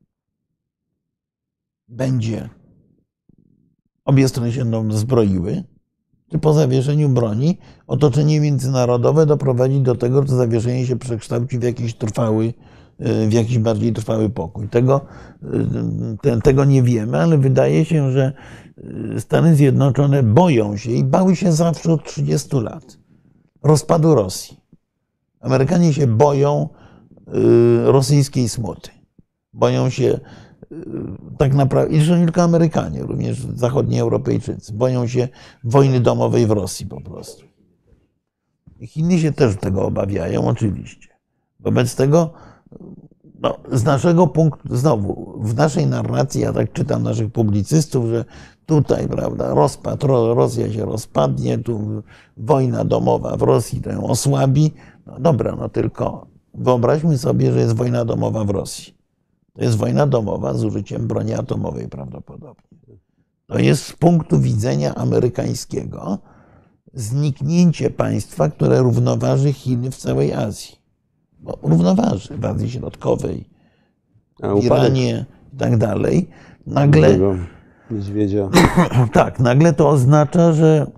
będzie, obie strony się będą zbroiły, czy po zawieszeniu broni otoczenie międzynarodowe doprowadzi do tego, że zawieszenie się przekształci w jakiś trwały, w jakiś bardziej trwały pokój. Tego, te, tego nie wiemy, ale wydaje się, że Stany Zjednoczone boją się i bały się zawsze od trzydziestu lat rozpadu Rosji. Amerykanie się boją rosyjskiej smuty. Boją się tak naprawdę, i nie tylko Amerykanie, również zachodni Europejczycy, boją się wojny domowej w Rosji po prostu. Chiny się też tego obawiają, oczywiście. Wobec tego, no, z naszego punktu, znowu, w naszej narracji, ja tak czytam naszych publicystów, że tutaj, prawda, rozpad, Rosja się rozpadnie, tu wojna domowa w Rosji to ją osłabi. No dobra, no tylko wyobraźmy sobie, że jest wojna domowa w Rosji. To jest wojna domowa z użyciem broni atomowej prawdopodobnie. To jest z punktu widzenia amerykańskiego zniknięcie państwa, które równoważy Chiny w całej Azji. Bo równoważy w Azji Środkowej, w Iranie i tak dalej. Nagle, niedźwiedzia. Tak, nagle to oznacza, że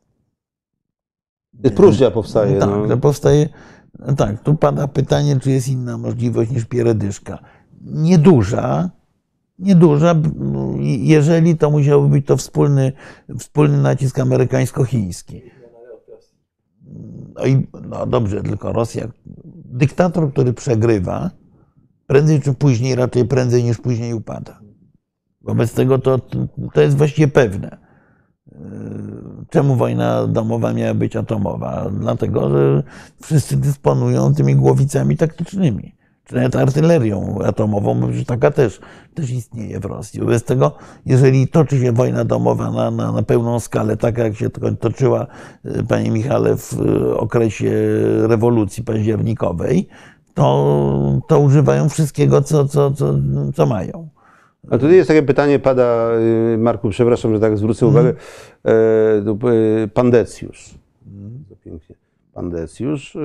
próżnia powstaje. Tak, no. że powstaje. Tak, tu pada pytanie, czy jest inna możliwość niż pieredyszka. Nieduża, nieduża, jeżeli to musiałby być to wspólny, wspólny nacisk amerykańsko-chiński. No i no dobrze, tylko Rosja, dyktator, który przegrywa, prędzej czy później, raczej prędzej niż później upada. Wobec tego to, to jest właściwie pewne. Czemu wojna domowa miała być atomowa? Dlatego, że wszyscy dysponują tymi głowicami taktycznymi, czy nawet artylerią atomową, bo przecież taka też, też istnieje w Rosji. Wobec tego, jeżeli toczy się wojna domowa na, na, na pełną skalę, taka jak się toczyła, panie Michale, w okresie rewolucji październikowej, to, to używają wszystkiego, co, co, co, co mają. A tutaj jest takie pytanie, pada, Marku, przepraszam, że tak zwrócę uwagę, mm. Pandecjusz. To pięknie. Pandecjusz.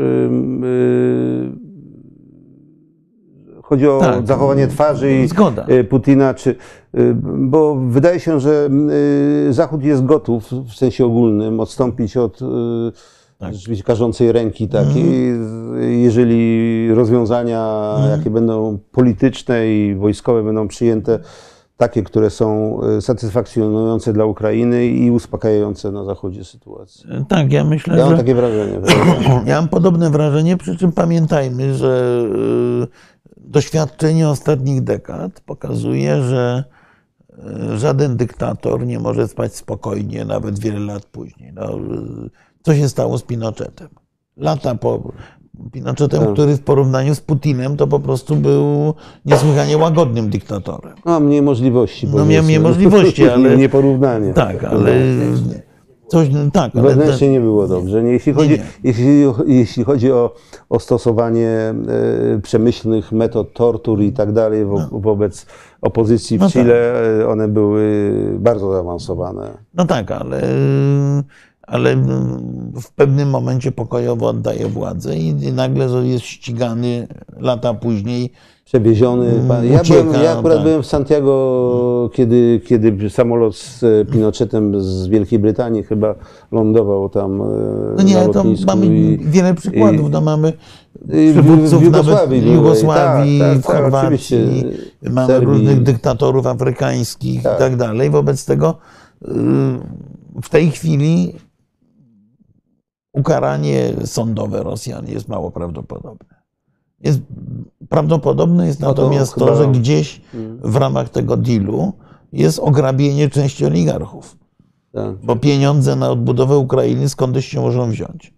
Chodzi o tak, zachowanie twarzy i zgoda. Putina, czy, bo wydaje się, że Zachód jest gotów w sensie ogólnym odstąpić od tak. rzeczywiście karzącej ręki takiej, mm. jeżeli rozwiązania, mm. jakie będą polityczne i wojskowe będą przyjęte, takie, które są satysfakcjonujące dla Ukrainy i uspokajające na Zachodzie sytuację. Tak, ja myślę, ja mam że... takie wrażenie. Ja mam podobne wrażenie, przy czym pamiętajmy, że doświadczenie ostatnich dekad pokazuje, że żaden dyktator nie może spać spokojnie nawet wiele lat później. No, co się stało z Pinochetem? Lata po Pinochetem, tak. który w porównaniu z Putinem to po prostu był niesłychanie łagodnym dyktatorem. No, mniej możliwości. No miał mniej możliwości, ale... Nieporównanie. Tak, ale... Coś, tak, ale wewnętrznie nie było dobrze. Jeśli chodzi, nie, nie. Jeśli, jeśli chodzi o, o stosowanie e, przemyślnych metod tortur i tak dalej wo, no. wobec opozycji w no Chile, tak. one były bardzo zaawansowane. No tak, ale, ale w pewnym momencie pokojowo oddaje władzę i nagle jest ścigany lata później. Przewieziony. Ja, ucieka, byłem, ja akurat tak. byłem w Santiago, kiedy, kiedy samolot z Pinochetem z Wielkiej Brytanii chyba lądował tam no nie, na lotnisku. To mamy i, wiele przykładów. I, no mamy przywódców w Jugosławii, nawet w, Jugosławii, tak, tak, w Chorwacji, tak, mamy Serbii. różnych dyktatorów afrykańskich tak. i tak dalej. Wobec tego w tej chwili ukaranie sądowe Rosjan jest mało prawdopodobne. Jest, prawdopodobne jest No to natomiast to, chyba- że gdzieś w ramach tego dealu jest ograbienie części oligarchów. Tak. Bo pieniądze na odbudowę Ukrainy skądś się możą wziąć.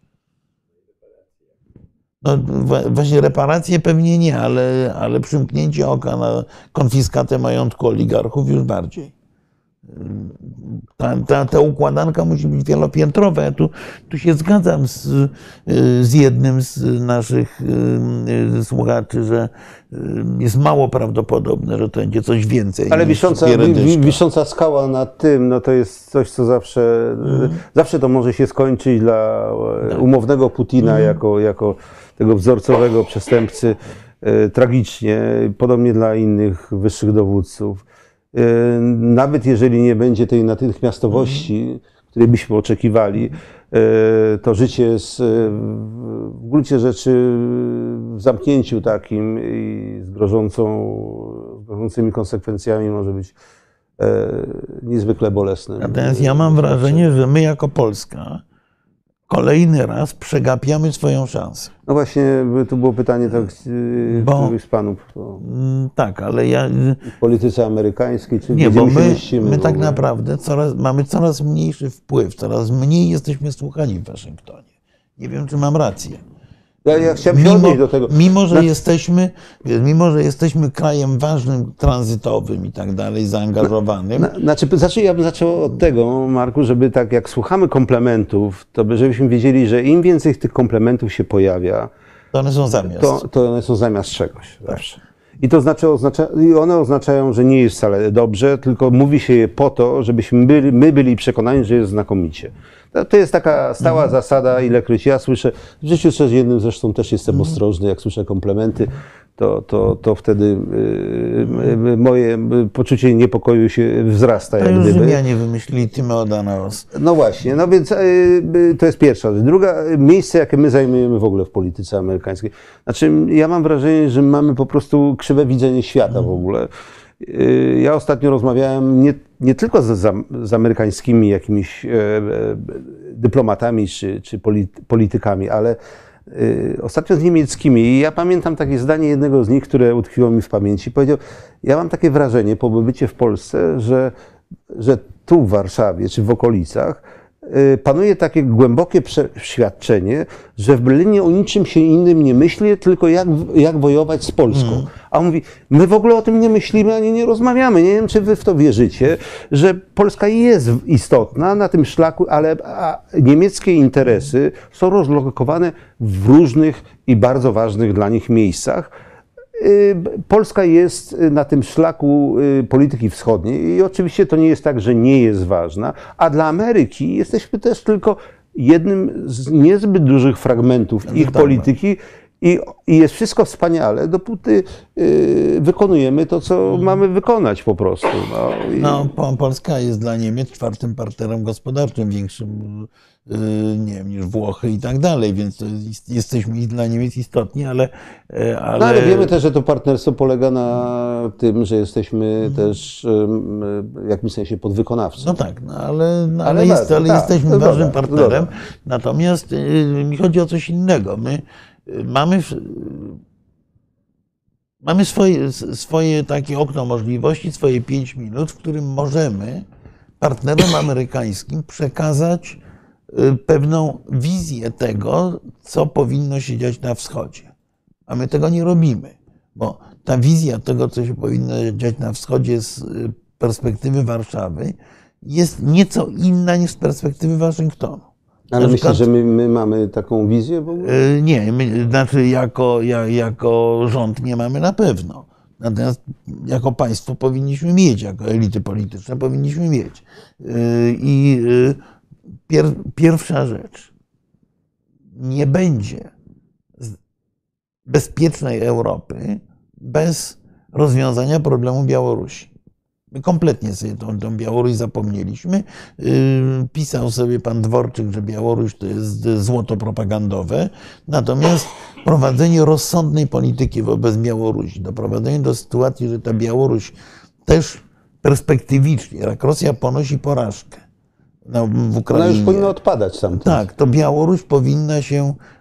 No wa- właśnie reparacje pewnie nie, ale, ale przymknięcie oka na konfiskatę majątku oligarchów już bardziej. Ta, ta, ta układanka musi być wielopiętrowa. Ja tu, tu się zgadzam z, z jednym z naszych y, słuchaczy, że y, jest mało prawdopodobne, że to będzie coś więcej. Ale niż wisząca, pierdyszka. wi- wisząca skała nad tym, no to jest coś, co zawsze, Mhm. zawsze to może się skończyć dla e, umownego Putina Mhm. jako, jako tego wzorcowego przestępcy e, tragicznie, podobnie dla innych wyższych dowódców. E, nawet jeżeli nie będzie tej natychmiastowości, której byśmy oczekiwali, e, to życie jest e, w gruncie rzeczy w zamknięciu takim i z grożącą, z grożącymi konsekwencjami może być e, niezwykle bolesnym. Natomiast ja mam wrażenie, że my jako Polska kolejny raz przegapiamy swoją szansę. No właśnie, tu było pytanie tak, Bo- któryś z panów o Mm, Tak, ale ja... polityce amerykańskiej, czy Nie, gdzie bo my się my, mieścimy my w tak ogóle? naprawdę coraz, mamy coraz mniejszy wpływ, coraz mniej jesteśmy słuchani w Waszyngtonie. Nie wiem, czy mam rację. Ja, ja chciałem się Mimo, odnieść do tego. mimo, że Znaczy- jesteśmy, wiesz, mimo, że jesteśmy krajem ważnym, tranzytowym i tak dalej, zaangażowanym, Na- Znaczy, znaczy, ja bym zaczął od tego, Marku, żeby tak jak słuchamy komplementów, to by- żebyśmy wiedzieli, że im więcej tych komplementów się pojawia, to one są zamiast. to, to one są zamiast czegoś zawsze. I to znaczy, oznacza, i one oznaczają, że nie jest wcale dobrze, tylko mówi się je po to, żebyśmy byli, my byli przekonani, że jest znakomicie. To, to jest taka stała Mhm. zasada, ilekroć ja słyszę, w życiu też jednym zresztą też jestem ostrożny, jak słyszę komplementy, to, to, to wtedy y, y, moje poczucie niepokoju się wzrasta. To Jak już gdyby. Rzymianie wymyślili Timeo Danaos. No właśnie, no więc y, y, to jest pierwsza rzecz. Druga, y, miejsce, jakie my zajmujemy w ogóle w polityce amerykańskiej. Znaczy, ja mam wrażenie, że mamy po prostu krzywe widzenie świata w ogóle. Y, Ja ostatnio rozmawiałem nie, nie tylko z, z, z amerykańskimi jakimiś e, e, dyplomatami czy, czy polit, politykami, ale y, ostatnio z niemieckimi. I ja pamiętam takie zdanie jednego z nich, które utkwiło mi w pamięci. Powiedział, ja mam takie wrażenie po pobycie w Polsce, że, że tu w Warszawie czy w okolicach y, panuje takie głębokie przeświadczenie, że w Berlinie o niczym się innym nie myśli, tylko jak, jak wojować z Polską. Mm. A on mówi, my w ogóle o tym nie myślimy, ani nie rozmawiamy. Nie wiem, czy wy w to wierzycie, że Polska jest istotna na tym szlaku, ale a niemieckie interesy są rozlokowane w różnych i bardzo ważnych dla nich miejscach. Y, Polska jest na tym szlaku y, polityki wschodniej i oczywiście to nie jest tak, że nie jest ważna, a dla Ameryki jesteśmy też tylko jednym z niezbyt dużych fragmentów ich tak. polityki i, i jest wszystko wspaniale, dopóty y, wykonujemy to, co mamy wykonać po prostu. No, i, No, Po- Polska jest dla Niemiec czwartym partnerem gospodarczym, większym yy, nie wiem, niż Włochy i tak dalej, więc to jest, jesteśmy i dla Niemiec istotni, ale, yy, ale... No ale wiemy też, że to partnerstwo polega na tym, że jesteśmy też y, w jakimś sensie podwykonawcą. No tak, no ale, no, Ale ale, jest, tak, ale tak, jesteśmy to ważnym dobra, partnerem. dobra. Natomiast yy, mi chodzi o coś innego. My yy, mamy, w- mamy swoje, swoje takie okno możliwości, swoje pięć minut, w którym możemy partnerom amerykańskim przekazać yy, pewną wizję tego, co powinno się dziać na wschodzie. A my tego nie robimy, bo ta wizja tego, co się powinno dziać na wschodzie z y, perspektywy Warszawy, jest nieco inna niż z perspektywy Waszyngtonu. Ale Na myślisz, przykład, że my, my mamy taką wizję w ogóle? y, Nie, my, znaczy jako, ja, jako rząd nie mamy na pewno. Natomiast jako państwo powinniśmy mieć, jako elity polityczne powinniśmy mieć. Y, I y, pier, pierwsza rzecz. Nie będzie bezpiecznej Europy bez rozwiązania problemu Białorusi. My kompletnie sobie tą, tą Białoruś zapomnieliśmy. Yy, pisał sobie pan Dworczyk, że Białoruś to jest złoto propagandowe, natomiast prowadzenie rozsądnej polityki wobec Białorusi, doprowadzenie do sytuacji, że ta Białoruś też perspektywicznie, jak Rosja ponosi porażkę no, w Ukrainie. Ona już powinna odpadać sam. Tak, to Białoruś powinna się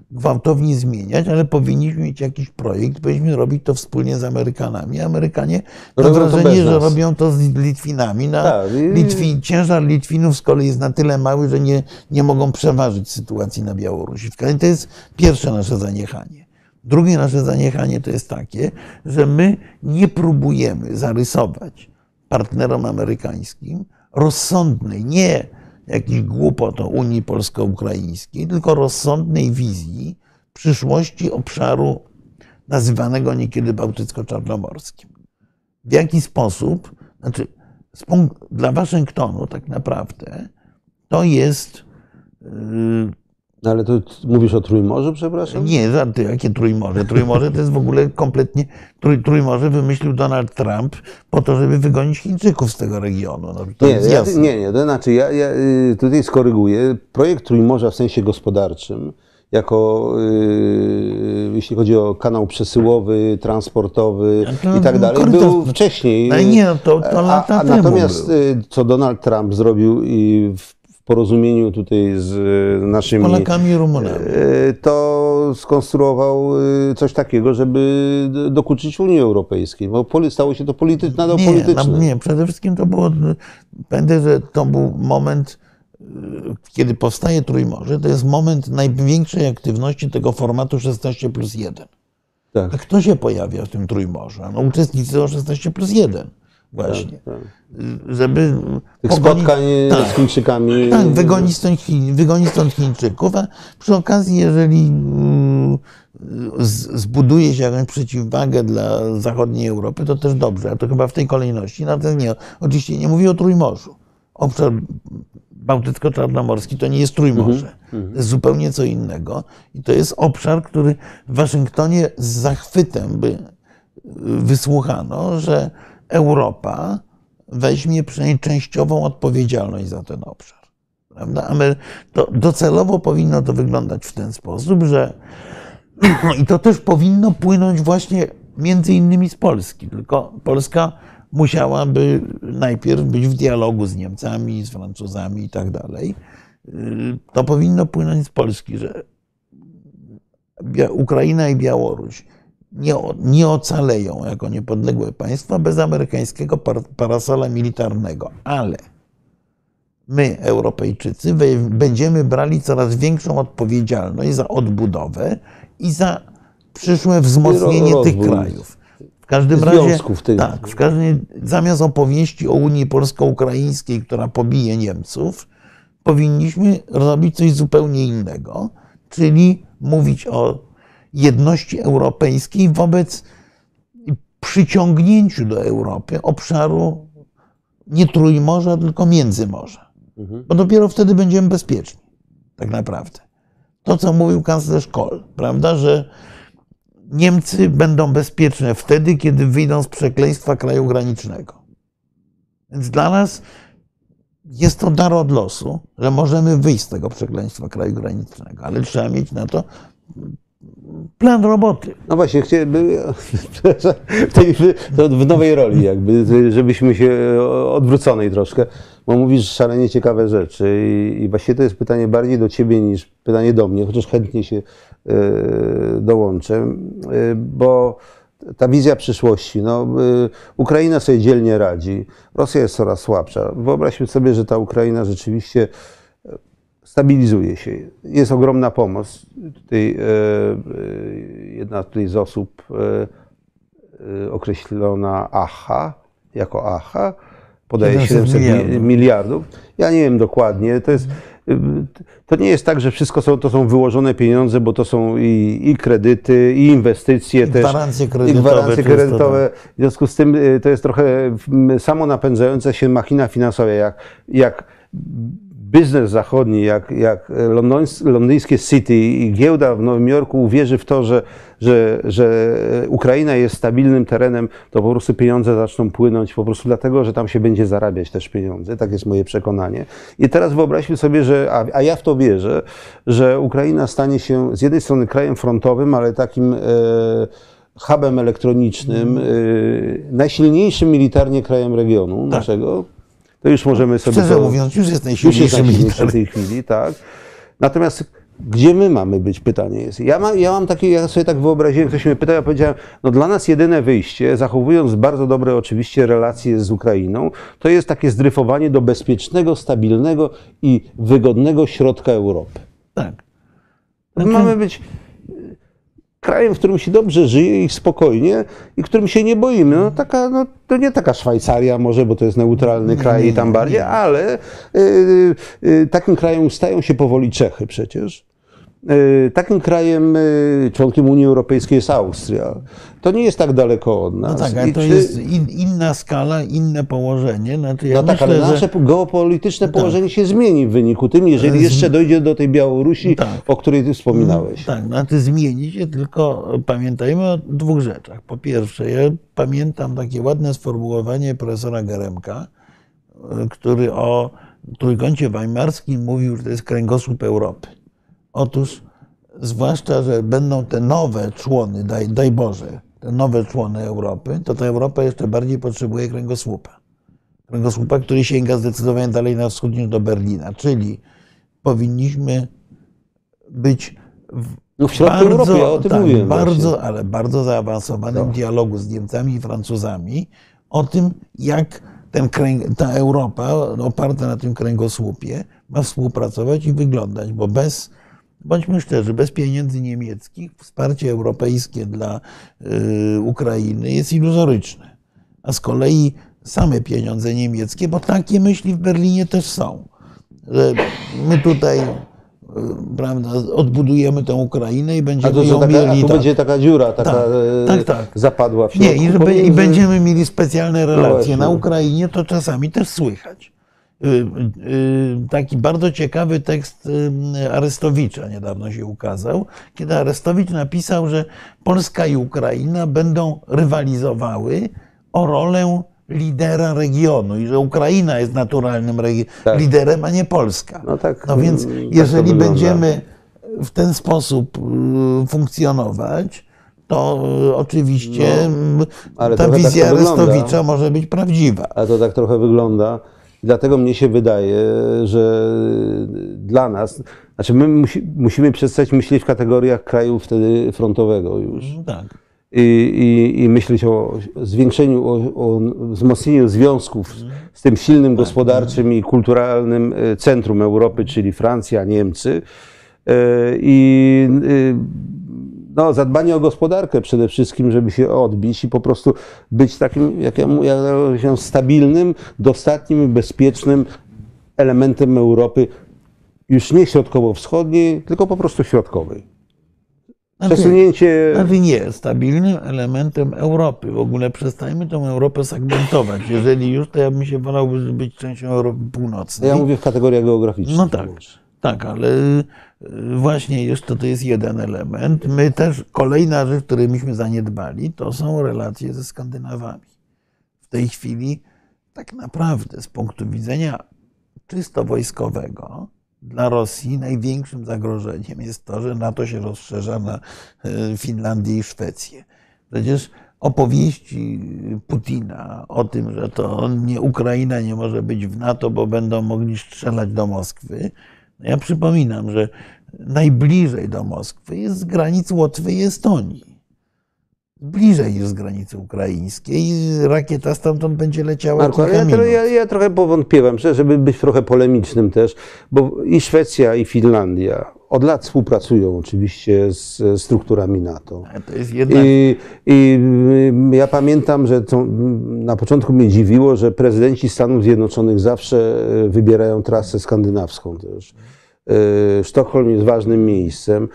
gwałtownie zmieniać, ale powinniśmy mieć jakiś projekt, powinniśmy robić to wspólnie z Amerykanami. Amerykanie mam wrażenie, że robią to z Litwinami. Na tak, i... Litwin, ciężar Litwinów z kolei jest na tyle mały, że nie, nie mogą przeważyć sytuacji na Białorusi. To jest pierwsze nasze zaniechanie. Drugie nasze zaniechanie to jest takie, że my nie próbujemy zarysować partnerom amerykańskim rozsądnej, nie jakiś głupot o Unii Polsko-Ukraińskiej, tylko rozsądnej wizji przyszłości obszaru nazywanego niekiedy bałtycko-czarnomorskim. W jaki sposób, znaczy dla Waszyngtonu tak naprawdę to jest... Yy, No ale to mówisz o Trójmorzu, przepraszam? Nie, żarty, jakie Trójmorze? Trójmorze to jest w ogóle kompletnie... Trój, Trójmorze wymyślił Donald Trump po to, żeby wygonić Chińczyków z tego regionu. No, to nie, jest ja, jasne. nie, nie, to znaczy ja, ja tutaj skoryguję. Projekt Trójmorza w sensie gospodarczym, jako yy, jeśli chodzi o kanał przesyłowy, transportowy to, i tak dalej, korytarz, był wcześniej. No nie, no to, to lata a, a temu natomiast był. co Donald Trump zrobił i w porozumieniu tutaj z naszymi Polakami i Rumunami, to skonstruował coś takiego, żeby dokuczyć Unii Europejskiej, bo stało się to polity, nadal nie, polityczne. No, nie, przede wszystkim to było, pamiętam, że to był moment, kiedy powstaje Trójmorze, to jest moment największej aktywności tego formatu szesnaście plus jeden. Tak. A kto się pojawia w tym Trójmorzu? No uczestnicy o szesnaście plus jeden. Właśnie. Tak, tak. Żeby tych pogonić, spotkań tak, z Chińczykami. Tak, wygonić stąd, Chiń, wygonić stąd Chińczyków, a przy okazji, jeżeli zbuduje się jakąś przeciwwagę dla zachodniej Europy, to też dobrze, a to chyba w tej kolejności. Natomiast nie, oczywiście nie mówię o Trójmorzu. Obszar bałtycko-czarnomorski to nie jest Trójmorze. Mm-hmm. To jest zupełnie co innego. I to jest obszar, który w Waszyngtonie z zachwytem by wysłuchano, że Europa weźmie przynajmniej częściową odpowiedzialność za ten obszar. Prawda? To docelowo powinno to wyglądać w ten sposób, że i to też powinno płynąć właśnie między innymi z Polski, tylko Polska musiałaby najpierw być w dialogu z Niemcami, z Francuzami i tak dalej. To powinno płynąć z Polski, że Ukraina i Białoruś nie, nie ocaleją jako niepodległe państwa bez amerykańskiego parasola militarnego, ale my, Europejczycy, będziemy brali coraz większą odpowiedzialność za odbudowę i za przyszłe wzmocnienie tych krajów. W każdym razie, tak, w każdym, zamiast opowieści o Unii Polsko-Ukraińskiej, która pobije Niemców, powinniśmy robić coś zupełnie innego, czyli mówić o jedności europejskiej wobec przyciągnięciu do Europy obszaru nie Trójmorza, tylko Międzymorza. Mhm. Bo dopiero wtedy będziemy bezpieczni, tak naprawdę. To, co mówił kanclerz Kohl, prawda, że Niemcy będą bezpieczne wtedy, kiedy wyjdą z przekleństwa kraju granicznego. Więc dla nas jest to dar od losu, że możemy wyjść z tego przekleństwa kraju granicznego, ale trzeba mieć na to plan roboty. No właśnie, chciałbym w nowej roli jakby, żebyśmy się odwróconej troszkę, bo mówisz szalenie ciekawe rzeczy i, i właściwie to jest pytanie bardziej do ciebie niż pytanie do mnie, chociaż chętnie się y, dołączę, y, bo ta wizja przyszłości, no, y, Ukraina sobie dzielnie radzi, Rosja jest coraz słabsza. Wyobraźmy sobie, że ta Ukraina rzeczywiście stabilizuje się. Jest ogromna pomoc. Tutaj, jedna tutaj z osób określona AHA, jako AHA, podaje siedemset miliardów. Ja nie wiem dokładnie. To jest, to nie jest tak, że wszystko są, to są wyłożone pieniądze, bo to są i, i kredyty, i inwestycje I też. Gwarancje kredytowe. I gwarancje kredytowe. W związku z tym to jest trochę samo napędzająca się machina finansowa, jak, jak biznes zachodni, jak, jak londyńskie City i giełda w Nowym Jorku uwierzy w to, że, że, że Ukraina jest stabilnym terenem, to po prostu pieniądze zaczną płynąć po prostu dlatego, że tam się będzie zarabiać też pieniądze. Tak jest moje przekonanie. I teraz wyobraźmy sobie, że, a, a ja w to wierzę, że Ukraina stanie się z jednej strony krajem frontowym, ale takim e, hubem elektronicznym, e, najsilniejszym militarnie krajem regionu tak. naszego. To już możemy sobie... Szczerze to, mówiąc, już jest najsilniejszy militarny w tej chwili, tak. Natomiast Gdzie my mamy być? Pytanie jest. Ja, ma, ja mam takie, ja sobie tak wyobraziłem, ktoś mnie pytał, ja powiedziałem, no dla nas jedyne wyjście, zachowując bardzo dobre oczywiście relacje z Ukrainą, to jest takie zdryfowanie do bezpiecznego, stabilnego i wygodnego środka Europy. Tak. My mamy być krajem, w którym się dobrze żyje i spokojnie, i którym się nie boimy. No, taka, no, to nie taka Szwajcaria może, bo to jest neutralny kraj nie, nie, i tam bardziej, nie. ale y, y, takim krajem stają się powoli Czechy przecież. Y, takim krajem, y, członkiem Unii Europejskiej jest Austria. To nie jest tak daleko od nas. No tak, ale to czy... jest in, inna skala, inne położenie. Znaczy, ja no myślę, tak, ale że... nasze geopolityczne tak. położenie się zmieni w wyniku tym, jeżeli jeszcze dojdzie do tej Białorusi, tak. o której ty wspominałeś. Tak, znaczy zmieni się, tylko pamiętajmy o dwóch rzeczach. Po pierwsze, ja pamiętam takie ładne sformułowanie profesora Geremka, który o Trójkącie Weimarskim mówił, że to jest kręgosłup Europy. Otóż, zwłaszcza, że będą te nowe człony, daj, daj Boże, te nowe człony Europy, to ta Europa jeszcze bardziej potrzebuje kręgosłupa. Kręgosłupa, który sięga zdecydowanie dalej na wschód niż do Berlina. Czyli powinniśmy być w, no w środku bardzo, Europy, ja o tym tak, mówiłem bardzo, ale bardzo zaawansowanym no. dialogu z Niemcami i Francuzami o tym, jak ten kręg, ta Europa oparta na tym kręgosłupie ma współpracować i wyglądać, bo bez, bądźmy szczerzy, bez pieniędzy niemieckich wsparcie europejskie dla y, Ukrainy jest iluzoryczne. A z kolei same pieniądze niemieckie, bo takie myśli w Berlinie też są, że my tutaj prawda, odbudujemy tę Ukrainę i będziemy a ją taka, mieli... A tu tak, będzie taka dziura, taka tak, tak, tak. zapadła w środku. Nie, i, żeby, i będziemy mieli specjalne relacje. No na Ukrainie to czasami też słychać. Taki bardzo ciekawy tekst Arestowicza niedawno się ukazał, kiedy Arestowicz napisał, że Polska i Ukraina będą rywalizowały o rolę lidera regionu i że Ukraina jest naturalnym tak. liderem, a nie Polska. No, tak, no więc tak jeżeli będziemy w ten sposób funkcjonować, to oczywiście no, ta wizja tak Arestowicza może być prawdziwa. Ale to tak trochę wygląda. Dlatego mnie się wydaje, że dla nas, znaczy my musi, musimy przestać myśleć w kategoriach kraju wtedy frontowego już. Tak. I, i, i myśleć o zwiększeniu, o, o wzmocnieniu związków z tym silnym gospodarczym i kulturalnym centrum Europy, czyli Francja, Niemcy. I no, zadbanie o gospodarkę przede wszystkim, żeby się odbić i po prostu być takim, jak ja mówię, stabilnym, dostatnim, bezpiecznym elementem Europy, już nie środkowo-wschodniej, tylko po prostu środkowej. Przesunięcie... Znaczy nie, stabilnym elementem Europy. W ogóle przestajmy tą Europę segmentować. Jeżeli już, to ja bym się wolał być częścią Europy Północnej. Ja mówię w kategoriach geograficznych. No tak, tak, ale właśnie jeszcze to jest jeden element. My też, kolejna rzecz, której myśmy zaniedbali, to są relacje ze Skandynawami. W tej chwili tak naprawdę z punktu widzenia czysto wojskowego dla Rosji największym zagrożeniem jest to, że NATO się rozszerza na Finlandię i Szwecję. Przecież opowieści Putina o tym, że to nie, Ukraina nie może być w NATO, bo będą mogli strzelać do Moskwy. Ja przypominam, że najbliżej do Moskwy jest z granic Łotwy i Estonii. Bliżej niż z granicy ukraińskiej i rakieta stamtąd będzie leciała Marku, kilka ja, minut. Ja, ja trochę powątpiewam, żeby być trochę polemicznym też, bo i Szwecja, i Finlandia od lat współpracują oczywiście z strukturami NATO. To jest jedna... I, I ja pamiętam, że to na początku mnie dziwiło, że prezydenci Stanów Zjednoczonych zawsze wybierają trasę skandynawską też. Sztokholm jest ważnym miejscem.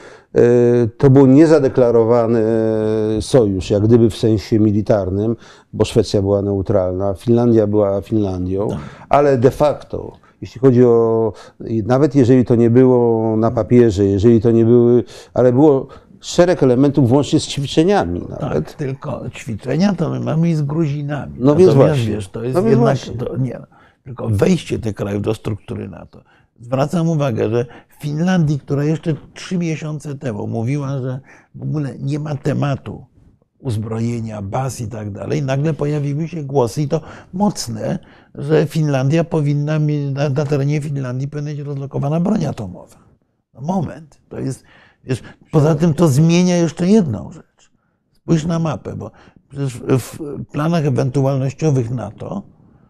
To był niezadeklarowany sojusz, jak gdyby w sensie militarnym, bo Szwecja była neutralna, Finlandia była Finlandią, ale de facto, jeśli chodzi o, nawet jeżeli to nie było na papierze, jeżeli to nie były, ale było szereg elementów włącznie z ćwiczeniami nawet. Tak, tylko ćwiczenia to my mamy i z Gruzinami. No więc właśnie. Wiesz, to jest no jednak, to, nie, tylko wejście tych krajów do struktury NATO. Zwracam uwagę, że w Finlandii, która jeszcze trzy miesiące temu mówiła, że w ogóle nie ma tematu uzbrojenia, baz i tak dalej, nagle pojawiły się głosy i to mocne, że Finlandia powinna mieć, na, na terenie Finlandii powinna być rozlokowana broń atomowa. Moment, to jest, wiesz, poza tym to zmienia jeszcze jedną rzecz. Spójrz na mapę, bo przecież w planach ewentualnościowych NATO,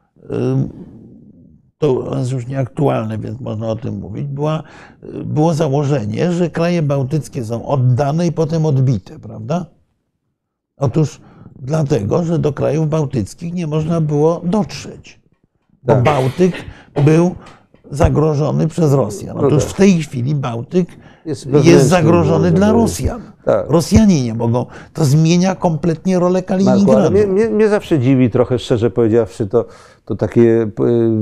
to jest już nieaktualne, więc można o tym mówić, była, było założenie, że kraje bałtyckie są oddane i potem odbite, prawda? Otóż dlatego, że do krajów bałtyckich nie można było dotrzeć, bo Tak. Bałtyk był zagrożony przez Rosjan. Otóż w tej chwili Bałtyk Jest jest, wewnętrzny, zagrożony bo- dla bo- Rosjan. Tak. Rosjanie nie mogą. To zmienia kompletnie rolę Marku, ale Kaliningradu. mnie, mnie, mnie zawsze dziwi trochę, szczerze powiedziawszy, to, to takie yy,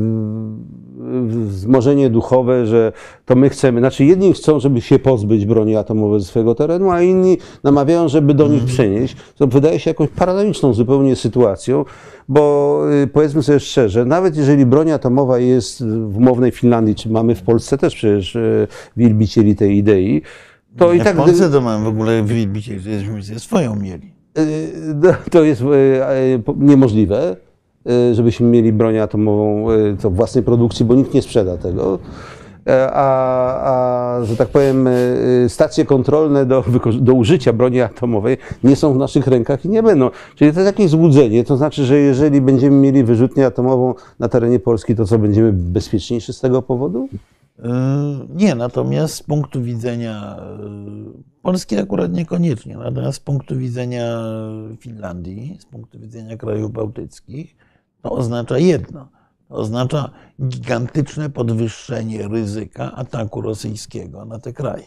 wzmożenie duchowe, że to my chcemy, znaczy jedni chcą, żeby się pozbyć broni atomowej ze swojego terenu, a inni namawiają, żeby do nich przenieść. To wydaje się jakąś paradoksalną zupełnie sytuacją, bo yy, powiedzmy sobie szczerze, nawet jeżeli broń atomowa jest w umownej Finlandii, czy mamy w Polsce też przecież yy, wielbicieli tej idei, to i Ja tak... w Polsce to mamy w ogóle wielbicieli, żeśmy sobie swoją mieli. Yy, To jest yy, yy, niemożliwe, yy, żebyśmy mieli broń atomową yy, co, własnej produkcji, bo nikt nie sprzeda tego. Yy, A, a że tak powiem, yy, stacje kontrolne do, wyko- do użycia broni atomowej nie są w naszych rękach i nie będą. Czyli to jest jakieś złudzenie. To znaczy, że jeżeli będziemy mieli wyrzutnię atomową na terenie Polski, to co, będziemy bezpieczniejsi z tego powodu? Nie, natomiast z punktu widzenia Polski akurat niekoniecznie, natomiast z punktu widzenia Finlandii, z punktu widzenia krajów bałtyckich, to oznacza jedno. To oznacza gigantyczne podwyższenie ryzyka ataku rosyjskiego na te kraje.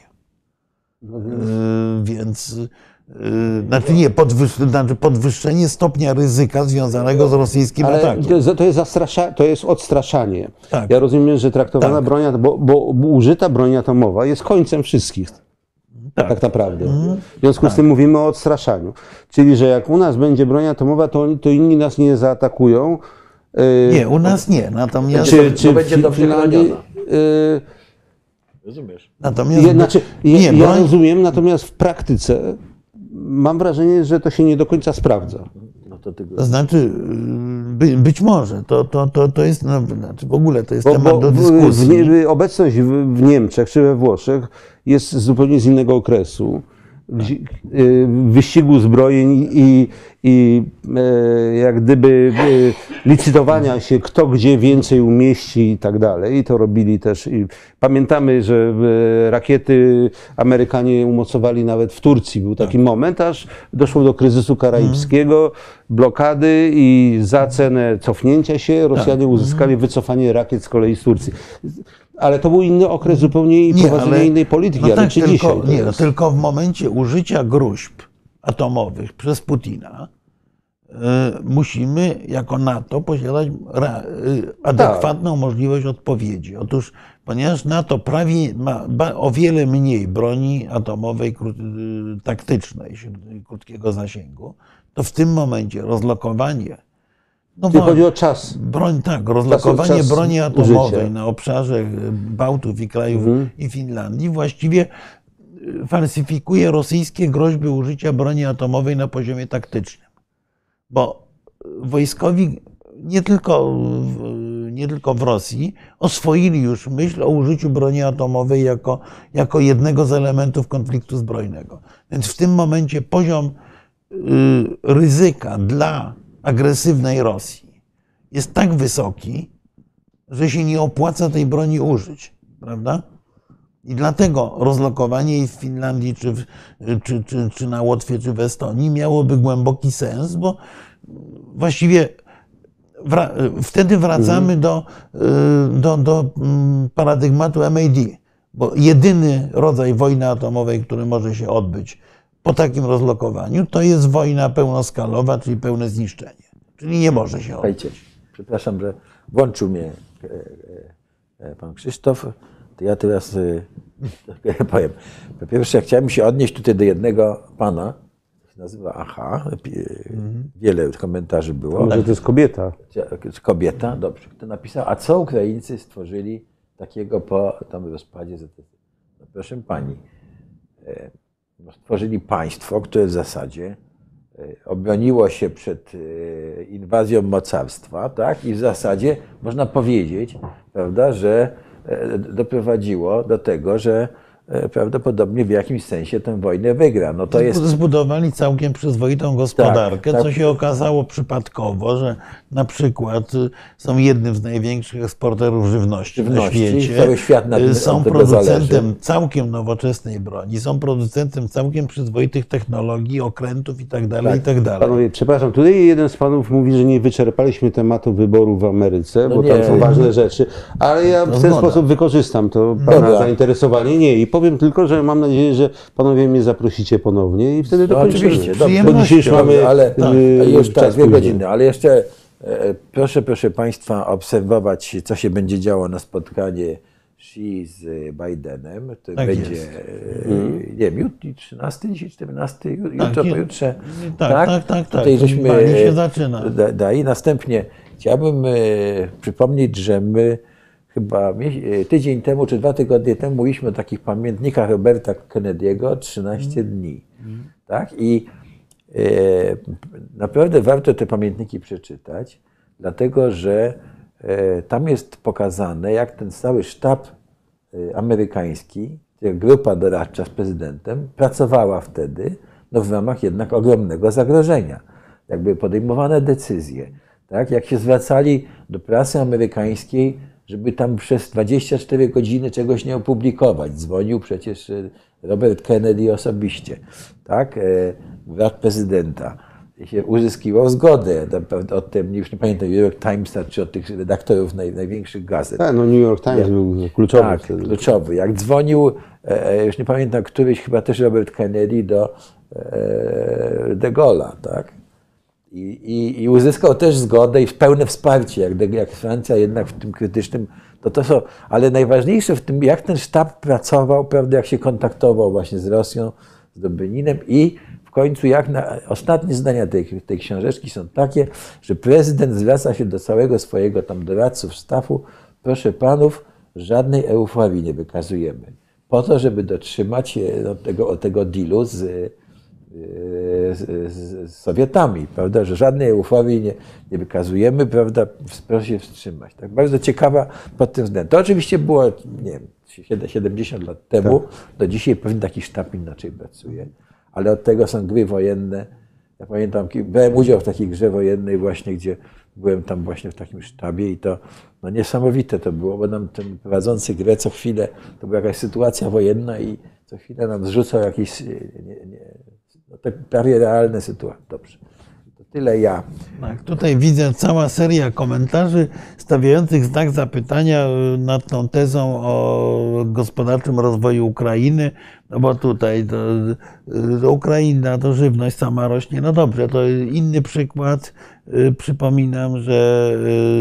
No więc... więc Znaczy nie, podwyż- znaczy podwyższenie stopnia ryzyka związanego z rosyjskim Ale atakiem. to jest, to, jest zastrasza, to jest odstraszanie. Tak. Ja rozumiem, że traktowana Tak. broń, bo, bo użyta broń atomowa jest końcem wszystkich. Tak. Tak naprawdę. W związku z tym mówimy o odstraszaniu. Czyli, że jak u nas będzie broń atomowa, to, oni, to inni nas nie zaatakują. Yy, Nie, u nas nie. Natomiast, czy, czy to będzie w dobrze Finlandii, chroniona. yy, Rozumiesz? natomiast je, znaczy, je, nie, ja broń- rozumiem, natomiast w praktyce mam wrażenie, że to się nie do końca sprawdza. No to ty go... To znaczy, by, być może, to, to, to, to jest, no, znaczy w ogóle to jest Bo, temat bo do w- dyskusji. w nie, obecność w, w Niemczech czy we Włoszech jest zupełnie z innego okresu. W, y, wyścigu zbrojeń i, i e, jak gdyby e, licytowania się, kto gdzie więcej umieści i tak dalej. I to robili też. I pamiętamy, że e, rakiety Amerykanie umocowali nawet w Turcji. Był taki moment, aż doszło do kryzysu karaibskiego, blokady i za cenę cofnięcia się Rosjanie uzyskali wycofanie rakiet z kolei z Turcji. Ale to był inny okres zupełnie i prowadzenia ale- innej polityki, no ale tak, czy tylko, dzisiaj? to nie, no, jest? tylko w momencie użycia gruźb atomowych przez Putina y, musimy jako NATO posiadać ra, y, adekwatną możliwość odpowiedzi. Otóż, ponieważ NATO prawie ma ba, o wiele mniej broni atomowej kró, y, taktycznej, śród- krótkiego zasięgu, to w tym momencie rozlokowanie no, Czyli chodzi o czas. Broń, tak, rozlokowanie czas broni atomowej użycia. na obszarze Bałtów i krajów Mhm. i Finlandii właściwie y, falsyfikuje rosyjskie groźby użycia broni atomowej na poziomie taktycznym. Bo wojskowi nie tylko, w- nie tylko w Rosji oswoili już myśl o użyciu broni atomowej jako, jako jednego z elementów konfliktu zbrojnego. Więc w tym momencie poziom y, ryzyka dla agresywnej Rosji jest tak wysoki, że się nie opłaca tej broni użyć, prawda? I dlatego rozlokowanie jej w Finlandii, czy, w, czy, czy, czy na Łotwie, czy w Estonii miałoby głęboki sens, bo właściwie wra, wtedy wracamy do, do, do paradygmatu M A D, bo jedyny rodzaj wojny atomowej, który może się odbyć po takim rozlokowaniu, to jest wojna pełnoskalowa, czyli pełne zniszczenie. Czyli nie może się odbyć. Słuchajcie, przepraszam, że włączył mnie e, e, pan Krzysztof. To ja teraz e, powiem. Po pierwsze, ja chciałem się odnieść tutaj do jednego pana, który się nazywa Aha. Wiele komentarzy było. Może to jest kobieta. Kobieta, dobrze. Kto napisał, a co Ukraińcy stworzyli takiego po tam rozpadzie Z S R? No, proszę pani, e, no, stworzyli państwo, które w zasadzie obroniło się przed inwazją mocarstwa, tak? I w zasadzie można powiedzieć, prawda, że doprowadziło do tego, że prawdopodobnie w jakimś sensie tę wojnę wygra. No to jest... Zbudowali całkiem przyzwoitą gospodarkę, tak, co tak. się okazało przypadkowo, że na przykład są jednym z największych eksporterów żywności, żywności na świecie. Cały świat na tym, są producentem zależy. całkiem nowoczesnej broni, są producentem całkiem przyzwoitych technologii, okrętów i tak dalej, i tak dalej. Panowie, przepraszam, tutaj jeden z panów mówi, że nie wyczerpaliśmy tematu wyborów w Ameryce, no bo nie, tam są ważne rzeczy, ale ja no w ten zgoda. sposób wykorzystam to pana Dobra. zainteresowanie. Nie, i powiem tylko, że mam nadzieję, że panowie mnie zaprosicie ponownie i wtedy no, dokończymy. oczywiście, Bo dzisiaj już mamy dobrze, ale tak, y, już tak, czas dwie późny. godziny, ale jeszcze e, proszę, proszę państwa obserwować, co się będzie działo na spotkanie Xi z Bidenem. To Tak będzie, jest. e, nie wiem, jutro, trzynasty, dzisiaj czternasty, jutro, Tak, je- pojutrze. tak, tak, tak, tak. Tutaj żeśmy Bali się e, zaczyna. Da, da, I następnie chciałbym e, przypomnieć, że my chyba mie- tydzień temu, czy dwa tygodnie temu mówiliśmy o takich pamiętnikach Roberta Kennedy'ego trzynaście dni. Tak? I e, naprawdę warto te pamiętniki przeczytać, dlatego że e, tam jest pokazane, jak ten cały sztab e, amerykański, grupa doradcza z prezydentem, pracowała wtedy no, w ramach jednak ogromnego zagrożenia. Jakby podejmowane decyzje, tak? Jak się zwracali do prasy amerykańskiej, żeby tam przez dwadzieścia cztery godziny czegoś nie opublikować. Dzwonił przecież Robert Kennedy osobiście, tak? Brat prezydenta. Się uzyskiwał zgodę od tym, już nie pamiętam, New York Timesa, czy od tych redaktorów naj, największych gazet. Tak, no New York Times Jak, był kluczowy tak, wtedy. kluczowy. Jak dzwonił, już nie pamiętam, któryś chyba też Robert Kennedy do de Gaulle'a, tak? I, i, I uzyskał też zgodę i pełne wsparcie, jak, jak Francja jednak w tym krytycznym, to to są, ale najważniejsze w tym, jak ten sztab pracował, prawda, jak się kontaktował właśnie z Rosją, z Beninem i w końcu jak na, ostatnie zdania tej, tej książeczki są takie, że prezydent zwraca się do całego swojego tam doradców, stafu, proszę panów, żadnej euforii nie wykazujemy, po to, żeby dotrzymać się no, tego, tego dealu z Z, z, z Sowietami, prawda, że żadnej euforii nie, nie wykazujemy, prawda, proszę się wstrzymać. Tak? Bardzo ciekawa pod tym względem. To oczywiście było, nie wiem, siedemdziesiąt lat temu, do dzisiaj pewnie taki sztab inaczej pracuje, ale od tego są gry wojenne. Ja pamiętam, brałem udział w takiej grze wojennej właśnie, gdzie byłem tam właśnie w takim sztabie i to no niesamowite to było, bo nam ten prowadzący grę co chwilę, to była jakaś sytuacja wojenna i co chwilę nam zrzucał jakieś nie, nie, no tak prawie realne sytuacje. Dobrze. To tyle ja. Tak, tutaj widzę cała seria komentarzy stawiających znak zapytania nad tą tezą o gospodarczym rozwoju Ukrainy, no bo tutaj to, to Ukraina, to żywność sama rośnie. No dobrze, to inny przykład. Przypominam, że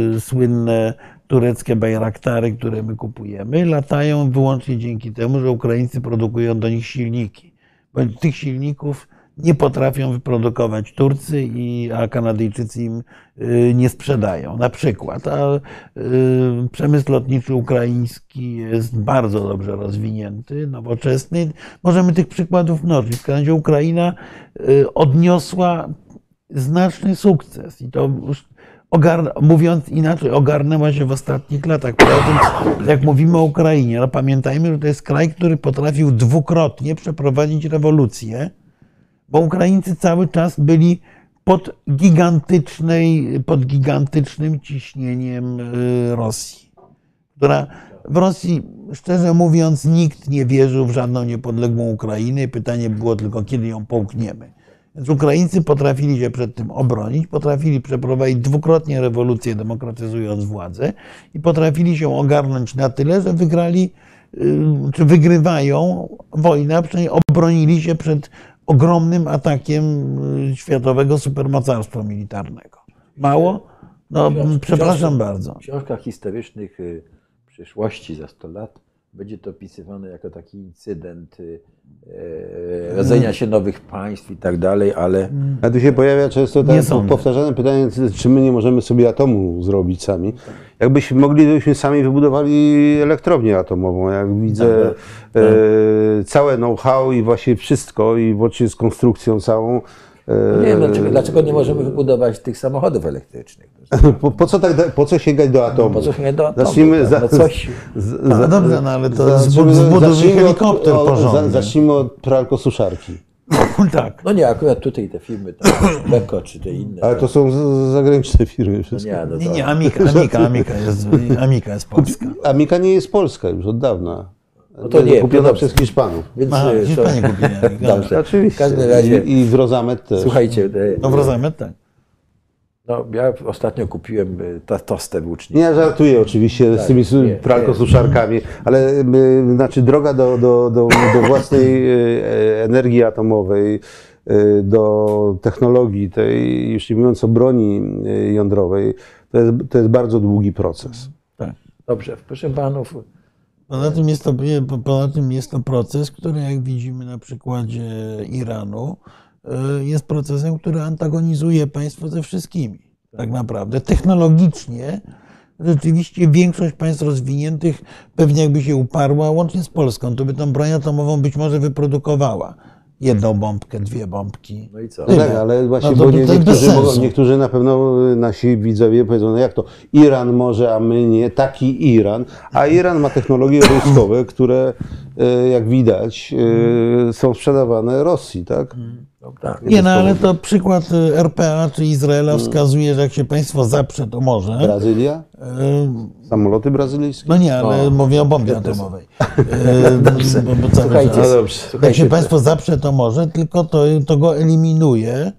słynne tureckie bajraktary, które my kupujemy, latają wyłącznie dzięki temu, że Ukraińcy produkują do nich silniki. Bo tych silników nie potrafią wyprodukować Turcy, i, a Kanadyjczycy im nie sprzedają. Na przykład. A y, przemysł lotniczy ukraiński jest bardzo dobrze rozwinięty, nowoczesny. Możemy tych przykładów mnożyć. W każdym razie Ukraina y, odniosła znaczny sukces i to już Ogar, mówiąc inaczej, ogarnęła się w ostatnich latach. Poza tym, jak mówimy o Ukrainie, no pamiętajmy, że to jest kraj, który potrafił dwukrotnie przeprowadzić rewolucję, bo Ukraińcy cały czas byli pod, gigantycznej, pod gigantycznym ciśnieniem Rosji, która w Rosji, szczerze mówiąc, nikt nie wierzył w żadną niepodległą Ukrainę. Pytanie było tylko, kiedy ją połkniemy. Więc Ukraińcy potrafili się przed tym obronić, potrafili przeprowadzić dwukrotnie rewolucję, demokratyzując władzę i potrafili się ogarnąć na tyle, że wygrali, czy wygrywają wojnę, a przynajmniej obronili się przed ogromnym atakiem światowego supermocarstwa militarnego. Mało? No, przepraszam bardzo. W książkach historycznych przyszłości za sto lat będzie to opisywane jako taki incydent e, rodzenia się nowych państw i tak dalej, ale... A tu się pojawia często tak powtarzane pytanie, czy my nie możemy sobie atomu zrobić sami. Jakbyśmy mogli, byśmy sami wybudowali elektrownię atomową. Jak widzę e, całe know-how i właśnie wszystko, i łącznie z konstrukcją całą, Nie wiem, dlaczego, dlaczego nie możemy wybudować tych samochodów elektrycznych. Po, po, co, tak, po co sięgać do atomu? Po co sięgać do atomu? Zacznijmy za, no coś... z, No za, dobrze, no ale to zacznijmy- zbuduj zacznijmy helikopter od- o- porządny. za- Zacznijmy od pralko-suszarki. Tak. No nie, akurat tutaj te firmy, tam Beko czy te inne. Ale to są z- zagraniczne firmy no wszystko. nie, no Nie, to, nie, Amika, Amika, Amika jest, Amika jest polska. Amika nie jest polska już od dawna. No to nie, kupiona no przez Hiszpanów. Więc Aha, y, Hiszpanie kupili Amikę. Dobrze. Oczywiście. W każdym razie, I, i w Rozamet też. słuchajcie, y, No w Rozamet, tak. no, ja ostatnio kupiłem y, to, tostę Nie, włóczniczą. ja żartuję oczywiście z Tak, tymi nie, pralko-suszarkami, ale y, znaczy droga do, do, do, do własnej y, energii atomowej, y, do technologii tej, już nie mówiąc o broni y, jądrowej, to jest, to jest bardzo długi proces. Tak. Dobrze, proszę panów, Poza tym, jest to, poza tym jest to proces, który jak widzimy na przykładzie Iranu, y, jest procesem, który antagonizuje państwo ze wszystkimi. Tak naprawdę. Technologicznie rzeczywiście większość państw rozwiniętych pewnie jakby się uparła, łącznie z Polską, to by tą broń atomową być może wyprodukowała. Jedną bombkę, dwie bombki. no i co? No tak, ale właśnie, No to- bo to nie, jest bez niektórzy, mogą, sensu. niektórzy na pewno nasi widzowie powiedzą, no jak to, Iran może, a my nie, taki Iran, a Iran ma technologie wojskowe, które e, jak widać e, są sprzedawane Rosji, tak? No, tak. Nie, no ale to przykład y, R P A czy Izraela wskazuje, że jak się państwo zaprze, to może. Brazylia? Y, Samoloty brazylijskie? No nie, ale mówię o bombie atomowej. Dobrze. Bo, bo cały Słuchajcie, czas. No dobrze. Jak słuchajcie, się państwo zaprze, to może, tylko to, to go eliminuje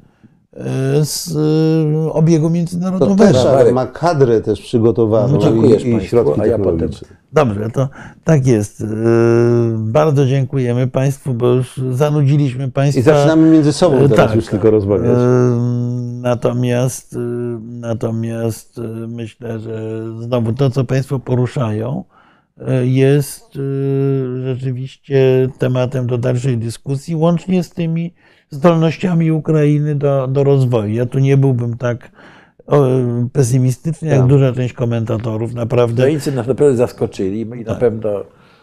y, z y, obiegu To międzynarodowego. też, Dobra, ale Marek. ma kadrę też przygotowaną No, dziękujesz i, i państwu, środki a ja potem- technologiczne. Dobrze, to tak jest. Y, Bardzo dziękujemy Państwu, bo już zanudziliśmy Państwa. I zaczynamy między sobą E, teraz tak. już tylko rozmawiać. Ym, Natomiast, y, natomiast y, myślę, że znowu to, co Państwo poruszają, y, jest y, rzeczywiście tematem do dalszej dyskusji, łącznie z tymi zdolnościami Ukrainy do, do rozwoju. Ja tu nie byłbym tak o, pesymistyczny, jak Tak. duża część komentatorów. Naprawdę. Ukraińcy nas naprawdę zaskoczyli i na pewno,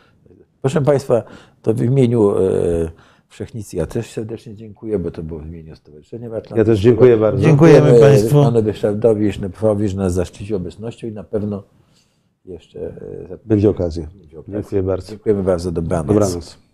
proszę państwa, to w imieniu e, Wszechnicy ja też serdecznie dziękuję, bo to było w imieniu Stowarzyszenia Atlantyckiego. Ja też dziękuję bardzo. Dziękujemy Państwu. Panu Ryszardowi Sznepfowi, że nas zaszczycił obecnością i na pewno jeszcze e, Będzie okazja. będzie okazja. Dziękuję bardzo. Dziękujemy bardzo, dobranoc. Dobranoc.